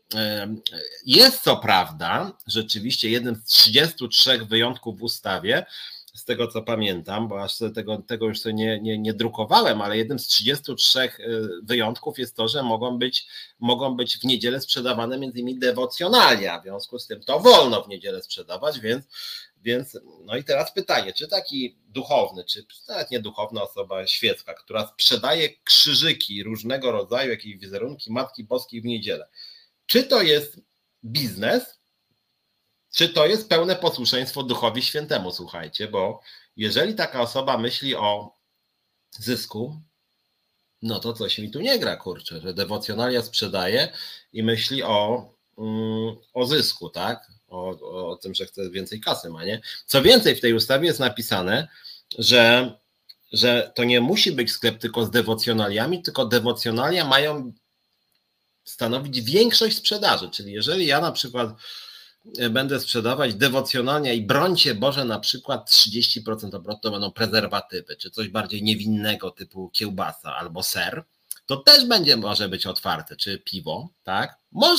Speaker 1: Jest co prawda rzeczywiście jeden z 33 wyjątków w ustawie, z tego co pamiętam, bo aż tego już sobie nie drukowałem, ale jednym z 33 wyjątków jest to, że mogą być w niedzielę sprzedawane między innymi dewocjonalia, w związku z tym to wolno w niedzielę sprzedawać, więc no i teraz pytanie, czy taki duchowny, czy nawet nie duchowna osoba świecka, która sprzedaje krzyżyki różnego rodzaju, jakieś wizerunki Matki Boskiej w niedzielę, czy to jest biznes, czy to jest pełne posłuszeństwo Duchowi Świętemu, słuchajcie, bo jeżeli taka osoba myśli o zysku, no to coś mi tu nie gra, kurczę, że dewocjonalia sprzedaje i myśli o zysku, tak? O tym, że chce więcej kasy ma, nie? Co więcej, w tej ustawie jest napisane, że to nie musi być sklep tylko z dewocjonaliami, tylko dewocjonalia mają stanowić większość sprzedaży, czyli jeżeli ja na przykład będę sprzedawać dewocjonalia i brońcie Boże na przykład 30% obrotu to będą prezerwatywy, czy coś bardziej niewinnego typu kiełbasa albo ser, to też może być otwarte, czy piwo, tak?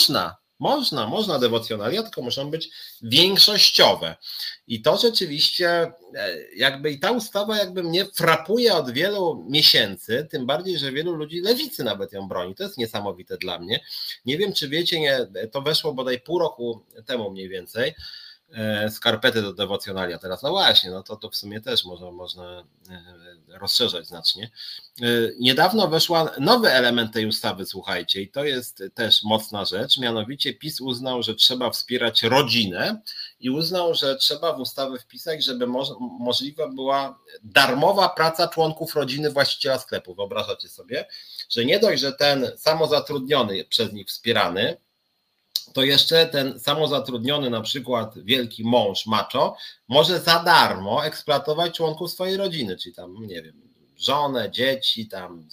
Speaker 1: Można dewocjonalia, tylko muszą być większościowe. I to rzeczywiście jakby i ta ustawa jakby mnie frapuje od wielu miesięcy, tym bardziej, że wielu ludzi lewicy nawet ją broni. To jest niesamowite dla mnie. Nie wiem, czy wiecie, to weszło bodaj pół roku temu mniej więcej, skarpety do dewocjonalia teraz. No właśnie, no to w sumie też można rozszerzać znacznie. Niedawno weszła nowy element tej ustawy, słuchajcie, i to jest też mocna rzecz, mianowicie PiS uznał, że trzeba wspierać rodzinę i uznał, że trzeba w ustawę wpisać, żeby możliwa była darmowa praca członków rodziny właściciela sklepu. Wyobrażacie sobie, że nie dość, że ten samozatrudniony przez nich wspierany, to jeszcze ten samozatrudniony na przykład wielki mąż macho może za darmo eksploatować członków swojej rodziny, czyli tam, nie wiem, żonę, dzieci, tam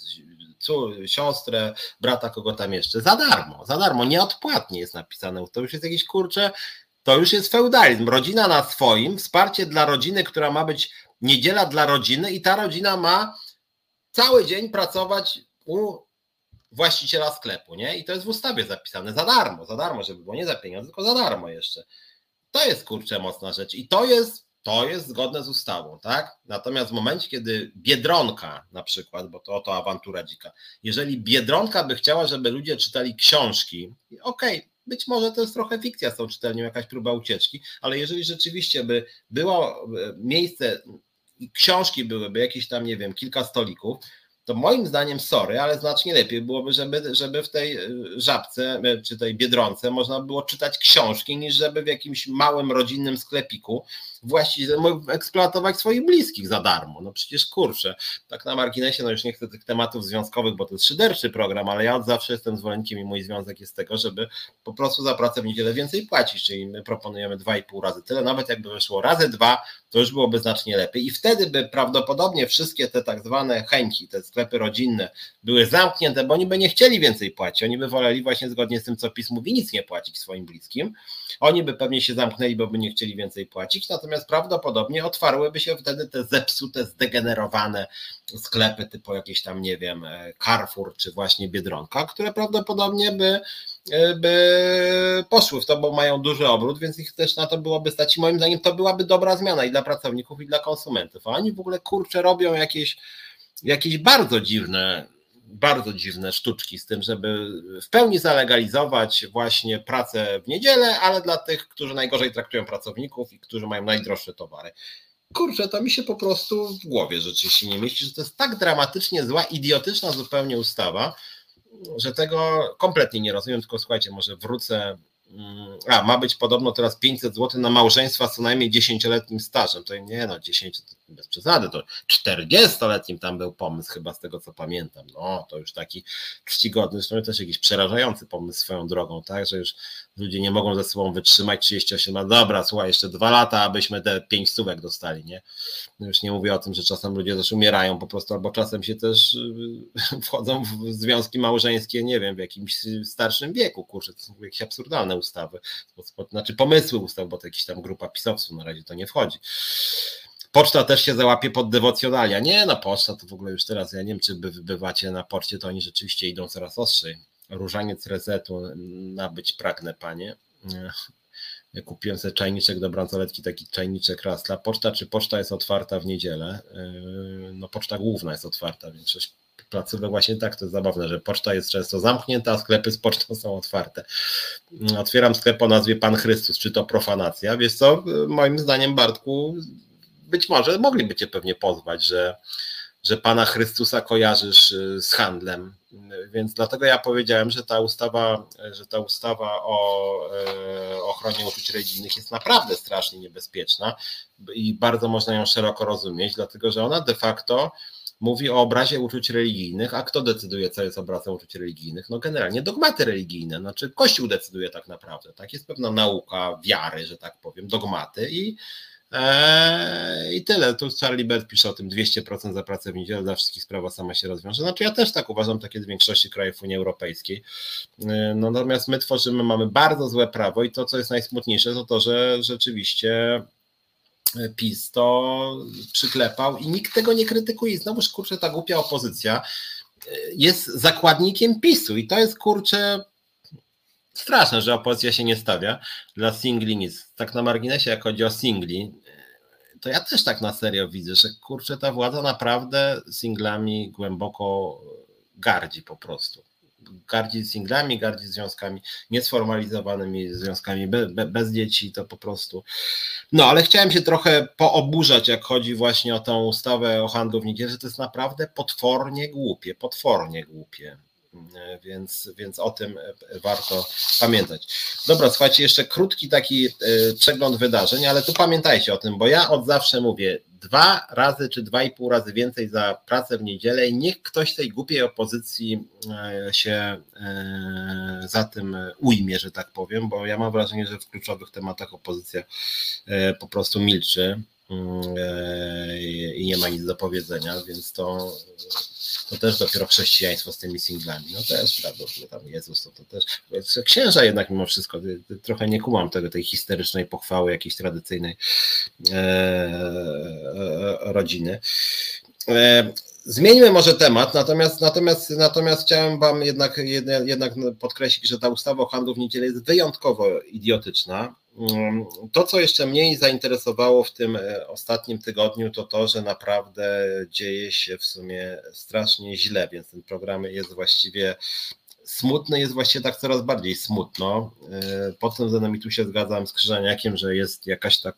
Speaker 1: siostrę, brata, kogo tam jeszcze, za darmo, nieodpłatnie jest napisane. To już jest jakiś, kurczę, to już jest feudalizm. Rodzina na swoim, wsparcie dla rodziny, która ma być niedziela dla rodziny i ta rodzina ma cały dzień pracować u właściciela sklepu, nie? I to jest w ustawie zapisane za darmo, żeby było nie za pieniądze, tylko za darmo jeszcze. To jest, kurczę, mocna rzecz i to jest zgodne z ustawą, tak? Natomiast w momencie, kiedy Biedronka na przykład, bo to oto awantura dzika, jeżeli Biedronka by chciała, żeby ludzie czytali książki, okej, być może to jest trochę fikcja z tą czytelnią, jakaś próba ucieczki, ale jeżeli rzeczywiście by było miejsce i książki byłyby jakieś tam, nie wiem, kilka stolików, to moim zdaniem, sorry, ale znacznie lepiej byłoby, żeby w tej Żabce czy tej Biedronce można było czytać książki, niż żeby w jakimś małym rodzinnym sklepiku właściciel mógł eksploatować swoich bliskich za darmo. No przecież kurczę, tak na marginesie, no już nie chcę tych tematów związkowych, bo to jest szyderczy program, ale ja od zawsze jestem zwolennikiem i mój związek jest tego, żeby po prostu za pracę w niedzielę więcej płacić, czyli my proponujemy 2,5 razy tyle, nawet jakby wyszło razy 2, to już byłoby znacznie lepiej i wtedy by prawdopodobnie wszystkie te tak zwane chęci, te sklepy rodzinne były zamknięte, bo oni by nie chcieli więcej płacić, oni by woleli właśnie zgodnie z tym, co PiS mówi, nic nie płacić swoim bliskim, oni by pewnie się zamknęli, bo by nie chcieli więcej płacić, natomiast prawdopodobnie otwarłyby się wtedy te zepsute, zdegenerowane sklepy typu jakieś tam, nie wiem, Carrefour czy właśnie Biedronka, które prawdopodobnie by poszły w to, bo mają duży obrót, więc ich też na to byłoby stać i moim zdaniem to byłaby dobra zmiana i dla pracowników, i dla konsumentów, a oni w ogóle, kurczę, robią jakieś bardzo dziwne sztuczki z tym, żeby w pełni zalegalizować właśnie pracę w niedzielę, ale dla tych, którzy najgorzej traktują pracowników i którzy mają najdroższe towary. Kurczę, to mi się po prostu w głowie rzeczywiście nie mieści, że to jest tak dramatycznie zła, idiotyczna zupełnie ustawa, że tego kompletnie nie rozumiem, tylko słuchajcie, może wrócę. Ma być podobno teraz 500 zł na małżeństwa z co najmniej 10-letnim stażem. To nie, no 10 bez przesady, to 40-letnim tam był pomysł chyba z tego co pamiętam. No to już taki czcigodny, zresztą też jakiś przerażający pomysł swoją drogą, tak, że już ludzie nie mogą ze sobą wytrzymać 38 lat. Dobra, słuchaj, jeszcze 2 lata, abyśmy te 5 stówek dostali, nie? No już nie mówię o tym, że czasem ludzie też umierają po prostu, albo czasem się też wchodzą w związki małżeńskie, nie wiem, w jakimś starszym wieku, kurczę, to są jakieś absurdalne ustawy, znaczy pomysły ustaw, bo to jakaś tam grupa pisowców, na razie to nie wchodzi. Poczta też się załapie pod dewocjonalia. Nie, no poczta to w ogóle już teraz, ja nie wiem, czy bywacie na poczcie, to oni rzeczywiście idą coraz ostrzej. Różaniec Resetu nabyć pragnę, panie. Ja kupiłem sobie czajniczek do bransoletki, taki czajniczek Rastla. Poczta, czy poczta jest otwarta w niedzielę? No poczta główna jest otwarta, większość placówek właśnie tak, to jest zabawne, że poczta jest często zamknięta, a sklepy z pocztą są otwarte. Otwieram sklep o nazwie Pan Chrystus, czy to profanacja? Wiesz co, moim zdaniem, Bartku, być może mogliby cię pewnie pozwać, że że Pana Chrystusa kojarzysz z handlem. Więc dlatego ja powiedziałem, że ta ustawa o ochronie uczuć religijnych jest naprawdę strasznie niebezpieczna i bardzo można ją szeroko rozumieć, dlatego że ona de facto mówi o obrazie uczuć religijnych, a kto decyduje, co jest obrazem uczuć religijnych? No generalnie dogmaty religijne, znaczy Kościół decyduje tak naprawdę, tak? Jest pewna nauka wiary, że tak powiem, dogmaty i tyle. Tu Charlie Bert pisze o tym 200% za pracę w niedzielę, dla wszystkich sprawa sama się rozwiąże. Znaczy ja też tak uważam, tak jest w większości krajów Unii Europejskiej. No, natomiast my mamy bardzo złe prawo i to, co jest najsmutniejsze, to to, że rzeczywiście PiS to przyklepał i nikt tego nie krytykuje. I znowuż, kurczę, ta głupia opozycja jest zakładnikiem PiS-u i to jest, kurczę, straszne, że opozycja się nie stawia dla singli nic. Tak na marginesie, jak chodzi o singli, to ja też tak na serio widzę, że kurczę, ta władza naprawdę singlami głęboko gardzi po prostu. Gardzi singlami, gardzi związkami niesformalizowanymi, związkami bez dzieci, to po prostu. No, ale chciałem się trochę pooburzać, jak chodzi właśnie o tą ustawę o handlu w niedzielę, że to jest naprawdę potwornie głupie. Więc o tym warto pamiętać. Dobra, słuchajcie, jeszcze krótki taki przegląd wydarzeń, ale tu pamiętajcie o tym, bo ja od zawsze mówię 2 razy czy 2,5 razy więcej za pracę w niedzielę i niech ktoś tej głupiej opozycji się za tym ujmie, że tak powiem, bo ja mam wrażenie, że w kluczowych tematach opozycja po prostu milczy i nie ma nic do powiedzenia, więc to też dopiero chrześcijaństwo z tymi singlami, no też, prawda, że tam Jezus, to też, księża jednak mimo wszystko, trochę nie kumam tej histerycznej pochwały jakiejś tradycyjnej rodziny. Zmieńmy może temat, natomiast chciałem wam jednak podkreślić, że ta ustawa o handlu w niedzielę jest wyjątkowo idiotyczna. To, co jeszcze mnie zainteresowało w tym ostatnim tygodniu, to to, że naprawdę dzieje się w sumie strasznie źle, więc ten program jest właściwie smutny, jest właściwie tak coraz bardziej smutno. Pod tym względem i tu się zgadzam z Krzyżaniakiem, że jest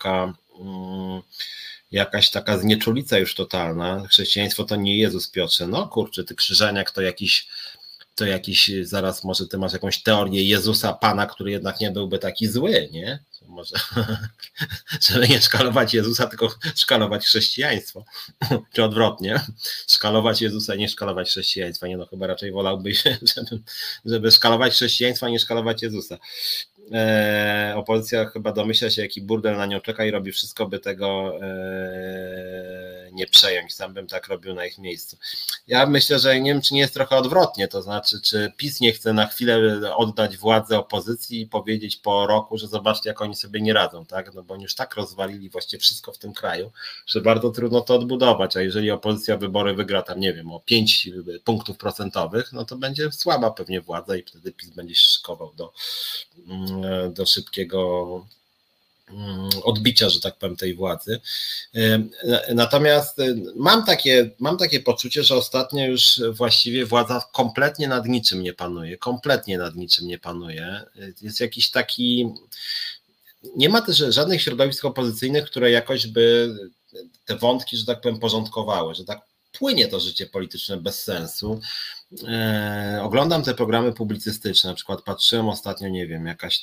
Speaker 1: jakaś taka znieczulica już totalna. Chrześcijaństwo to nie Jezus, Piotrze. No kurczę, ty Krzyżaniak to jakiś, zaraz może ty masz jakąś teorię Jezusa Pana, który jednak nie byłby taki zły, nie? Może, żeby nie szkalować Jezusa, tylko szkalować chrześcijaństwo. Czy odwrotnie, szkalować Jezusa, nie szkalować chrześcijaństwa. Nie no, chyba raczej wolałbyś, żeby szkalować chrześcijaństwo, a nie szkalować Jezusa. Opozycja chyba domyśla się, jaki burdel na nią czeka i robi wszystko, by tego nie przejąć. Sam bym tak robił na ich miejscu. Ja myślę, że nie wiem, czy nie jest trochę odwrotnie, to znaczy, czy PiS nie chce na chwilę oddać władzę opozycji i powiedzieć po roku, że zobaczcie, jak oni sobie nie radzą, tak? No bo oni już tak rozwalili właściwie wszystko w tym kraju, że bardzo trudno to odbudować, a jeżeli opozycja wybory wygra tam, nie wiem, o 5 punktów procentowych, no to będzie słaba pewnie władza i wtedy PiS będzie się szykował do szybkiego odbicia, że tak powiem, tej władzy. Natomiast mam takie poczucie, że ostatnio już właściwie władza kompletnie nad niczym nie panuje. Jest jakiś taki... Nie ma też żadnych środowisk opozycyjnych, które jakoś by te wątki, że tak powiem, porządkowały, że tak płynie to życie polityczne bez sensu. Oglądam te programy publicystyczne, na przykład patrzyłem ostatnio, nie wiem, jakaś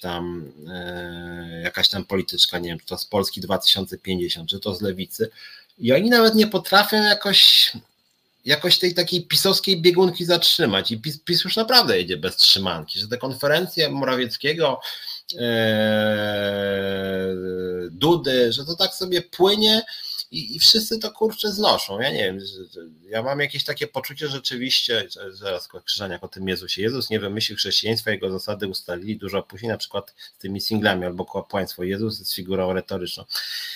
Speaker 1: tam polityczka, nie wiem, czy to z Polski 2050, czy to z Lewicy i oni nawet nie potrafią jakoś tej takiej pisowskiej biegunki zatrzymać i PiS już naprawdę jedzie bez trzymanki, że te konferencje Morawieckiego, Dudy, że to tak sobie płynie i wszyscy to kurczę znoszą. Ja nie wiem, ja mam jakieś takie poczucie rzeczywiście, zaraz Krzyżaniak o tym Jezusie. Jezus nie wymyślił chrześcijaństwa, jego zasady ustalili dużo później, na przykład z tymi singlami albo kapłaństwo. Jezus jest figurą retoryczną.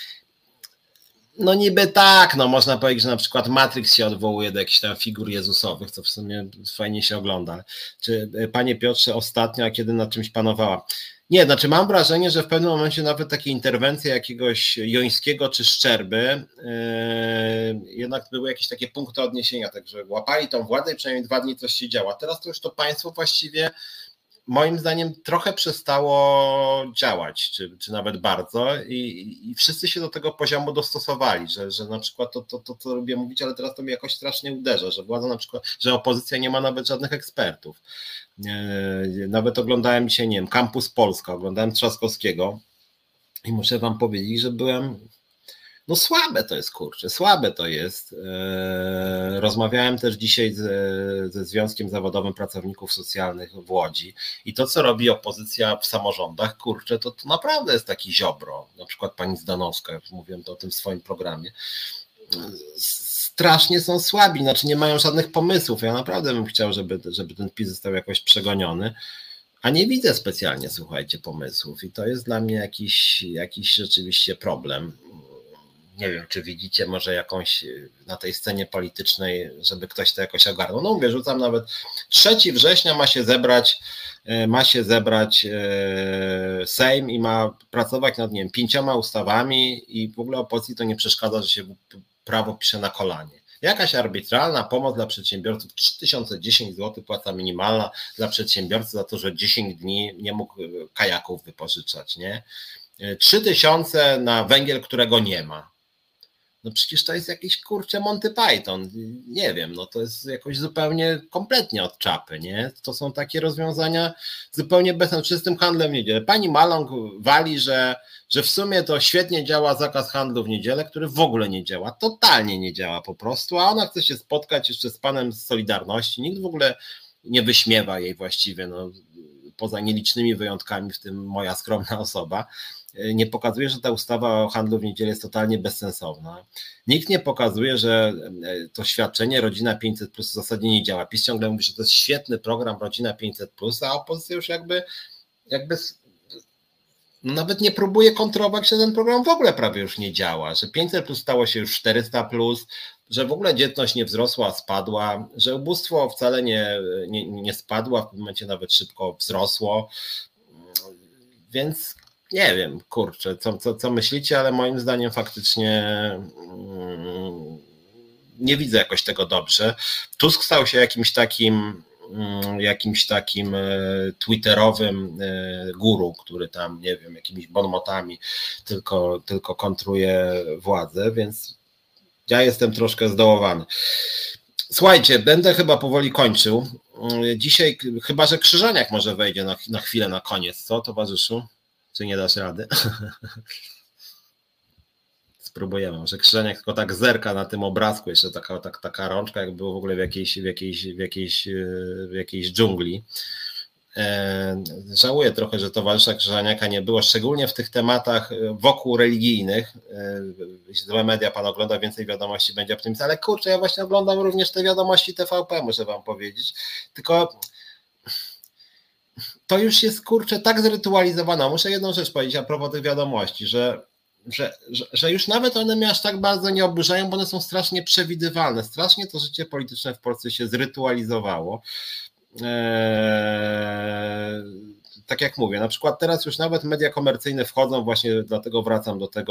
Speaker 1: No niby tak, no można powiedzieć, że na przykład Matrix się odwołuje do jakichś tam figur jezusowych, co w sumie fajnie się ogląda. Czy panie Piotrze ostatnio, a kiedy nad czymś panowała? Nie, znaczy mam wrażenie, że w pewnym momencie nawet takie interwencje jakiegoś Jońskiego czy Szczerby jednak były jakieś takie punkty odniesienia, także łapali tą władzę i przynajmniej 2 dni coś się działo. Teraz to już to państwo właściwie moim zdaniem trochę przestało działać, czy nawet bardzo i wszyscy się do tego poziomu dostosowali, że na przykład to co lubię mówić, ale teraz to mnie jakoś strasznie uderza, że władza na przykład, że opozycja nie ma nawet żadnych ekspertów. Nawet oglądałem dzisiaj, nie wiem, Campus Polska, oglądałem Trzaskowskiego i muszę wam powiedzieć, że byłem... No słabe to jest, kurczę, słabe to jest. Rozmawiałem też dzisiaj ze Związkiem Zawodowym Pracowników Socjalnych w Łodzi i to, co robi opozycja w samorządach, kurczę, to naprawdę jest taki Ziobro. Na przykład pani Zdanowska, już mówiłem to o tym w swoim programie. Strasznie są słabi, znaczy nie mają żadnych pomysłów. Ja naprawdę bym chciał, żeby ten PiS został jakoś przegoniony. A nie widzę specjalnie, słuchajcie, pomysłów i to jest dla mnie jakiś rzeczywiście problem. Nie wiem, czy widzicie może jakąś na tej scenie politycznej, żeby ktoś to jakoś ogarnął. No mówię, rzucam nawet 3 września ma się zebrać Sejm i ma pracować nad, nie wiem, 5 ustawami i w ogóle opozycji to nie przeszkadza, że się prawo pisze na kolanie. Jakaś arbitralna pomoc dla przedsiębiorców, 3010 zł płaca minimalna dla przedsiębiorcy za to, że 10 dni nie mógł kajaków wypożyczać, nie? 3000 na węgiel, którego nie ma. No przecież to jest jakiś, kurczę, Monty Python, nie wiem, no to jest jakoś zupełnie kompletnie od czapy, nie? To są takie rozwiązania zupełnie bez sensu, czy z tym handlem w niedzielę. Pani Maląg wali, że w sumie to świetnie działa zakaz handlu w niedzielę, który w ogóle nie działa, totalnie nie działa po prostu, a ona chce się spotkać jeszcze z panem z Solidarności, nikt w ogóle nie wyśmiewa jej właściwie, no poza nielicznymi wyjątkami, w tym moja skromna osoba. Nie pokazuje, że ta ustawa o handlu w niedzielę jest totalnie bezsensowna. Nikt nie pokazuje, że to świadczenie Rodzina 500 Plus w zasadzie nie działa. PiS ciągle mówi, że to jest świetny program Rodzina 500 Plus, a opozycja już jakby no nawet nie próbuje kontrować, że ten program w ogóle prawie już nie działa, że 500 Plus stało się już 400 Plus, że w ogóle dzietność nie wzrosła, a spadła, że ubóstwo wcale nie spadło, a w tym momencie nawet szybko wzrosło, więc nie wiem, kurczę, co myślicie, ale moim zdaniem faktycznie nie widzę jakoś tego dobrze. Tusk stał się jakimś takim twitterowym guru, który tam, nie wiem, jakimiś bonmotami tylko kontruje władzę, więc ja jestem troszkę zdołowany. Słuchajcie, będę chyba powoli kończył. Dzisiaj, chyba że Krzyżaniak może wejdzie na chwilę na koniec, co, towarzyszu? Czy nie dasz rady? Spróbujemy. Może Krzyżaniak tylko tak zerka na tym obrazku, jeszcze taka rączka, jakby było w ogóle w jakiejś dżungli. Żałuję trochę, że towarzysza Krzyżaniaka nie było, szczególnie w tych tematach wokół religijnych. Złe media pan ogląda, więcej wiadomości będzie w tym, ale kurczę, ja właśnie oglądam również te wiadomości TVP, muszę wam powiedzieć. Tylko to już jest, kurczę, tak zrytualizowane. Muszę jedną rzecz powiedzieć a propos tych wiadomości, że już nawet one mnie aż tak bardzo nie oburzają, bo one są strasznie przewidywalne. Strasznie to życie polityczne w Polsce się zrytualizowało. Tak jak mówię, na przykład teraz już nawet media komercyjne wchodzą, właśnie dlatego wracam do tego,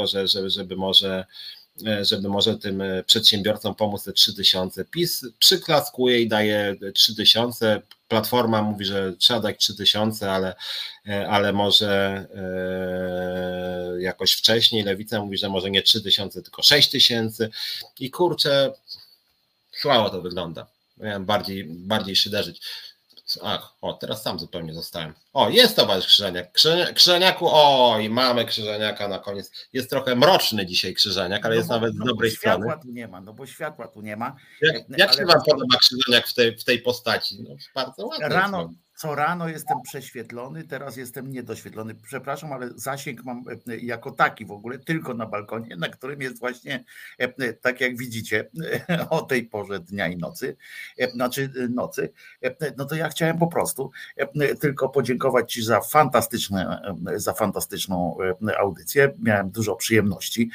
Speaker 1: żeby może tym przedsiębiorcom pomóc te 3000. PiS przyklaskuje i daje 3000. Platforma mówi, że trzeba dać 3000, ale może jakoś wcześniej. Lewica mówi, że może nie 3000, tylko 6000. I kurczę, słabo to wygląda. Miałem bardziej szyderzyć. Ach, teraz sam zupełnie zostałem. Jest towarzysz Krzyżaniak. Krzyżaniaku, mamy Krzyżaniaka na koniec. Jest trochę mroczny dzisiaj Krzyżaniak, ale jest nawet z dobrej strony.
Speaker 3: Bo światła tu nie ma.
Speaker 1: Jak się wam podoba Krzyżaniak w tej postaci? No, bardzo ładnie.
Speaker 3: Co rano jestem prześwietlony, teraz jestem niedoświetlony. Przepraszam, ale zasięg mam jako taki w ogóle tylko na balkonie, na którym jest właśnie, tak jak widzicie, o tej porze dnia i nocy, nocy. No to ja chciałem po prostu tylko podziękować Ci za fantastyczną audycję. Miałem dużo przyjemności,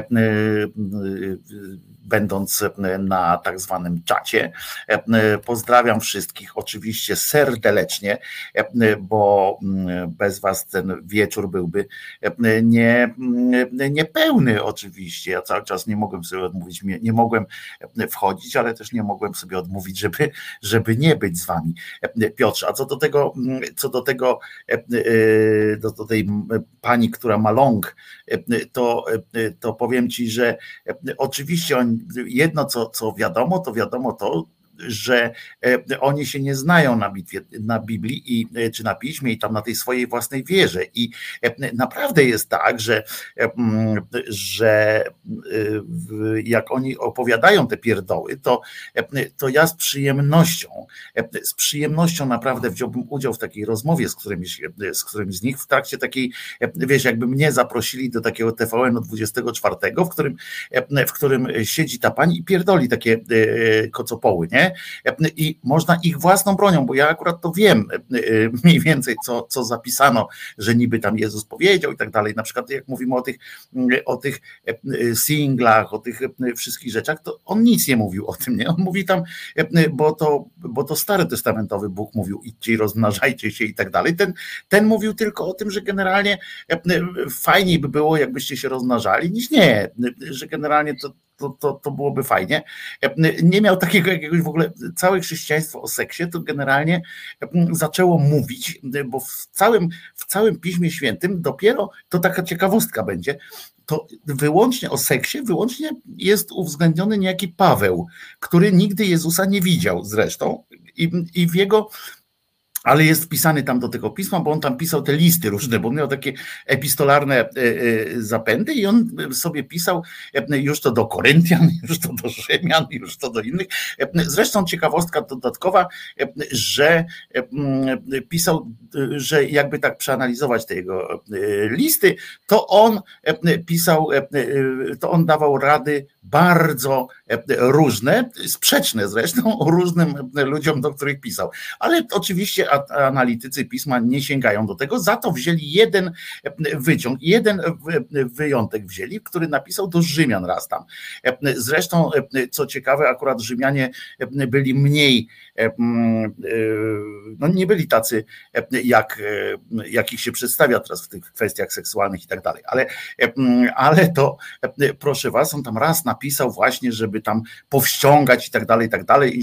Speaker 3: będąc na tak zwanym czacie. Pozdrawiam wszystkich oczywiście serdecznie. serdecznie, bo bez was ten wieczór byłby niepełny oczywiście. Ja cały czas nie mogłem sobie odmówić, nie mogłem wchodzić, ale też nie mogłem sobie odmówić, żeby nie być z wami. Piotrze, a co do tej pani, która ma long, to powiem ci, że oczywiście jedno co wiadomo, to że oni się nie znają na Biblii czy na Piśmie i tam na tej swojej własnej wierze i naprawdę jest tak, że jak oni opowiadają te pierdoły, to ja z przyjemnością naprawdę wziąłbym udział w takiej rozmowie z którymś z nich w trakcie takiej, wiesz, jakby mnie zaprosili do takiego TVN-u 24, w którym siedzi ta pani i pierdoli takie kocopoły, nie? I można ich własną bronią, bo ja akurat to wiem mniej więcej, co zapisano, że niby tam Jezus powiedział i tak dalej. Na przykład jak mówimy o tych singlach, o tych wszystkich rzeczach, to on nic nie mówił o tym, nie? On mówi tam, bo to Stary Testamentowy Bóg mówił, idźcie i rozmnażajcie się i tak dalej. Ten mówił tylko o tym, że generalnie fajniej by było, jakbyście się rozmnażali, niż nie, że generalnie to byłoby fajnie. Nie miał takiego jakiegoś w ogóle, całe chrześcijaństwo o seksie to generalnie zaczęło mówić, bo w całym Piśmie Świętym dopiero, to taka ciekawostka będzie, to wyłącznie o seksie, wyłącznie jest uwzględniony niejaki Paweł, który nigdy Jezusa nie widział zresztą i w jego... Ale jest wpisany tam do tego pisma, bo on tam pisał te listy różne, bo on miał takie epistolarne zapędy i on sobie pisał już to do Koryntian, już to do Rzymian, już to do innych. Zresztą ciekawostka dodatkowa, że pisał, że jakby tak przeanalizować te jego listy, to on pisał, to on dawał rady bardzo różne, sprzeczne zresztą różnym ludziom, do których pisał. Ale oczywiście analitycy pisma nie sięgają do tego, za to wzięli jeden wyciąg, jeden wyjątek wzięli, który napisał do Rzymian raz tam. Zresztą, co ciekawe, akurat Rzymianie byli mniej, no nie byli tacy, jakich się przedstawia teraz w tych kwestiach seksualnych i tak dalej, ale to, proszę was, on tam raz napisał właśnie, żeby tam powściągać i tak dalej, i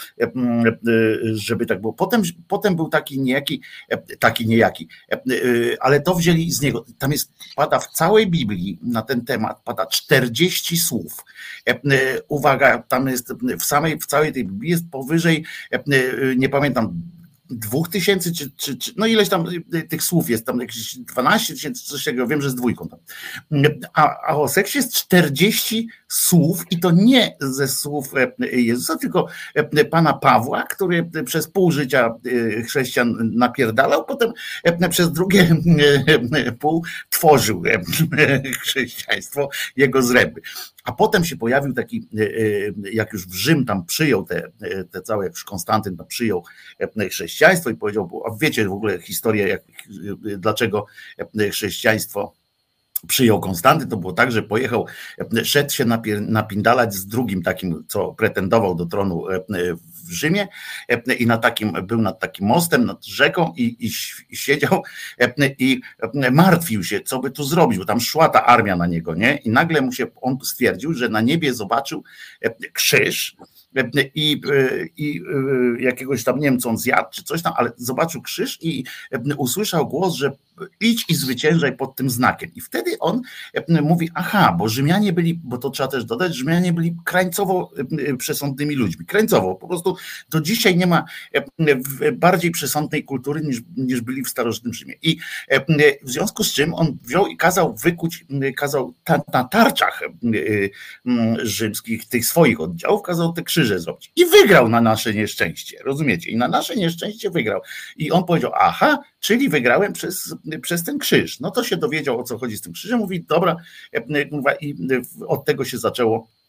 Speaker 3: żeby tak było. Potem był taki niejaki, ale to wzięli z niego. Tam pada w całej Biblii na ten temat, pada 40 słów. Uwaga, tam jest w całej tej Biblii jest powyżej, nie pamiętam, 2000 czy no ileś tam tych słów jest, tam jakieś 12 000, coś takiego, wiem, że z dwójką tam. A o seksie jest 40 słów i to nie ze słów Jezusa, tylko pana Pawła, który przez pół życia chrześcijan napierdalał, potem przez drugie pół tworzył chrześcijaństwo, jego zręby. A potem się pojawił taki, jak już w Rzym tam przyjął te całe, jak już Konstantyn tam przyjął chrześcijaństwo i powiedział, a wiecie w ogóle historię, dlaczego chrześcijaństwo przyjął Konstantyn, to było tak, że szedł się napindalać z drugim takim, co pretendował do tronu w Rzymie i był nad takim mostem, nad rzeką i siedział i martwił się, co by tu zrobić, bo tam szła ta armia na niego, nie? I nagle on stwierdził, że na niebie zobaczył krzyż i jakiegoś tam, nie wiem co on zjadł, czy coś tam, ale zobaczył krzyż i usłyszał głos, że idź i zwyciężaj pod tym znakiem. I wtedy on mówi, aha, bo Rzymianie byli, bo to trzeba też dodać, Rzymianie byli krańcowo przesądnymi ludźmi. Krańcowo, po prostu do dzisiaj nie ma bardziej przesądnej kultury niż byli w starożytnym Rzymie. I w związku z czym on wziął i kazał na tarczach rzymskich, tych swoich oddziałów, kazał te krzyże zrobić. I wygrał na nasze nieszczęście, rozumiecie? I na nasze nieszczęście wygrał. I on powiedział, aha, czyli wygrałem przez ten krzyż. No to się dowiedział, o co chodzi z tym krzyżem. Mówi, dobra, i od tego się zaczęło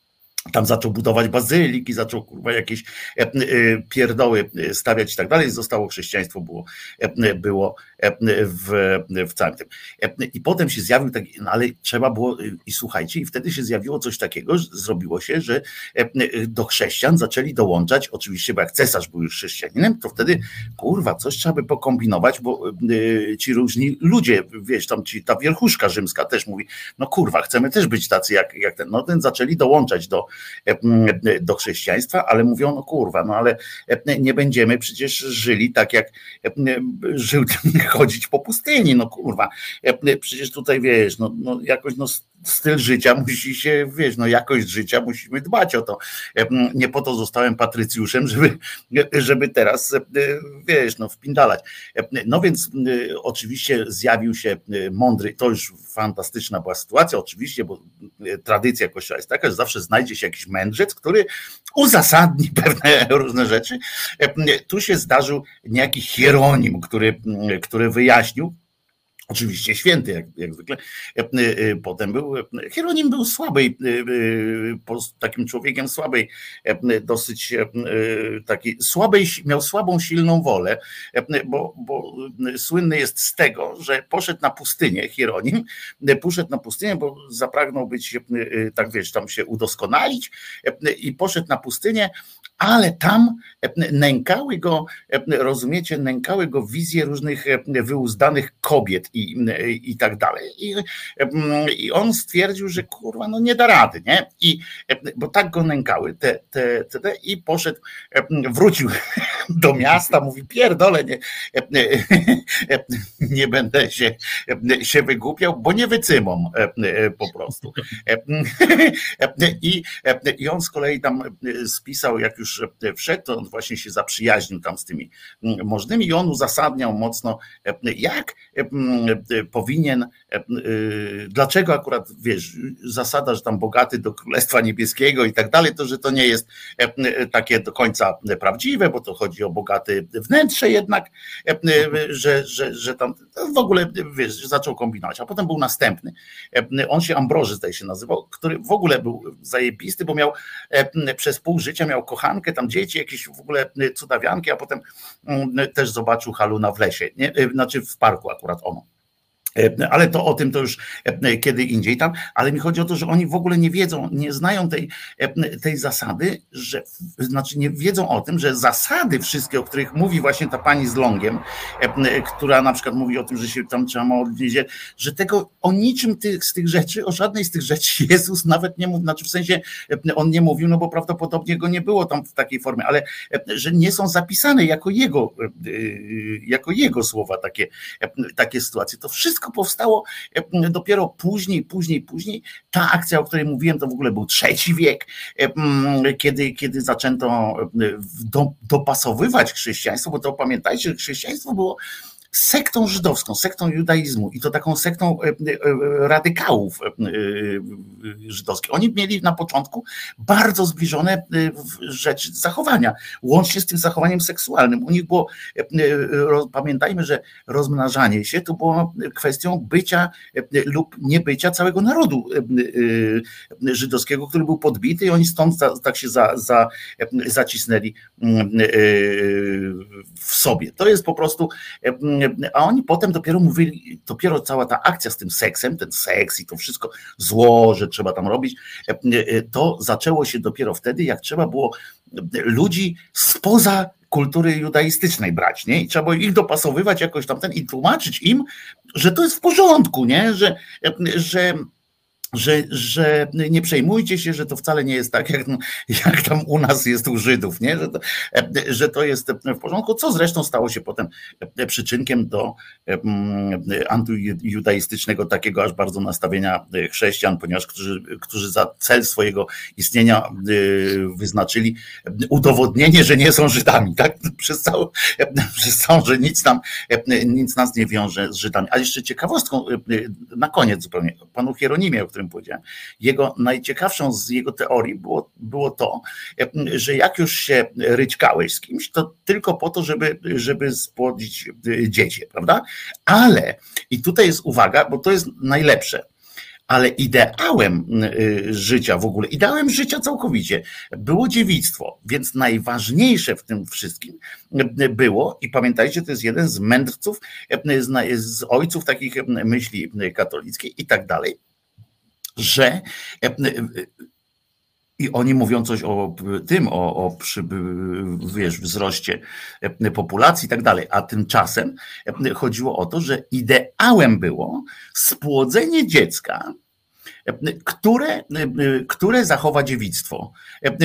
Speaker 3: tam zaczął budować bazyliki, zaczął kurwa jakieś pierdoły stawiać i tak dalej. Zostało chrześcijaństwo, było w całym tym. I potem się zjawił taki, no ale trzeba było, i słuchajcie, i wtedy się zjawiło coś takiego, że zrobiło się, że do chrześcijan zaczęli dołączać, oczywiście, bo jak cesarz był już chrześcijaninem, to wtedy kurwa, coś trzeba by pokombinować, bo ci różni ludzie, wiesz, tam ta wierchuszka rzymska też mówi, no kurwa, chcemy też być tacy jak ten, no ten zaczęli dołączać do chrześcijaństwa, ale mówią, no kurwa, no ale nie będziemy przecież żyli tak jak żył chodzić po pustyni, no kurwa, przecież tutaj wiesz, no jakoś no styl życia musi się, wiesz, no jakość życia musimy dbać o to. Nie po to zostałem patrycjuszem, żeby teraz, wiesz, no wpindalać. No więc oczywiście zjawił się mądry, to już fantastyczna była sytuacja, oczywiście, bo tradycja Kościoła jest taka, że zawsze znajdzie się jakiś mędrzec, który uzasadni pewne różne rzeczy. Tu się zdarzył niejaki Hieronim, który wyjaśnił, oczywiście święty, jak zwykle. Potem Hieronim był słabej, takim człowiekiem słabej, dosyć taki słabej, miał słabą, silną wolę, bo słynny jest z tego, że poszedł na pustynię, Hieronim, poszedł na pustynię, bo zapragnął być, tak wiesz, tam się udoskonalić i poszedł na pustynię, ale tam nękały go, rozumiecie, nękały go wizje różnych wyuzdanych kobiet i tak dalej. I on stwierdził, że kurwa, no nie da rady, nie? Bo tak go nękały i poszedł, wrócił do miasta, mówi pierdolę, nie będę się wygłupiał, bo nie wycymam po prostu. I on z kolei tam spisał, jak już wszedł, to on właśnie się zaprzyjaźnił tam z tymi możnymi i on uzasadniał mocno, jak powinien, dlaczego akurat, wiesz, zasada, że tam bogaty do Królestwa Niebieskiego i tak dalej, to że to nie jest takie do końca prawdziwe, bo to chodzi o bogate wnętrze jednak, że tam w ogóle, wiesz, zaczął kombinować, a potem był następny, on się Ambroży, zdaje się nazywał, który w ogóle był zajebisty, bo miał przez pół życia miał kochankę, tam dzieci, jakieś w ogóle cudawianki, a potem też zobaczył Haluna w lesie, nie? Znaczy w parku akurat ono. Ale to o tym to już kiedy indziej tam, ale mi chodzi o to, że oni w ogóle nie wiedzą, nie znają tej zasady, znaczy nie wiedzą o tym, że zasady wszystkie, o których mówi właśnie ta pani z longiem, która na przykład mówi o tym, że się tam trzeba modlić, że tego o niczym z tych rzeczy, o żadnej z tych rzeczy Jezus nawet nie mówił, znaczy w sensie on nie mówił, no bo prawdopodobnie go nie było tam w takiej formie, ale że nie są zapisane jako jego słowa takie sytuacje. To wszystko powstało dopiero później. Ta akcja, o której mówiłem, to w ogóle był III wiek, kiedy zaczęto dopasowywać chrześcijaństwo, bo to pamiętajcie, że chrześcijaństwo było sektą żydowską, sektą judaizmu i to taką sektą radykałów żydowskich. Oni mieli na początku bardzo zbliżone rzeczy, zachowania, łącznie z tym zachowaniem seksualnym. U nich było, pamiętajmy, że rozmnażanie się to było kwestią bycia lub niebycia całego narodu żydowskiego, który był podbity i oni stąd tak się zacisnęli w sobie. To jest po prostu. A oni potem dopiero mówili, dopiero cała ta akcja z tym seksem, ten seks i to wszystko zło, że trzeba tam robić, to zaczęło się dopiero wtedy, jak trzeba było ludzi spoza kultury judaistycznej brać, nie? I trzeba było ich dopasowywać jakoś tamten i tłumaczyć im, że to jest w porządku, nie? Że nie przejmujcie się, że to wcale nie jest tak, jak tam u nas jest u Żydów, nie? Że to jest w porządku, co zresztą stało się potem przyczynkiem do antyjudaistycznego takiego aż bardzo nastawienia chrześcijan, ponieważ którzy za cel swojego istnienia wyznaczyli udowodnienie, że nie są Żydami, tak? Przez całą, że nic nas nie wiąże z Żydami. A jeszcze ciekawostką, na koniec zupełnie, panu Hieronimie, o którym powiedziałem, najciekawszą z jego teorii było to, że jak już się ryczkałeś z kimś, to tylko po to, żeby spłodzić dziecię, prawda? Ale, i tutaj jest uwaga, bo to jest najlepsze, ale ideałem życia w ogóle, ideałem życia całkowicie było dziewictwo, więc najważniejsze w tym wszystkim było, i pamiętajcie, to jest jeden z mędrców, z ojców takich myśli katolickiej i tak dalej, że i oni mówią coś o tym, wiesz, wzroście populacji i tak dalej, a tymczasem chodziło o to, że ideałem było spłodzenie dziecka, które zachowa dziewictwo.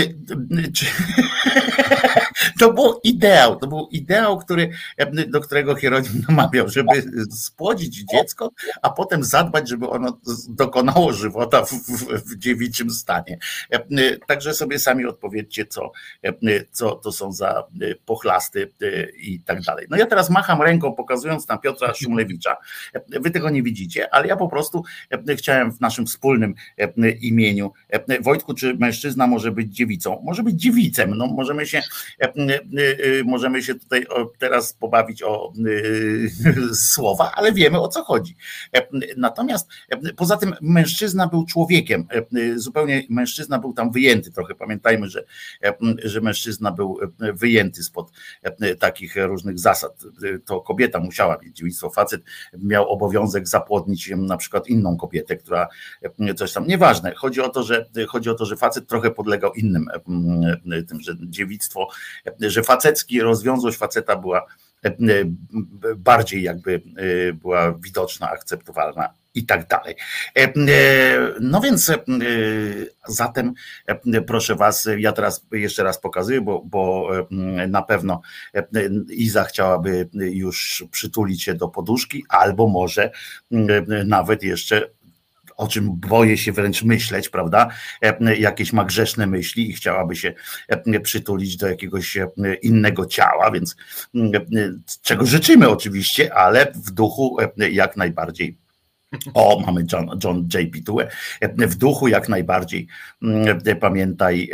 Speaker 3: To był ideał, do którego Hieronim namawiał, żeby spłodzić dziecko, a potem zadbać, żeby ono dokonało żywota w dziewiczym stanie. Także sobie sami odpowiedzcie, co to są za pochlasty i tak dalej. No ja teraz macham ręką, pokazując na Piotra Szumlewicza. Wy tego nie widzicie, ale ja po prostu chciałem w naszym wspólnym imieniu. Wojtku, czy mężczyzna może być dziewicą? Może być dziewicem. No, możemy się tutaj teraz pobawić o słowa, ale wiemy, o co chodzi. Natomiast poza tym mężczyzna był człowiekiem. Zupełnie mężczyzna był tam wyjęty trochę. Pamiętajmy, że mężczyzna był wyjęty spod takich różnych zasad. To kobieta musiała mieć dziewictwo. Facet miał obowiązek zapłodnić na przykład inną kobietę, która coś tam, nieważne. Chodzi o to, że facet trochę podlegał innym tym, że dziewictwo, że rozwiązłość faceta była bardziej jakby była widoczna, akceptowalna i tak dalej. No więc zatem proszę was, ja teraz jeszcze raz pokazuję, bo na pewno Iza chciałaby już przytulić się do poduszki, albo może nawet jeszcze, o czym boję się wręcz myśleć, prawda? Jakieś ma grzeszne myśli i chciałaby się przytulić do jakiegoś innego ciała, więc czego życzymy oczywiście, ale w duchu jak najbardziej. O, mamy John J.P. Tue. W duchu jak najbardziej pamiętaj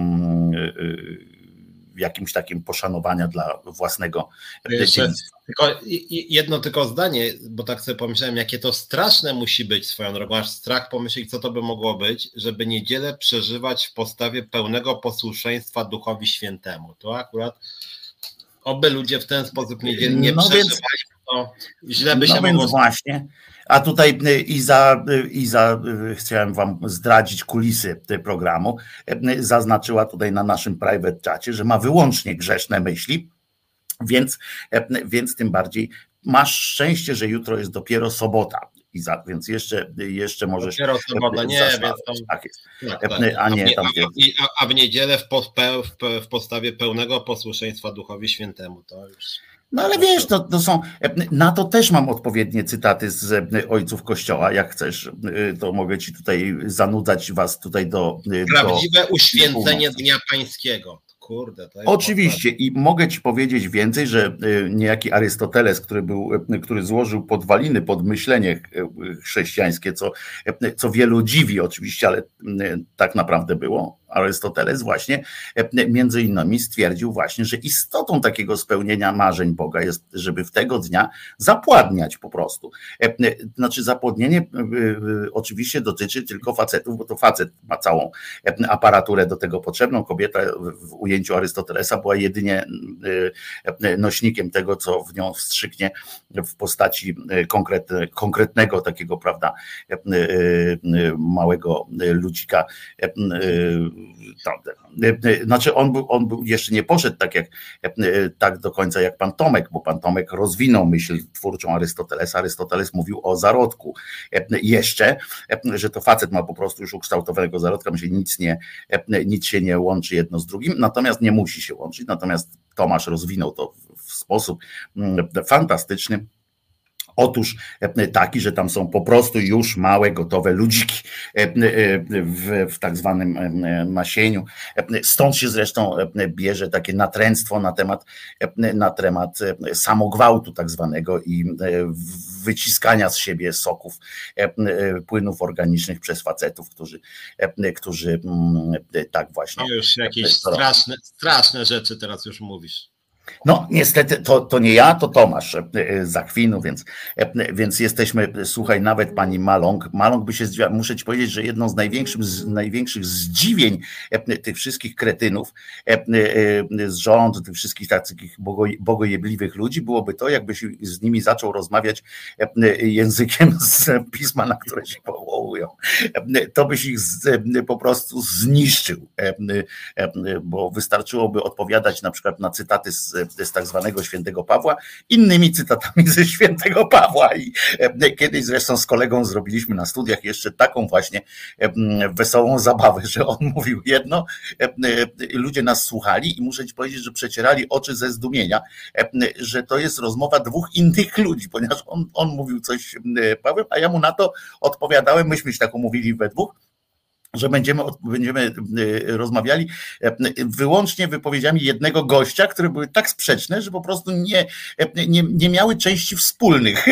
Speaker 3: jakimś takim poszanowania dla własnego dziedzictwa.
Speaker 1: Jedno tylko zdanie, bo tak sobie pomyślałem, jakie to straszne musi być swoją drogą, aż strach pomyśleć, co to by mogło być, żeby niedzielę przeżywać w postawie pełnego posłuszeństwa Duchowi Świętemu. To akurat oby ludzie w ten sposób niedzielę nie przeżywali, to źle by się mogło.
Speaker 3: Więc właśnie. A tutaj Iza, chciałem wam zdradzić kulisy tego programu, zaznaczyła tutaj na naszym private czacie, że ma wyłącznie grzeszne myśli, więc tym bardziej masz szczęście, że jutro jest dopiero sobota, Iza, więc jeszcze możesz...
Speaker 1: Dopiero sobota, nie, więc tam...
Speaker 3: Tak jest.
Speaker 1: Tak. A w niedzielę w postawie pełnego posłuszeństwa Duchowi Świętemu, to już...
Speaker 3: No ale wiesz, to są, na to też mam odpowiednie cytaty z ojców Kościoła, jak chcesz, to mogę ci tutaj zanudzać was tutaj do...
Speaker 1: Prawdziwe uświęcenie Dnia Pańskiego. Kurde, to jest
Speaker 3: oczywiście i mogę ci powiedzieć więcej, że niejaki Arystoteles, który złożył podwaliny pod myślenie chrześcijańskie, co wielu dziwi oczywiście, ale tak naprawdę było. Arystoteles właśnie między innymi stwierdził właśnie, że istotą takiego spełnienia marzeń Boga jest, żeby w tego dnia zapładniać po prostu. Znaczy zapłodnienie oczywiście dotyczy tylko facetów, bo to facet ma całą aparaturę do tego potrzebną. Kobieta w ujęciu Arystotelesa była jedynie nośnikiem tego, co w nią wstrzyknie w postaci konkretnego takiego, prawda, małego ludzika. Znaczy on był jeszcze nie poszedł tak do końca jak pan Tomek, bo pan Tomek rozwinął myśl twórczą Arystotelesa. Arystoteles mówił o zarodku jeszcze, że to facet ma po prostu już ukształtowanego zarodka, nic się nie łączy jedno z drugim, natomiast nie musi się łączyć, natomiast Tomasz rozwinął to w sposób fantastyczny. Otóż taki, że tam są po prostu już małe, gotowe ludziki w tak zwanym nasieniu. Stąd się zresztą bierze takie natręctwo na temat samogwałtu tak zwanego i wyciskania z siebie soków, płynów organicznych przez facetów, którzy tak właśnie...
Speaker 1: No już jakieś straszne rzeczy teraz już mówisz.
Speaker 3: No niestety to nie ja, to Tomasz Zakwinu, więc jesteśmy, słuchaj, nawet pani Maląg by się zdziwiła. Muszę ci powiedzieć, że jedną z największych zdziwień tych wszystkich kretynów z rządu, tych wszystkich takich bogojebliwych ludzi byłoby to, jakbyś z nimi zaczął rozmawiać językiem z pisma, na które się powołują. To byś ich po prostu zniszczył, bo wystarczyłoby odpowiadać na przykład na cytaty z tak zwanego świętego Pawła, innymi cytatami ze świętego Pawła. I kiedyś zresztą z kolegą zrobiliśmy na studiach jeszcze taką właśnie wesołą zabawę, że on mówił jedno, ludzie nas słuchali i muszę ci powiedzieć, że przecierali oczy ze zdumienia, że to jest rozmowa dwóch innych ludzi, ponieważ on mówił coś Pawłem, a ja mu na to odpowiadałem, myśmy się tak umówili we dwóch, że będziemy rozmawiali wyłącznie wypowiedziami jednego gościa, które były tak sprzeczne, że po prostu nie miały części wspólnych.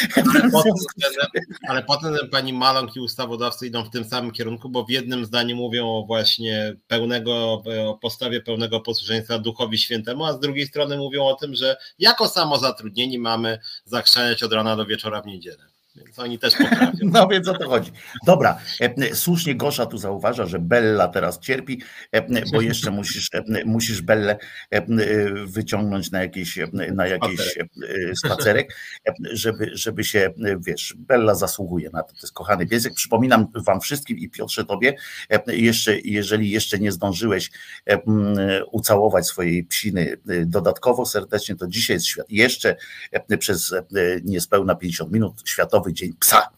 Speaker 1: Ale potem pani Maląg i ustawodawcy idą w tym samym kierunku, bo w jednym zdaniu mówią o właśnie o postawie pełnego posłuszeństwa Duchowi Świętemu, a z drugiej strony mówią o tym, że jako samozatrudnieni mamy zachrzaniać od rana do wieczora w niedzielę. Więc oni też potrafią.
Speaker 3: No więc o to chodzi. Dobra, słusznie Gosza tu zauważa, że Bella teraz cierpi, bo jeszcze musisz Bellę wyciągnąć na jakiś spacerek, żeby się, wiesz, Bella zasługuje na to. To jest kochany piesek. Przypominam wam wszystkim i Piotrze tobie, jeżeli jeszcze nie zdążyłeś ucałować swojej psiny dodatkowo serdecznie, to dzisiaj jest jeszcze przez niespełna 50 minut Światowy Dzień Psa.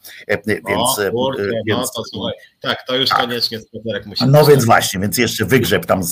Speaker 1: Tak, to już koniecznie spacerek musi
Speaker 3: być. No więc właśnie, więc jeszcze wygrzeb tam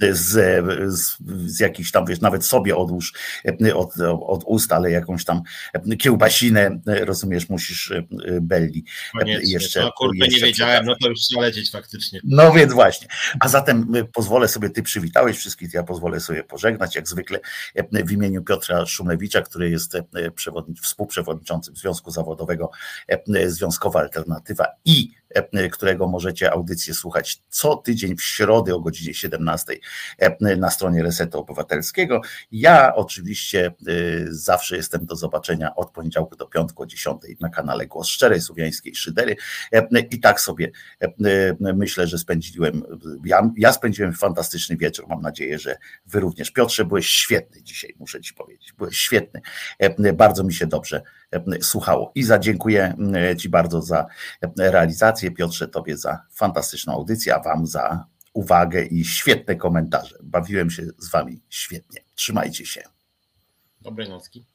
Speaker 3: z jakichś tam, wiesz, nawet sobie odłóż od ust, ale jakąś tam kiełbasinę, rozumiesz, musisz Belli.
Speaker 1: Jeszcze nie wiedziałem, no to już trzeba lecieć faktycznie.
Speaker 3: No więc właśnie. A zatem pozwolę sobie, ty przywitałeś wszystkich, ja pozwolę sobie pożegnać, jak zwykle w imieniu Piotra Szumlewicza, który jest współprzewodniczącym Związku Zawodowego Związkowa Alternatywa i którego możecie audycję słuchać co tydzień w środę o godzinie 17 na stronie Resetu Obywatelskiego. Ja oczywiście zawsze jestem do zobaczenia od poniedziałku do piątku o 10 na kanale Głos Szczerej Słowiańskiej Szydery i tak sobie myślę, że ja spędziłem fantastyczny wieczór, mam nadzieję, że wy również. Piotrze, byłeś świetny dzisiaj, muszę ci powiedzieć, byłeś świetny, bardzo mi się dobrze słuchało i dziękuję ci bardzo za realizację, Piotrze, tobie za fantastyczną audycję, a wam za uwagę i świetne komentarze. Bawiłem się z wami świetnie. Trzymajcie się.
Speaker 1: Dobrej nocki.